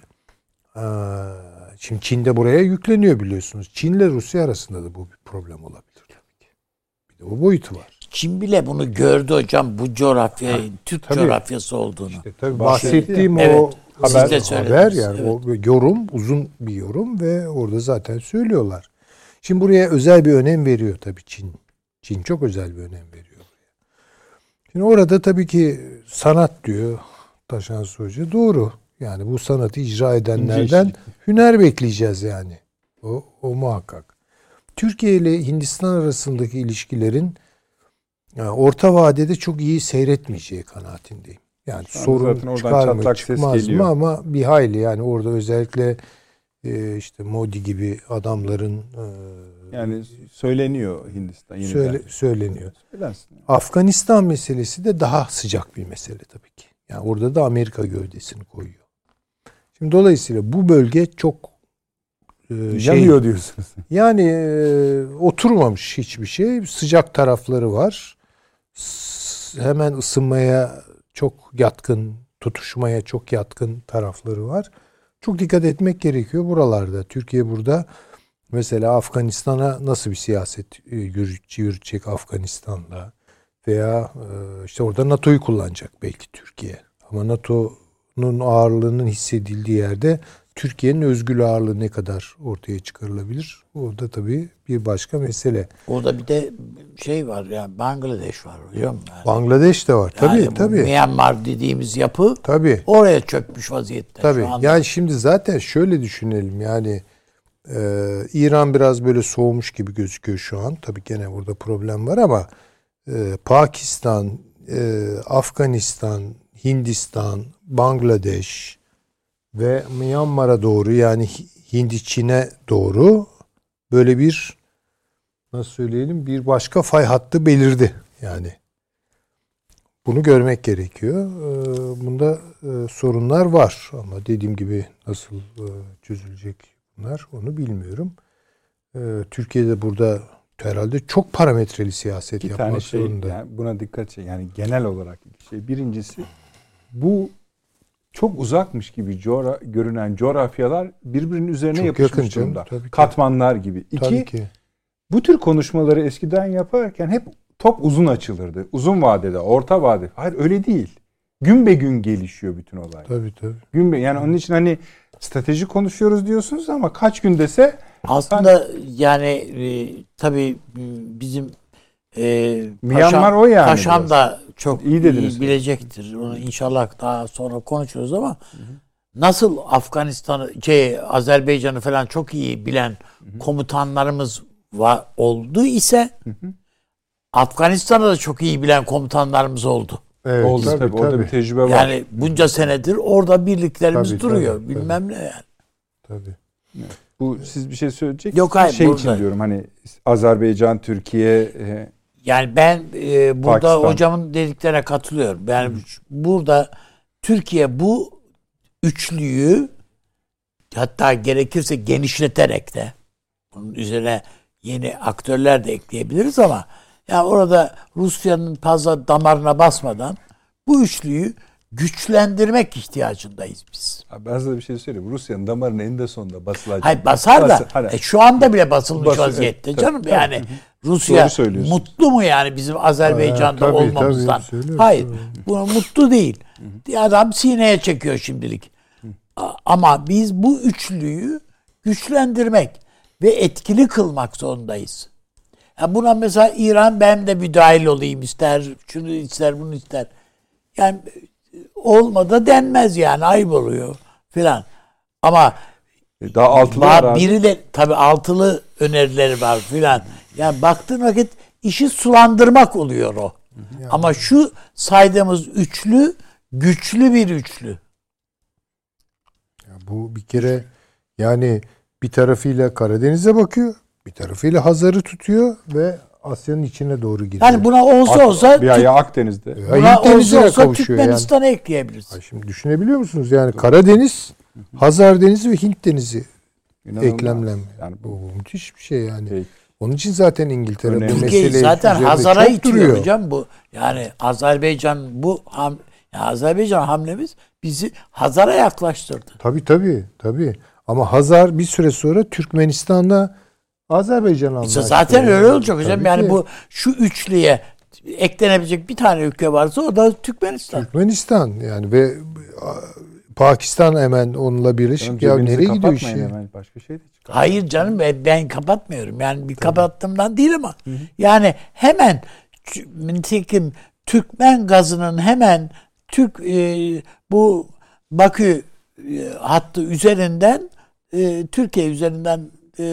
şimdi Çin de buraya yükleniyor biliyorsunuz. Çin ile Rusya arasında da bu bir problem olabilir. Bir de o boyutu var. Çin bile bunu gördü hocam bu coğrafyanın Türk tabii. coğrafyası olduğunu. İşte tabii bahsettiğim Evet, o siz de haber söylediniz, yani evet. o yorum uzun bir yorum ve orada zaten söylüyorlar. Şimdi buraya özel bir önem veriyor tabii Çin. Çin çok özel bir önem veriyor. Şimdi orada tabii ki sanat diyor Taşan Hoca. Doğru. Yani bu sanatı icra edenlerden hüner bekleyeceğiz yani. O muhakkak. Türkiye ile Hindistan arasındaki ilişkilerin yani orta vadede çok iyi seyretmeyeceği kanaatindeyim. Yani sorun çıkar mı çıkmaz mı ama bir hayli yani orada özellikle işte Modi gibi adamların yani söyleniyor Hindistan. Söyleniyor. Söylensin. Afganistan meselesi de daha sıcak bir mesele tabii ki. Yani orada da Amerika gövdesini koyuyor. Şimdi dolayısıyla bu bölge çok yanıyor diyorsunuz. Yani oturmamış hiçbir şey. Sıcak tarafları var. Hemen ısınmaya çok yatkın, tutuşmaya çok yatkın tarafları var. Çok dikkat etmek gerekiyor buralarda. Türkiye burada mesela Afganistan'a nasıl bir siyaset yürütecek Afganistan'da veya işte orada NATO'yu kullanacak belki Türkiye. Ama NATO'nun ağırlığının hissedildiği yerde Türkiye'nin özgür ağırlığı ne kadar ortaya çıkarılabilir? Orada tabii bir başka mesele. Orada bir de şey var ya, Bangladeş var hocam. Yani. Bangladeş de var. Tabii Yani tabii. Myanmar dediğimiz yapı Tabii. oraya çökmüş vaziyette. Tabii. Şu anda. Yani şimdi zaten şöyle düşünelim. Yani İran biraz böyle soğumuş gibi gözüküyor şu an. Tabii gene burada problem var ama Pakistan, Afganistan, Hindistan, Bangladeş ve Myanmar'a doğru, yani Hindi-Çin'e doğru böyle bir, nasıl söyleyelim, bir başka fay hattı belirdi yani. Bunu görmek gerekiyor. Bunda sorunlar var ama dediğim gibi nasıl çözülecek bunlar, onu bilmiyorum. Türkiye'de burada herhalde çok parametreli siyaset İki yapmak tane şey, zorunda. yani buna dikkat çek. Yani genel olarak iki şey. Birincisi, bu çok uzakmış gibi görünen coğrafyalar birbirinin üzerine Çok yapışmış yakın canım, durumda. tabii ki. Katmanlar gibi. Tabii İki, ki. bu tür konuşmaları eskiden yaparken hep top uzun açılırdı. Uzun vadede, orta vadede. Hayır, öyle değil. Gün be gün gelişiyor bütün olay. Tabii tabii. Yani onun için hani strateji konuşuyoruz diyorsunuz ama kaç gün dese Aslında yani tabii bizim Myanmar o yani Paşam biraz. da çok İyi dediniz. bilecektir. Onu inşallah daha sonra konuşuruz ama nasıl Afganistan'ı, Azerbaycan'ı falan çok iyi bilen komutanlarımız oldu ise Afganistan'ı da çok iyi bilen komutanlarımız oldu. Evet, oldu tabii. Orada bir tecrübe var. Yani bunca senedir orada birliklerimiz Tabii, duruyor. tabii, Bilmem ne yani. Tabii. Bu siz bir şey söyleyecek Yok, hayır, şey burada. için diyorum, hani Azerbaycan, Türkiye, Yani ben burada Pakistan. hocamın dediklerine katılıyorum. Yani burada Türkiye bu üçlüyü hatta gerekirse genişleterek de bunun üzerine yeni aktörler de ekleyebiliriz ama yani orada Rusya'nın fazla damarına basmadan bu üçlüyü güçlendirmek ihtiyacındayız biz. Abi ben size bir şey söyleyeyim. Rusya'nın damarının eninde sonunda basılacak. Hayır, basar da Hani şu anda bile basılmış vaziyette evet, canım. tabii. Yani Rusya Doğru söylüyorsun. mutlu mu yani bizim Azerbaycan'da Tabii, olmamızdan? tabii, söylüyorum, Hayır. tabii. Buna mutlu değil. Adam sineye çekiyor şimdilik. Ama biz bu üçlüyü güçlendirmek ve etkili kılmak zorundayız. Yani buna mesela İran, ben de müdahil olayım ister, şunu ister, bunu ister. Yani olmadı denmez yani, ayıp oluyor filan. Ama daha altılı var abi. birileri tabii altılı önerileri var filan. Yani baktığın vakit işi sulandırmak oluyor o. Yani. Ama şu saydığımız üçlü güçlü bir üçlü. Ya bu bir kere yani bir tarafıyla Karadeniz'e bakıyor, bir tarafıyla Hazar'ı tutuyor ve Asya'nın içine doğru gidiyor. Yani buna olsa bir ayağı Akdeniz'de. buna Hint Denizi'ne olsa kavuşuyor Türkmenistan'a ekleyebiliriz. yani. Şimdi düşünebiliyor musunuz? Yani Karadeniz, Hazar Denizi ve Hint Denizi İnanılmaz. eklemlem. Yani Bu müthiş bir şey yani. Peki. Onun için zaten İngiltere bu Önemli. Türkiye'yi meseleyi zaten üzerinde Hazar'a çok itiyor duruyor. hocam bu. Yani Azerbaycan Azerbaycan hamlemiz bizi Hazar'a yaklaştırdı. Tabii. Ama Hazar bir süre sonra Türkmenistan'la Azerbaycan anlaştı. Zaten öyle olacak hocam. Tabii Yani ki. bu şu üçlüye eklenebilecek bir tane ülke varsa o da Türkmenistan. Türkmenistan yani ve Pakistan hemen onunla birleşik. Ya Cebinizi nereye gidiyor iş kapatmayın ya? hemen. Başka şey de çıkar. Hayır canım, ben kapatmıyorum. Yani bir kapattığımdan değil ama yani hemen nitekim Türkmen gazının hemen bu Bakü hattı üzerinden Türkiye üzerinden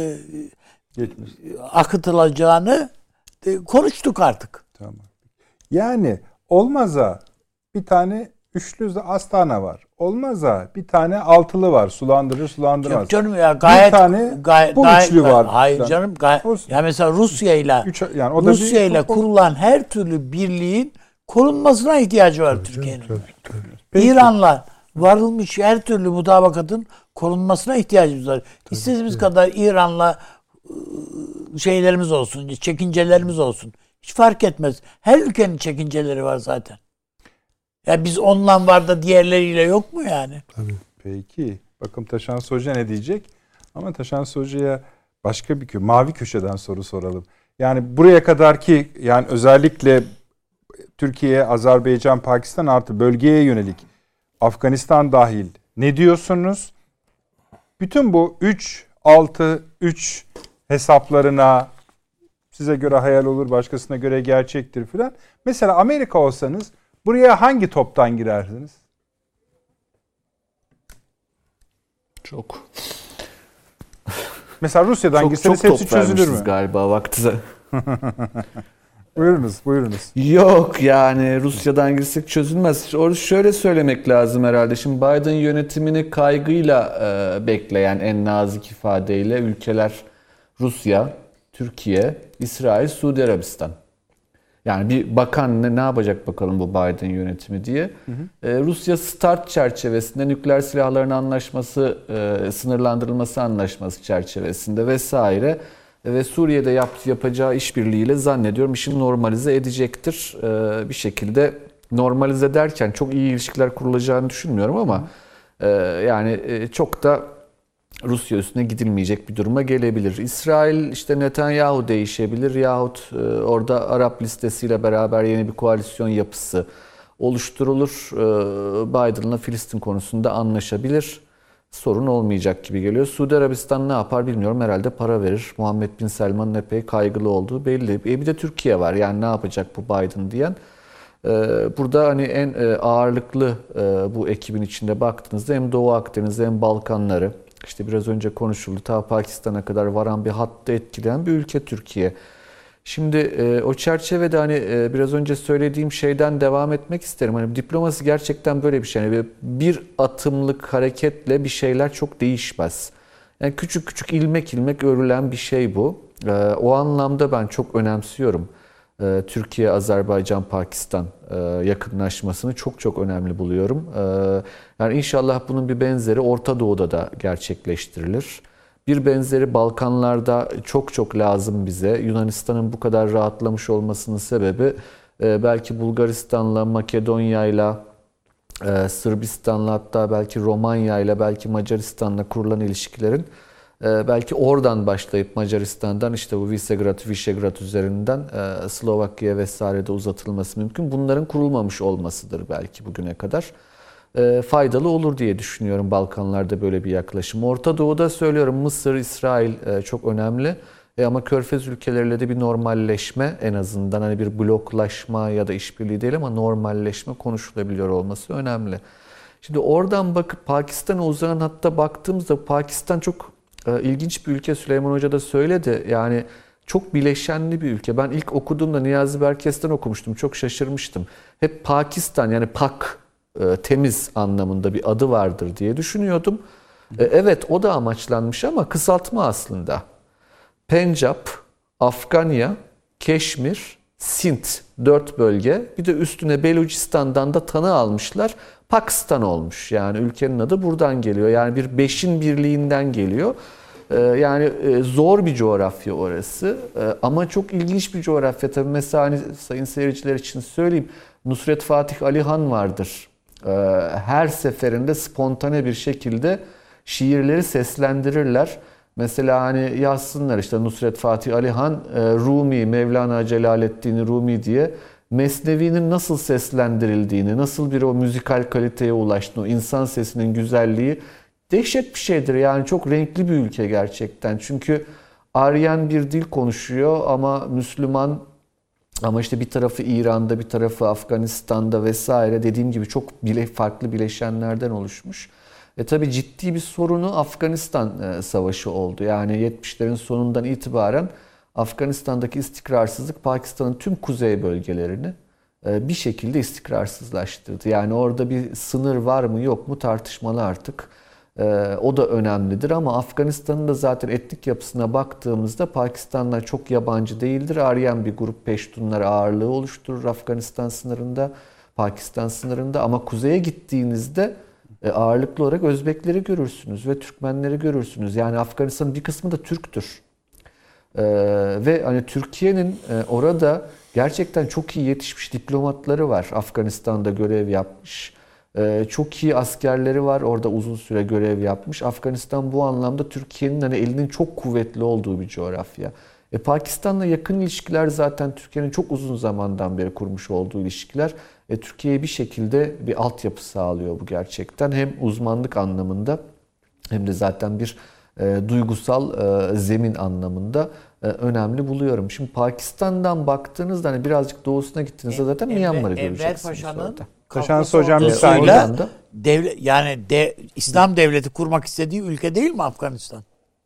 akıtılacağını konuştuk artık. Tamam. Yani olmaza bir tane üçlü Astana var. Olmaza bir tane altılı var. Sulandırmaz. Yok canım ya, gayet bir tane bu üçlü var. Hayır canım, ya mesela Rusya ile kurulan her türlü birliğin korunmasına ihtiyacı var Türkiye'nin. Tabii. İran'la varılmış her türlü mutabakatın korunmasına ihtiyacımız var. İstediğimiz kadar İran'la şeylerimiz olsun, çekincelerimiz olsun. Hiç fark etmez. Her ülkenin çekinceleri var zaten. Ya biz onunla var da diğerleriyle yok mu yani? Tabii. Peki. Bakın Taşans Hoca ne diyecek? Ama Taşans Hoca'ya başka bir mavi köşeden soru soralım. Yani buraya kadar ki yani özellikle Türkiye, Azerbaycan, Pakistan artı bölgeye yönelik Afganistan dahil ne diyorsunuz? bütün bu 3, 6, 3 hesaplarına size göre hayal olur, başkasına göre gerçektir filan. Mesela Amerika olsanız buraya hangi toptan girersiniz? Çok. Mesela Rusya'dan girseniz hepsi çözülür mü? Galiba vaktinde. Buyurunuz. Yok yani Rusya'dan girsek çözülmez. Orada şöyle söylemek lazım herhalde. Şimdi Biden yönetimini kaygıyla bekleyen en nazik ifadeyle ülkeler Rusya, Türkiye, İsrail, Suudi Arabistan. Yani bir bakan ne yapacak bakalım bu Biden yönetimi diye. Rusya START çerçevesinde nükleer silahların anlaşması, sınırlandırılması anlaşması çerçevesinde vesaire ve Suriye'de yapacağı işbirliğiyle zannediyorum işini normalize edecektir. Bir şekilde normalize derken çok iyi ilişkiler kurulacağını düşünmüyorum ama yani çok da Rusya üstüne gidilmeyecek bir duruma gelebilir. İsrail işte Netanyahu değişebilir yahut orada Arap listesiyle beraber yeni bir koalisyon yapısı oluşturulur. Biden'la Filistin konusunda anlaşabilir. Sorun olmayacak gibi geliyor. Suudi Arabistan ne yapar bilmiyorum. Herhalde para verir. Muhammed Bin Selman'ın epey kaygılı olduğu belli. Bir de Türkiye var. Yani ne yapacak bu Biden diyen. Burada hani en ağırlıklı bu ekibin içinde baktığınızda hem Doğu Akdeniz'de hem Balkanları, işte biraz önce konuşuldu, ta Pakistan'a kadar varan bir hattı etkileyen bir ülke Türkiye. Şimdi o çerçevede hani biraz önce söylediğim şeyden devam etmek isterim. Hani diplomasi gerçekten böyle bir şey. Yani bir atımlık hareketle bir şeyler çok değişmez. Yani küçük küçük ilmek ilmek örülen bir şey bu. O anlamda ben çok önemsiyorum. Türkiye, Azerbaycan, Pakistan yakınlaşmasını çok çok önemli buluyorum. Yani inşallah bunun bir benzeri Orta Doğu'da da gerçekleştirilir. Bir benzeri Balkanlarda çok çok lazım bize. Yunanistan'ın bu kadar rahatlamış olmasının sebebi belki Bulgaristan'la, Makedonya'yla, Sırbistan'la, hatta belki Romanya'yla, belki Macaristan'la kurulan ilişkilerin belki oradan başlayıp Macaristan'dan işte bu Visegrad üzerinden Slovakya vesairede uzatılması mümkün. Bunların kurulmamış olmasıdır belki bugüne kadar. Faydalı olur diye düşünüyorum Balkanlarda böyle bir yaklaşım. Orta Doğu'da söylüyorum Mısır, İsrail çok önemli. Ama Körfez ülkeleriyle de bir normalleşme, en azından hani bir bloklaşma ya da işbirliği değil ama normalleşme konuşulabiliyor olması önemli. Şimdi oradan bakıp Pakistan'a uzanan hatta baktığımızda Pakistan çok ilginç bir ülke. Süleyman Hoca da söyledi. Yani çok bileşenli bir ülke. Ben ilk okuduğumda Niyazi Berkes'ten okumuştum. Çok şaşırmıştım. Hep Pakistan, yani pak, temiz anlamında bir adı vardır diye düşünüyordum. Evet, o da amaçlanmış ama kısaltma aslında. Pencap, Afganya, Keşmir, Sint 4 bölge. Bir de üstüne Belucistan'dan da tanı almışlar. Pakistan olmuş. Yani ülkenin adı buradan geliyor. Yani bir beşin birliğinden geliyor. Yani zor bir coğrafya orası. Ama çok ilginç bir coğrafya. Tabii mesela hani sayın seyirciler için söyleyeyim. Nusret Fatih Alihan vardır. Her seferinde spontane bir şekilde şiirleri seslendirirler. Mesela hani yazsınlar işte Nusret Fatih Alihan, Rumi, Mevlana Celaleddin Rumi diye Mesnevi'nin nasıl seslendirildiğini, nasıl bir o müzikal kaliteye ulaştığını, o insan sesinin güzelliği dehşet bir şeydir. Yani çok renkli bir ülke gerçekten. Çünkü Aryan bir dil konuşuyor ama Müslüman, ama işte bir tarafı İran'da, bir tarafı Afganistan'da vesaire, dediğim gibi çok farklı bileşenlerden oluşmuş. Tabii ciddi bir sorunu Afganistan Savaşı oldu. Yani 70'lerin sonundan itibaren Afganistan'daki istikrarsızlık Pakistan'ın tüm kuzey bölgelerini bir şekilde istikrarsızlaştırdı. Yani orada bir sınır var mı yok mu tartışmalı artık. O da önemlidir ama Afganistan'ın da zaten etnik yapısına baktığımızda Pakistan'la çok yabancı değildir. Aryan bir grup Peştunlar ağırlığı oluşturur Afganistan sınırında, Pakistan sınırında, ama kuzeye gittiğinizde ağırlıklı olarak Özbekleri görürsünüz ve Türkmenleri görürsünüz. Yani Afganistan'ın bir kısmı da Türktür. Ve hani Türkiye'nin orada gerçekten çok iyi yetişmiş diplomatları var. Afganistan'da görev yapmış. Çok iyi askerleri var. Orada uzun süre görev yapmış. Afganistan bu anlamda Türkiye'nin hani elinin çok kuvvetli olduğu bir coğrafya. Pakistan'la yakın ilişkiler zaten Türkiye'nin çok uzun zamandan beri kurmuş olduğu ilişkiler. Türkiye'ye bir şekilde bir altyapı sağlıyor bu gerçekten. Hem uzmanlık anlamında hem de zaten bir duygusal zemin anlamında önemli buluyorum. Şimdi Pakistan'dan baktığınızda hani birazcık doğusuna gittiğinizde zaten Myanmar'ı göreceksiniz orada. Taşansı hocam bir saniye. Devlet, yani İslam devleti kurmak istediği ülke değil mi Afganistan?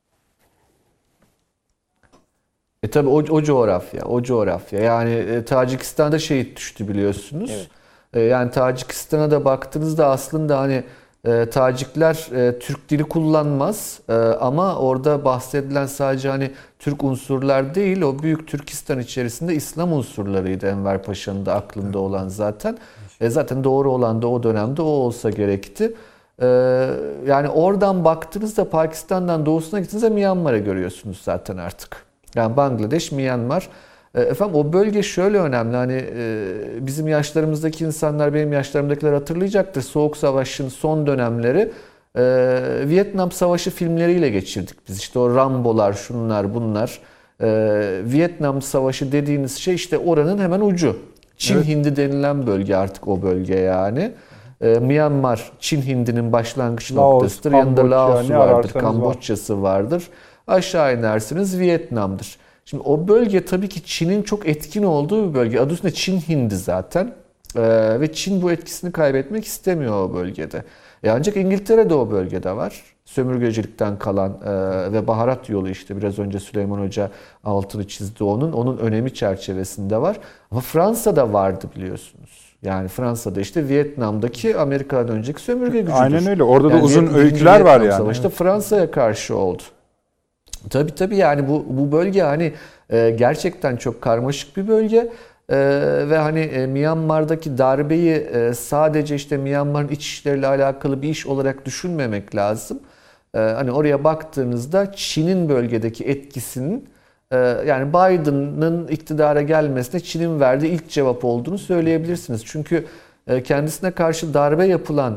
Tabii o coğrafya. Yani Tacikistan'da şehit düştü biliyorsunuz. Evet. Yani Tacikistan'a da baktığınızda aslında hani Tacikler Türk dili kullanmaz ama orada bahsedilen sadece hani Türk unsurlar değil, o büyük Türkistan içerisinde İslam unsurlarıydı Enver Paşa'nın da aklında olan zaten. Zaten doğru olan da o dönemde o olsa gerekti. Yani oradan baktığınızda Pakistan'dan doğusuna gittiğinizde Myanmar'ı görüyorsunuz zaten artık. Yani Bangladeş, Myanmar. Efendim o bölge şöyle önemli. Hani bizim yaşlarımızdaki insanlar, benim yaşlarımdakiler hatırlayacaktır. Soğuk Savaş'ın son dönemleri Vietnam Savaşı filmleriyle geçirdik biz. İşte o Rambo'lar, şunlar, bunlar. Vietnam Savaşı dediğiniz şey işte oranın hemen ucu. Çin evet. Hindi denilen bölge artık o bölge yani. Myanmar, Çin Hindi'nin başlangıç noktasıdır. Yanında Laos'u vardır, Kamboçya'sı vardır. Aşağı inersiniz Vietnam'dır. Şimdi o bölge tabii ki Çin'in çok etkin olduğu bir bölge. Adı üstünde Çin Hindi zaten. Ve Çin bu etkisini kaybetmek istemiyor o bölgede. Ancak İngiltere de o bölgede var. Sömürgecilikten kalan ve baharat yolu işte biraz önce Süleyman Hoca altını çizdi onun önemi çerçevesinde var. Ama Fransa'da vardı biliyorsunuz. Yani Fransa'da işte Vietnam'daki Amerika'dan önceki sömürge gücüdür. Aynen öyle. Orada da uzun öyküler var yani. Savaşta Fransa'ya karşı oldu. Tabii yani bu bölge hani gerçekten çok karmaşık bir bölge ve hani Myanmar'daki darbeyi sadece işte Myanmar'ın iç işleriyle alakalı bir iş olarak düşünmemek lazım. Hani oraya baktığınızda Çin'in bölgedeki etkisinin yani Biden'ın iktidara gelmesine Çin'in verdiği ilk cevap olduğunu söyleyebilirsiniz. Çünkü kendisine karşı darbe yapılan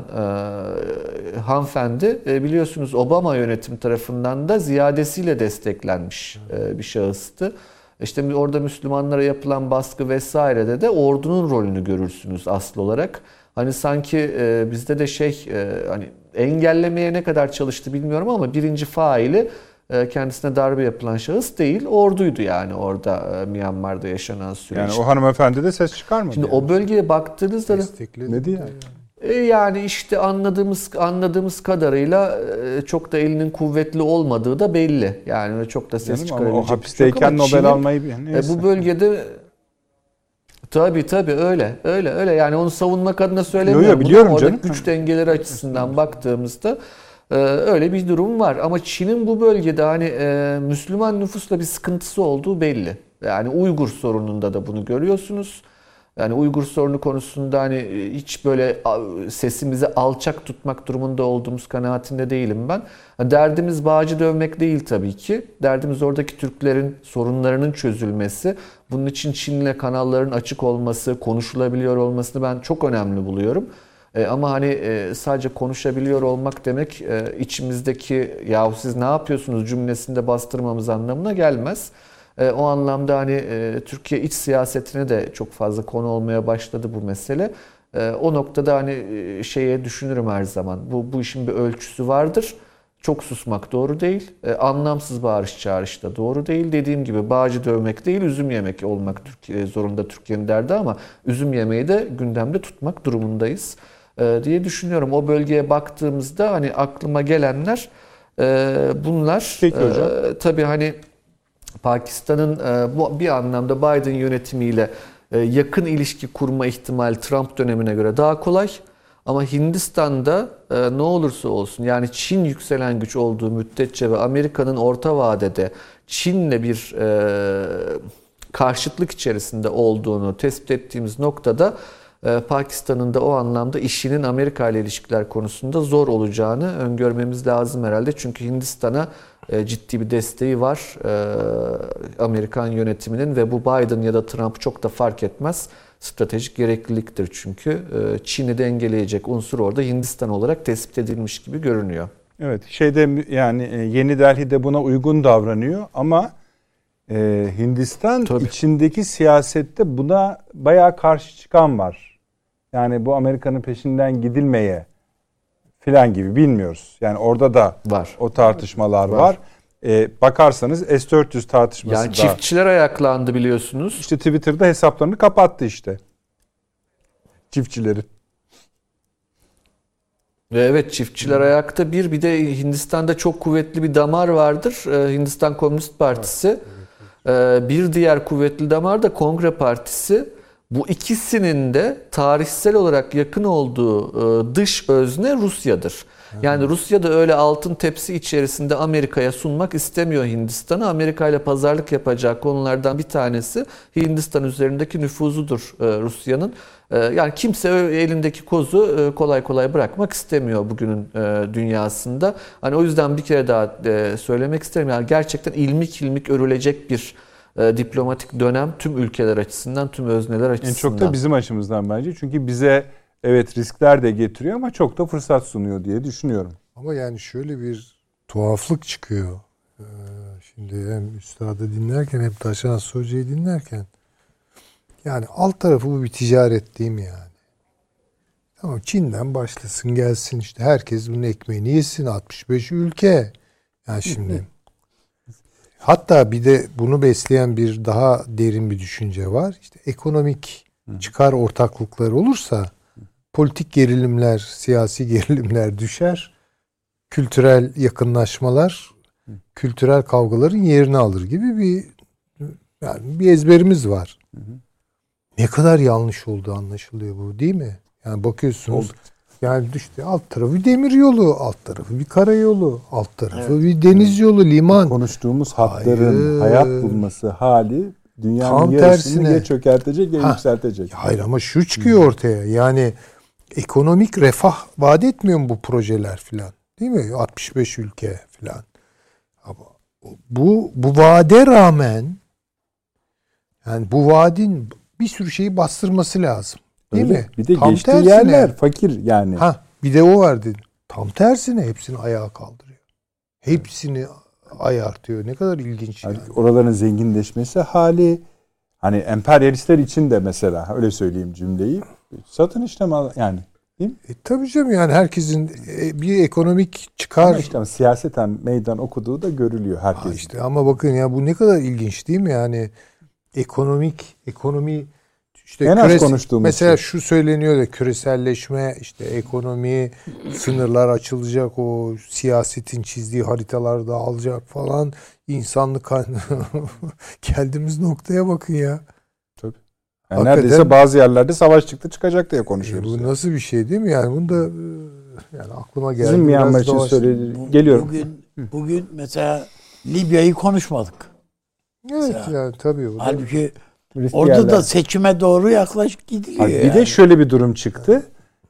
hanımefendi biliyorsunuz Obama yönetim tarafından da ziyadesiyle desteklenmiş bir şahıstı. İşte orada Müslümanlara yapılan baskı vesairede de ordunun rolünü görürsünüz asıl olarak. Hani sanki bizde de hani engellemeye ne kadar çalıştı bilmiyorum ama birinci faili kendisine darbe yapılan şahıs değil, orduydu yani orada Myanmar'da yaşanan süreçte. Yani o hanımefendi de ses çıkarmadı. Şimdi yani. O bölgeye baktığınızda ne diyor? Yani işte anladığımız kadarıyla çok da elinin kuvvetli olmadığı da belli. Yani çok da ses çıkarabilecek. O hapisteyken Nobel almayı bu bölgede tabii öyle. Yani onu savunmak adına söylemiyorum. Biliyorum orada canım. Güç dengeleri açısından baktığımızda öyle bir durum var. Ama Çin'in bu bölgede hani Müslüman nüfusla bir sıkıntısı olduğu belli. Yani Uygur sorununda da bunu görüyorsunuz. Yani Uygur sorunu konusunda hani hiç böyle sesimizi alçak tutmak durumunda olduğumuz kanaatinde değilim ben. Derdimiz Bağcı dövmek değil tabii ki. Derdimiz oradaki Türklerin sorunlarının çözülmesi. Bunun için Çin'le kanalların açık olması, konuşulabiliyor olmasını ben çok önemli buluyorum. Ama hani sadece konuşabiliyor olmak demek içimizdeki yahu siz ne yapıyorsunuz cümlesinde bastırmamız anlamına gelmez. O anlamda hani Türkiye iç siyasetine de çok fazla konu olmaya başladı bu mesele. O noktada hani düşünürüm her zaman. Bu işin bir ölçüsü vardır. Çok susmak doğru değil. Anlamsız bağırış çağrış da doğru değil. Dediğim gibi bağcı dövmek değil, üzüm yemek olmak zorunda Türkiye'nin derdi ama üzüm yemeği de gündemde tutmak durumundayız diye düşünüyorum. O bölgeye baktığımızda hani aklıma gelenler bunlar. Peki hocam. Tabii hani Pakistan'ın bir anlamda Biden yönetimiyle yakın ilişki kurma ihtimali Trump dönemine göre daha kolay. Ama Hindistan'da ne olursa olsun yani Çin yükselen güç olduğu müddetçe ve Amerika'nın orta vadede Çin'le bir karşıtlık içerisinde olduğunu tespit ettiğimiz noktada Pakistan'ın da o anlamda işinin Amerika ile ilişkiler konusunda zor olacağını öngörmemiz lazım herhalde. Çünkü Hindistan'a ciddi bir desteği var Amerikan yönetiminin ve bu Biden ya da Trump çok da fark etmez. Stratejik gerekliliktir çünkü Çin'i dengeleyecek unsur orada Hindistan olarak tespit edilmiş gibi görünüyor. Evet, yani Yeni Delhi de buna uygun davranıyor ama Hindistan içindeki siyasette buna bayağı karşı çıkan var. Yani bu Amerika'nın peşinden gidilmeye filan gibi bilmiyoruz. Yani orada da Var. o tartışmalar var. Bakarsanız S-400 tartışması Yani da çiftçiler ayaklandı biliyorsunuz. işte Twitter'da hesaplarını kapattı işte. Çiftçilerin. Ve evet, çiftçiler ayakta. Bir de Hindistan'da çok kuvvetli bir damar vardır. Hindistan Komünist Partisi. Bir diğer kuvvetli damar da Kongre Partisi. Bu ikisinin de tarihsel olarak yakın olduğu dış özne Rusya'dır. Yani Rusya da öyle altın tepsi içerisinde Amerika'ya sunmak istemiyor Hindistan'ı. Amerika ile pazarlık yapacağı konulardan bir tanesi Hindistan üzerindeki nüfuzudur Rusya'nın. Yani kimse elindeki kozu kolay kolay bırakmak istemiyor bugünün dünyasında. Hani o yüzden bir kere daha söylemek isterim. Yani gerçekten ilmik ilmik örülecek bir diplomatik dönem tüm ülkeler açısından, tüm özneler açısından. En çok da bizim açımızdan bence. Çünkü bize evet riskler de getiriyor ama çok da fırsat sunuyor diye düşünüyorum. Ama yani şöyle bir tuhaflık çıkıyor. Şimdi hem üstadı dinlerken hem Taşans Hoca'yı dinlerken yani alt tarafı bu bir ticaret değil mi yani? Tamam, Çin'den başlasın gelsin işte herkes bunun ekmeğini yesin, 65 ülke. Yani şimdi hatta bir de bunu besleyen bir daha derin bir düşünce var. İşte ekonomik çıkar ortaklıkları olursa politik gerilimler, siyasi gerilimler düşer. Kültürel yakınlaşmalar, kültürel kavgaların yerini alır gibi bir ezberimiz var. Ne kadar yanlış olduğu anlaşılıyor bu, değil mi? Yani bakıyorsunuz yani işte alt tarafı bir demir yolu, alt tarafı bir karayolu, alt tarafı bir deniz yolu, liman. Konuştuğumuz hatların hayat bulması hali dünyanın tam yarısını tersine ya çökertecek ya yükseltecek. Hayır ama şu çıkıyor ortaya. Yani ekonomik refah vaat etmiyor mu bu projeler filan? Değil mi? 65 ülke filan. Ama bu vaade rağmen yani bu vaadin bir sürü şeyi bastırması lazım. Değil Öyle. mi? Bir de tam geçtiği tersine, yerler fakir yani. bir de o var dedim. Tam tersine hepsini ayağa kaldırıyor. Hepsini ayartıyor. Ne kadar ilginç yani. Oraların zenginleşmesi hali hani emperyalistler için de mesela öyle söyleyeyim cümleyi. Satın işte yani. Değil mi? Tabii canım yani herkesin bir ekonomik çıkar. Ama işte siyaseten meydan okuduğu da görülüyor herkesin. İşte ama bakın ya bu ne kadar ilginç değil mi? Yani ekonomi işte en az konuştuğumuz mesela şey. şu söyleniyor da küreselleşme, işte ekonomi, sınırlar açılacak, o siyasetin çizdiği haritalar dağılacak falan, insanlık geldiğimiz noktaya bakın ya. Tabii. Yani neredeyse bazı yerlerde savaş çıkacak diye konuşuyoruz. Bu yani. nasıl bir şey değil mi? Yani bunu da yani aklıma geldi. Sizin Myanmar için geliyorum. Bugün mesela Libya'yı konuşmadık. Evet mesela, yani tabii. Halbuki orada da seçime doğru yaklaşık gidiliyor. Bir de şöyle bir durum çıktı.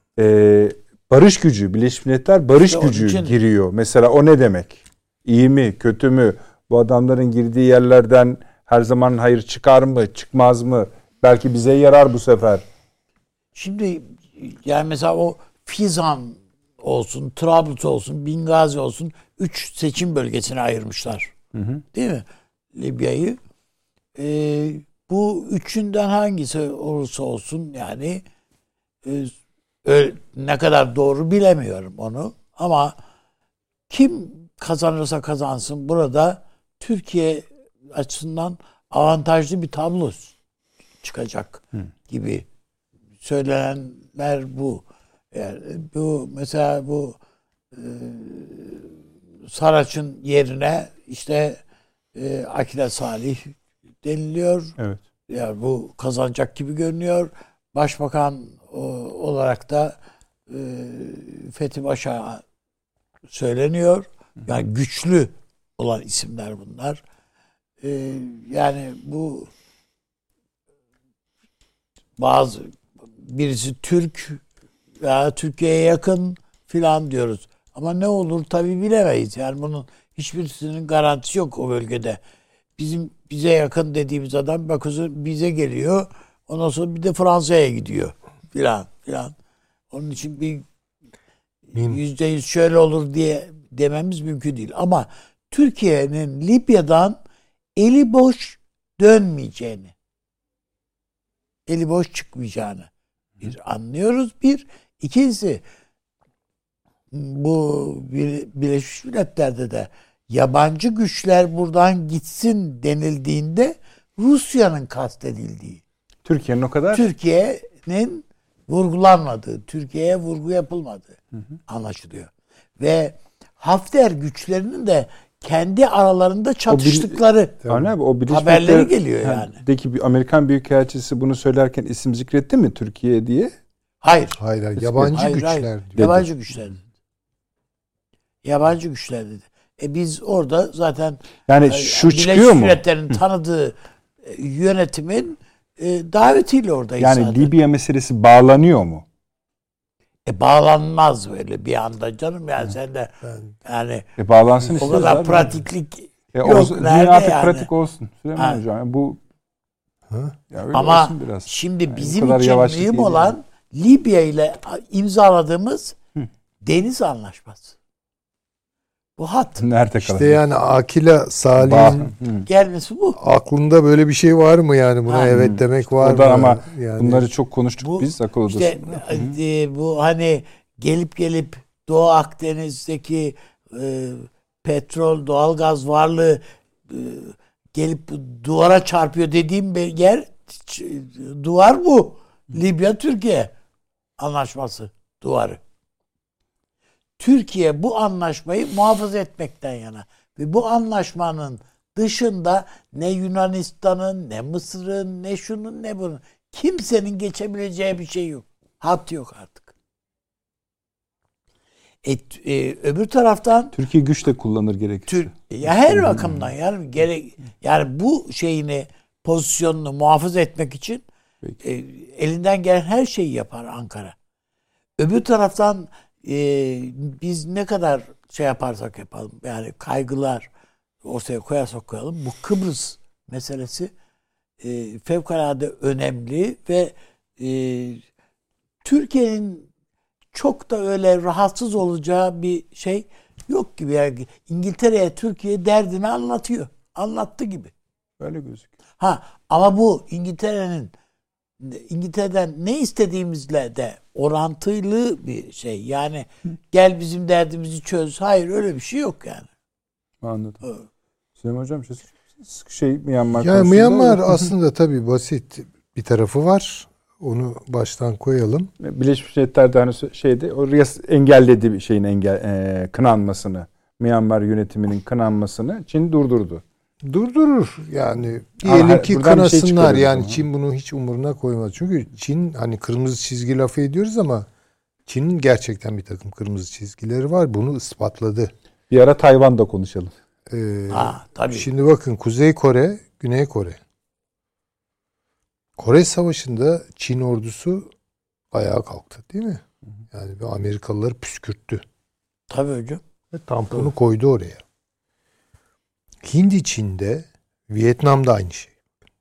Barış gücü, Birleşmiş Milletler barış işte gücü giriyor. Mesela o ne demek? İyi mi, kötü mü? Bu adamların girdiği yerlerden her zaman hayır çıkar mı, çıkmaz mı? Belki bize yarar bu sefer. Şimdi yani mesela o Fizan olsun, Trablus olsun, Bingazi olsun 3 seçim bölgesine ayırmışlar. Değil mi? Libya'yı. Bu üçünden hangisi olursa olsun yani ne kadar doğru bilemiyorum onu. Ama kim kazanırsa kazansın burada Türkiye açısından avantajlı bir tablo çıkacak gibi söylenenler bu. Yani bu mesela bu Saraç'ın yerine işte Akile Salih deniliyor. Evet. Yani bu kazanacak gibi görünüyor. Başbakan olarak da Fethi Baş'a söyleniyor. Yani güçlü olan isimler bunlar. Yani bu birisi Türk veya Türkiye'ye yakın filan diyoruz. Ama ne olur tabii bilemeyiz. Yani bunun hiçbirisinin garantisi yok o bölgede. Bize yakın dediğimiz adam bakıyorsun bize geliyor. Ondan sonra bir de Fransa'ya gidiyor filan. Onun için bir %100 şöyle olur diye dememiz mümkün değil. Ama Türkiye'nin Libya'dan eli boş dönmeyeceğini, eli boş çıkmayacağını anlıyoruz. İkincisi bu Birleşmiş Milletler'de de yabancı güçler buradan gitsin denildiğinde Rusya'nın kastedildiği. Türkiye'nin o kadar Türkiye'nin vurgulanmadığı, Türkiye'ye vurgu yapılmadığı anlaşılıyor. Ve Hafter güçlerinin de kendi aralarında çatıştıkları o Birleşmiş haberleri Milletler geliyor yani. Deki bir Amerikan Büyükelçisi bunu söylerken isim zikretti mi Türkiye diye? Hayır. Hayır. Yabancı güçler diyor. Yabancı güçler dedi. Yabancı güçler dedi. Biz orada zaten yani şu Birleşmiş çıkıyor mu? Milletler'in tanıdığı yönetimin davetiyle oradayız yani zaten. Libya meselesi bağlanıyor mu? Bağlanmaz böyle bir anda canım yani sen de yani Bağlansın o istiyoruz kadar abi. pratiklik Yok. Dünya artık yani. pratik olsun. Süleyman Hocam. Yani bu ama biraz. şimdi Yani bizim için mühim olan Libya ile imzaladığımız deniz anlaşması. Bu hat. Nerede kalır? İşte yani Akila Salih'in gelmesi bu. aklında böyle bir şey var mı yani buna evet demek var mı? Ama yani, bunları çok konuştuk biz akıl odasında. İşte bu hani gelip Doğu Akdeniz'deki petrol, doğalgaz varlığı gelip duvara çarpıyor dediğim bir yer duvar bu. Libya-Türkiye anlaşması duvarı. Türkiye bu anlaşmayı muhafaza etmekten yana. Ve bu anlaşmanın dışında ne Yunanistan'ın, ne Mısır'ın, ne şunun, ne bunun. Kimsenin geçebileceği bir şey yok. Hat yok artık. Öbür taraftan Türkiye güçle kullanır gerekirse. ya her bakımdan yani bu pozisyonunu muhafaza etmek için elinden gelen her şeyi yapar Ankara. Öbür taraftan biz ne kadar şey yaparsak yapalım yani kaygılar ortaya koyarsak koyalım bu Kıbrıs meselesi fevkalade önemli ve Türkiye'nin çok da öyle rahatsız olacağı bir şey yok gibi. Yani İngiltere'ye Türkiye derdini anlatıyor. Anlattı gibi. Öyle gözüküyor. Ama bu İngiltere'den ne istediğimizle de orantılı bir şey. Yani gel bizim derdimizi çöz. Hayır öyle bir şey yok yani. Anladım. Süleyman Hocam Myanmar yani Myanmar aslında tabii basit bir tarafı var. Onu baştan koyalım. Birleşmiş Milletler'de hani o engelledi bir şeyin kınanmasını. Myanmar yönetiminin kınanmasını Çin durdurdu. Durdurur yani. Diyelim ki kınasınlar yani Çin bunu hiç umuruna koymaz. Çünkü Çin hani kırmızı çizgi lafı ediyoruz ama Çin'in gerçekten bir takım kırmızı çizgileri var. Bunu ispatladı. Bir ara Tayvan'da konuşalım. Tabii. Şimdi bakın Kuzey Kore, Güney Kore. Kore Savaşı'nda Çin ordusu ayağa kalktı değil mi? Yani Amerikalıları püskürttü. Tabii hocam. Ve tamponu koydu oraya. Hindi Çin'de, Vietnam'da aynı şey.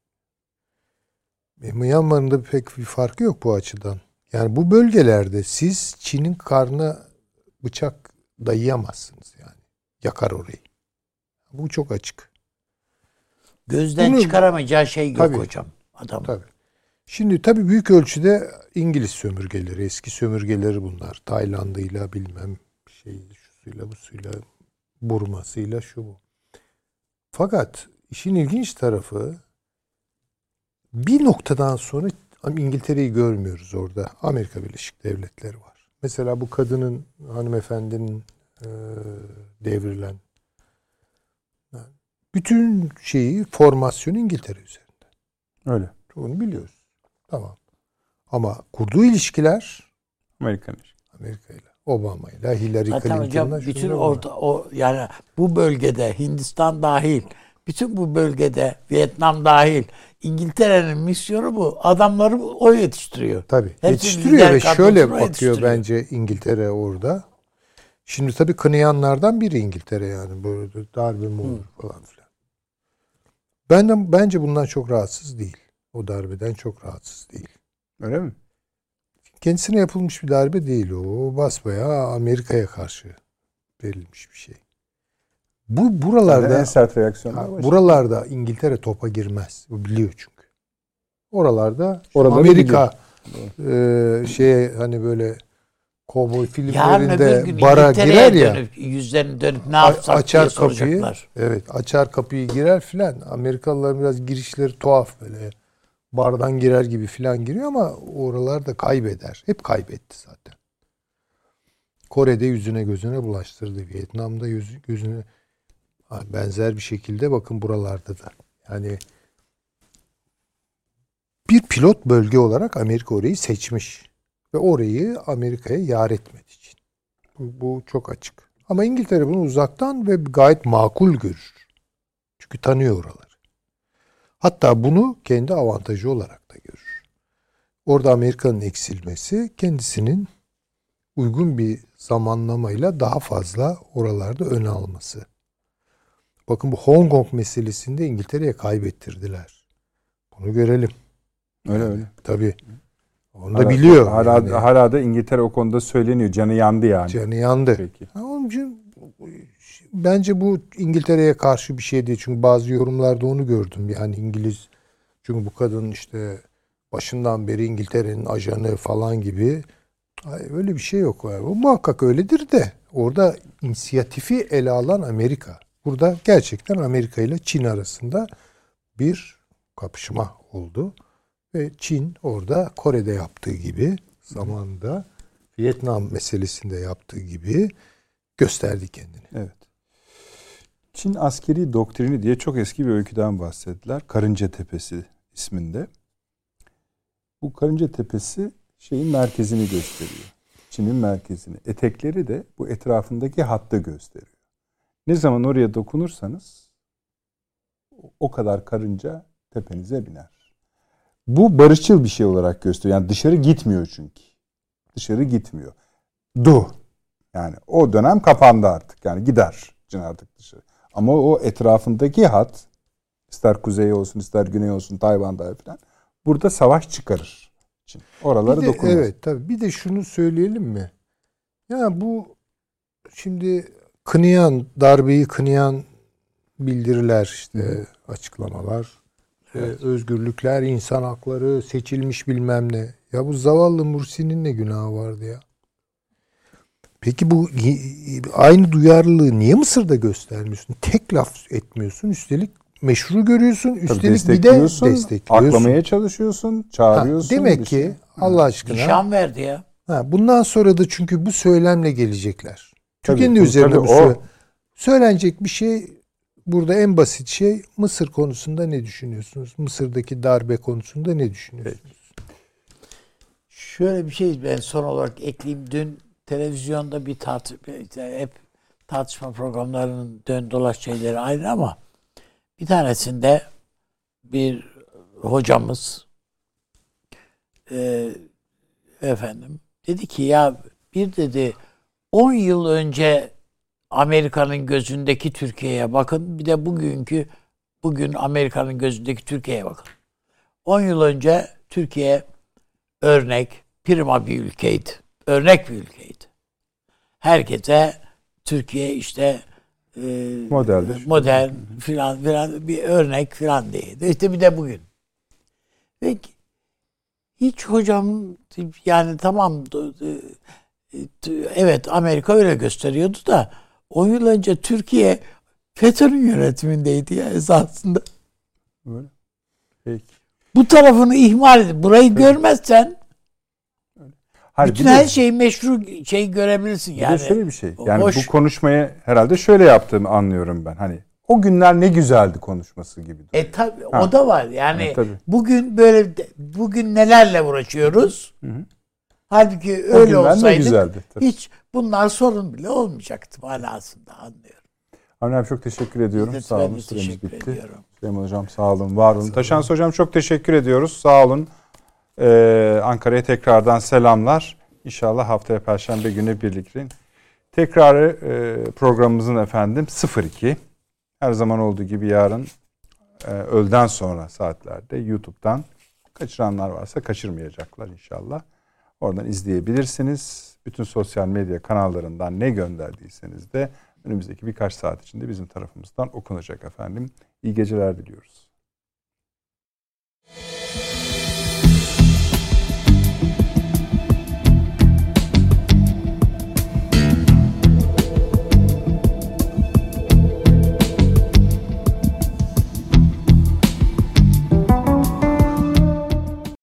Myanmar'ın da pek bir farkı yok bu açıdan. Yani bu bölgelerde siz Çin'in karnına bıçak dayayamazsınız yani. Yakar orayı. Bu çok açık. Gözden çıkaramayacağı şey yok tabii, hocam. Adam. Tabii. Şimdi tabii büyük ölçüde İngiliz sömürgeleri, eski sömürgeleri bunlar. Tayland'ıyla bilmem şusuyla busuyla, Burma'sıyla şu bu. Fakat işin ilginç tarafı bir noktadan sonra İngiltere'yi görmüyoruz orada. Amerika Birleşik Devletleri var. Mesela bu kadının, hanımefendinin devrilen bütün formasyonu İngiltere üzerinde. Öyle. Onu biliyoruz. Tamam. Ama kurduğu ilişkiler Amerika ile, Obama ile, Hillary Clinton'la. Bütün yani bu bölgede Hindistan dahil, bütün bu bölgede Vietnam dahil İngiltere'nin misyonu bu. Adamları o yetiştiriyor. Tabii. Yetiştiriyor ve şöyle bakıyor bence İngiltere orada. Şimdi tabii kınayanlardan biri İngiltere yani. Böyle darbe mi olur falan filan. Bence bundan çok rahatsız değil. O darbeden çok rahatsız değil. Öyle mi? Kendisine yapılmış bir darbe değil o. O basbayağı Amerika'ya karşı verilmiş bir şey. Buralarda en sert reaksiyonlar buralarda İngiltere topa girmez. O biliyor çünkü. Oralarda Amerika hani böyle kovboy Yarın öbür filmlerinde gün bara İngiltere'ye girer ya. dönüp, yüzlerini dönüp ne yapsak Açar diye kapıyı. soracaklar. Evet, açar kapıyı girer filan. Amerikalıların biraz girişleri tuhaf böyle. Bardan girer gibi filan giriyor ama oralarda kaybeder. Hep kaybetti zaten. Kore'de yüzüne gözüne bulaştırdı. Vietnam'da gözüne benzer bir şekilde bakın buralarda da. Yani bir pilot bölge olarak Amerika orayı seçmiş. Ve orayı Amerika'ya yar etmediği için. Bu çok açık. Ama İngiltere bunu uzaktan ve gayet makul görür. Çünkü tanıyor oraları. Hatta bunu kendi avantajı olarak da görür. Orada Amerika'nın eksilmesi kendisinin uygun bir zamanlamayla daha fazla oralarda ön alması. Bakın bu Hong Kong meselesinde İngiltere'ye kaybettirdiler. Bunu görelim. Öyle. Tabii. Onu da biliyor. Hala da İngiltere o konuda söyleniyor. Canı yandı yani. Canı yandı. Peki. Onun için bence bu İngiltere'ye karşı bir şey değil. Çünkü bazı yorumlarda onu gördüm. Yani İngiliz, çünkü bu kadın işte başından beri İngiltere'nin ajanı falan gibi. Öyle bir şey yok. O muhakkak öyledir de orada inisiyatifi ele alan Amerika. Burada gerçekten Amerika ile Çin arasında bir kapışma oldu. Ve Çin orada Kore'de yaptığı gibi, zamanında Vietnam meselesinde yaptığı gibi gösterdi kendini. Evet. Çin askeri doktrini diye çok eski bir öyküden bahsettiler. Karınca Tepesi isminde. Bu Karınca Tepesi şeyin merkezini gösteriyor. Çin'in merkezini. Etekleri de bu etrafındaki hattı gösteriyor. Ne zaman oraya dokunursanız o kadar karınca tepenize biner. Bu barışçıl bir şey olarak gösteriyor. Yani dışarı gitmiyor çünkü. Dışarı gitmiyor. Yani o dönem kapandı artık. Yani gider Çin artık dışarı. Ama o etrafındaki hat, ister kuzey olsun ister güney olsun, Tayvan'da falan, burada savaş çıkarır Çin. Oralara dokunmaz. Evet tabii. Bir de şunu söyleyelim mi? Ya bu şimdi darbeyi kınayan bildiriler, işte açıklamalar, özgürlükler, insan hakları, seçilmiş bilmem ne. Ya bu zavallı Mursi'nin ne günahı vardı ya? Peki bu aynı duyarlılığı niye Mısır'da göstermiyorsun? Tek laf etmiyorsun. Üstelik meşru görüyorsun. Üstelik bir de destekliyorsun. Aklamaya çalışıyorsun. Çağırıyorsun. Demek ki Allah aşkına. Nişan verdi ya. Bundan sonra da çünkü bu söylemle gelecekler. Türkiye'nin Tabii, üzerine tabii, bu söylenecek bir şey. Burada en basit şey, Mısır konusunda ne düşünüyorsunuz? Mısır'daki darbe konusunda ne düşünüyorsunuz? Şöyle bir şey ben son olarak ekleyeyim. Dün televizyonda hep tartışma programlarının dön dolaş şeyleri aynı ama bir tanesinde bir hocamız dedi ki ya dedi 10 yıl önce Amerika'nın gözündeki Türkiye'ye bakın, bir de bugün Amerika'nın gözündeki Türkiye'ye bakın. 10 yıl önce Türkiye örnek, prima bir ülkeydi. Örnek bir ülkeydi. Herkese Türkiye işte modern filan bir örnek filan değildi. İşte bir de bugün. Ve hiç hocam yani tamam evet Amerika öyle gösteriyordu da 10 yıl önce Türkiye FETÖ'nün yönetimindeydi ya esasında. Öyle. Peki. Bu tarafını ihmal edip burayı görmezsen bütün her şeyi meşru görebilirsin yani. Bir de şöyle bir şey. Yani hoş. Bu konuşmayı herhalde şöyle yaptığımı anlıyorum ben. Hani o günler ne güzeldi konuşması gibi. Tabii o da var. Yani tabii. bugün nelerle uğraşıyoruz? Hı. Halbuki öyle olsaydı hiç bunlar sorun bile olmayacaktı manasında anlıyorum. Avni abi çok teşekkür ediyorum. Sağ olun. Süremiz bitti. Süleyman Hocam sağ olun, var olun. Taşans Hocam çok teşekkür ediyoruz. Sağ olun. Ankara'ya tekrardan selamlar. İnşallah haftaya Perşembe günü birlikte. Tekrarı programımızın efendim 02. Her zaman olduğu gibi yarın öğleden sonra saatlerde YouTube'dan kaçıranlar varsa kaçırmayacaklar inşallah. Oradan izleyebilirsiniz. Bütün sosyal medya kanallarından ne gönderdiyseniz de önümüzdeki birkaç saat içinde bizim tarafımızdan okunacak efendim. İyi geceler diliyoruz.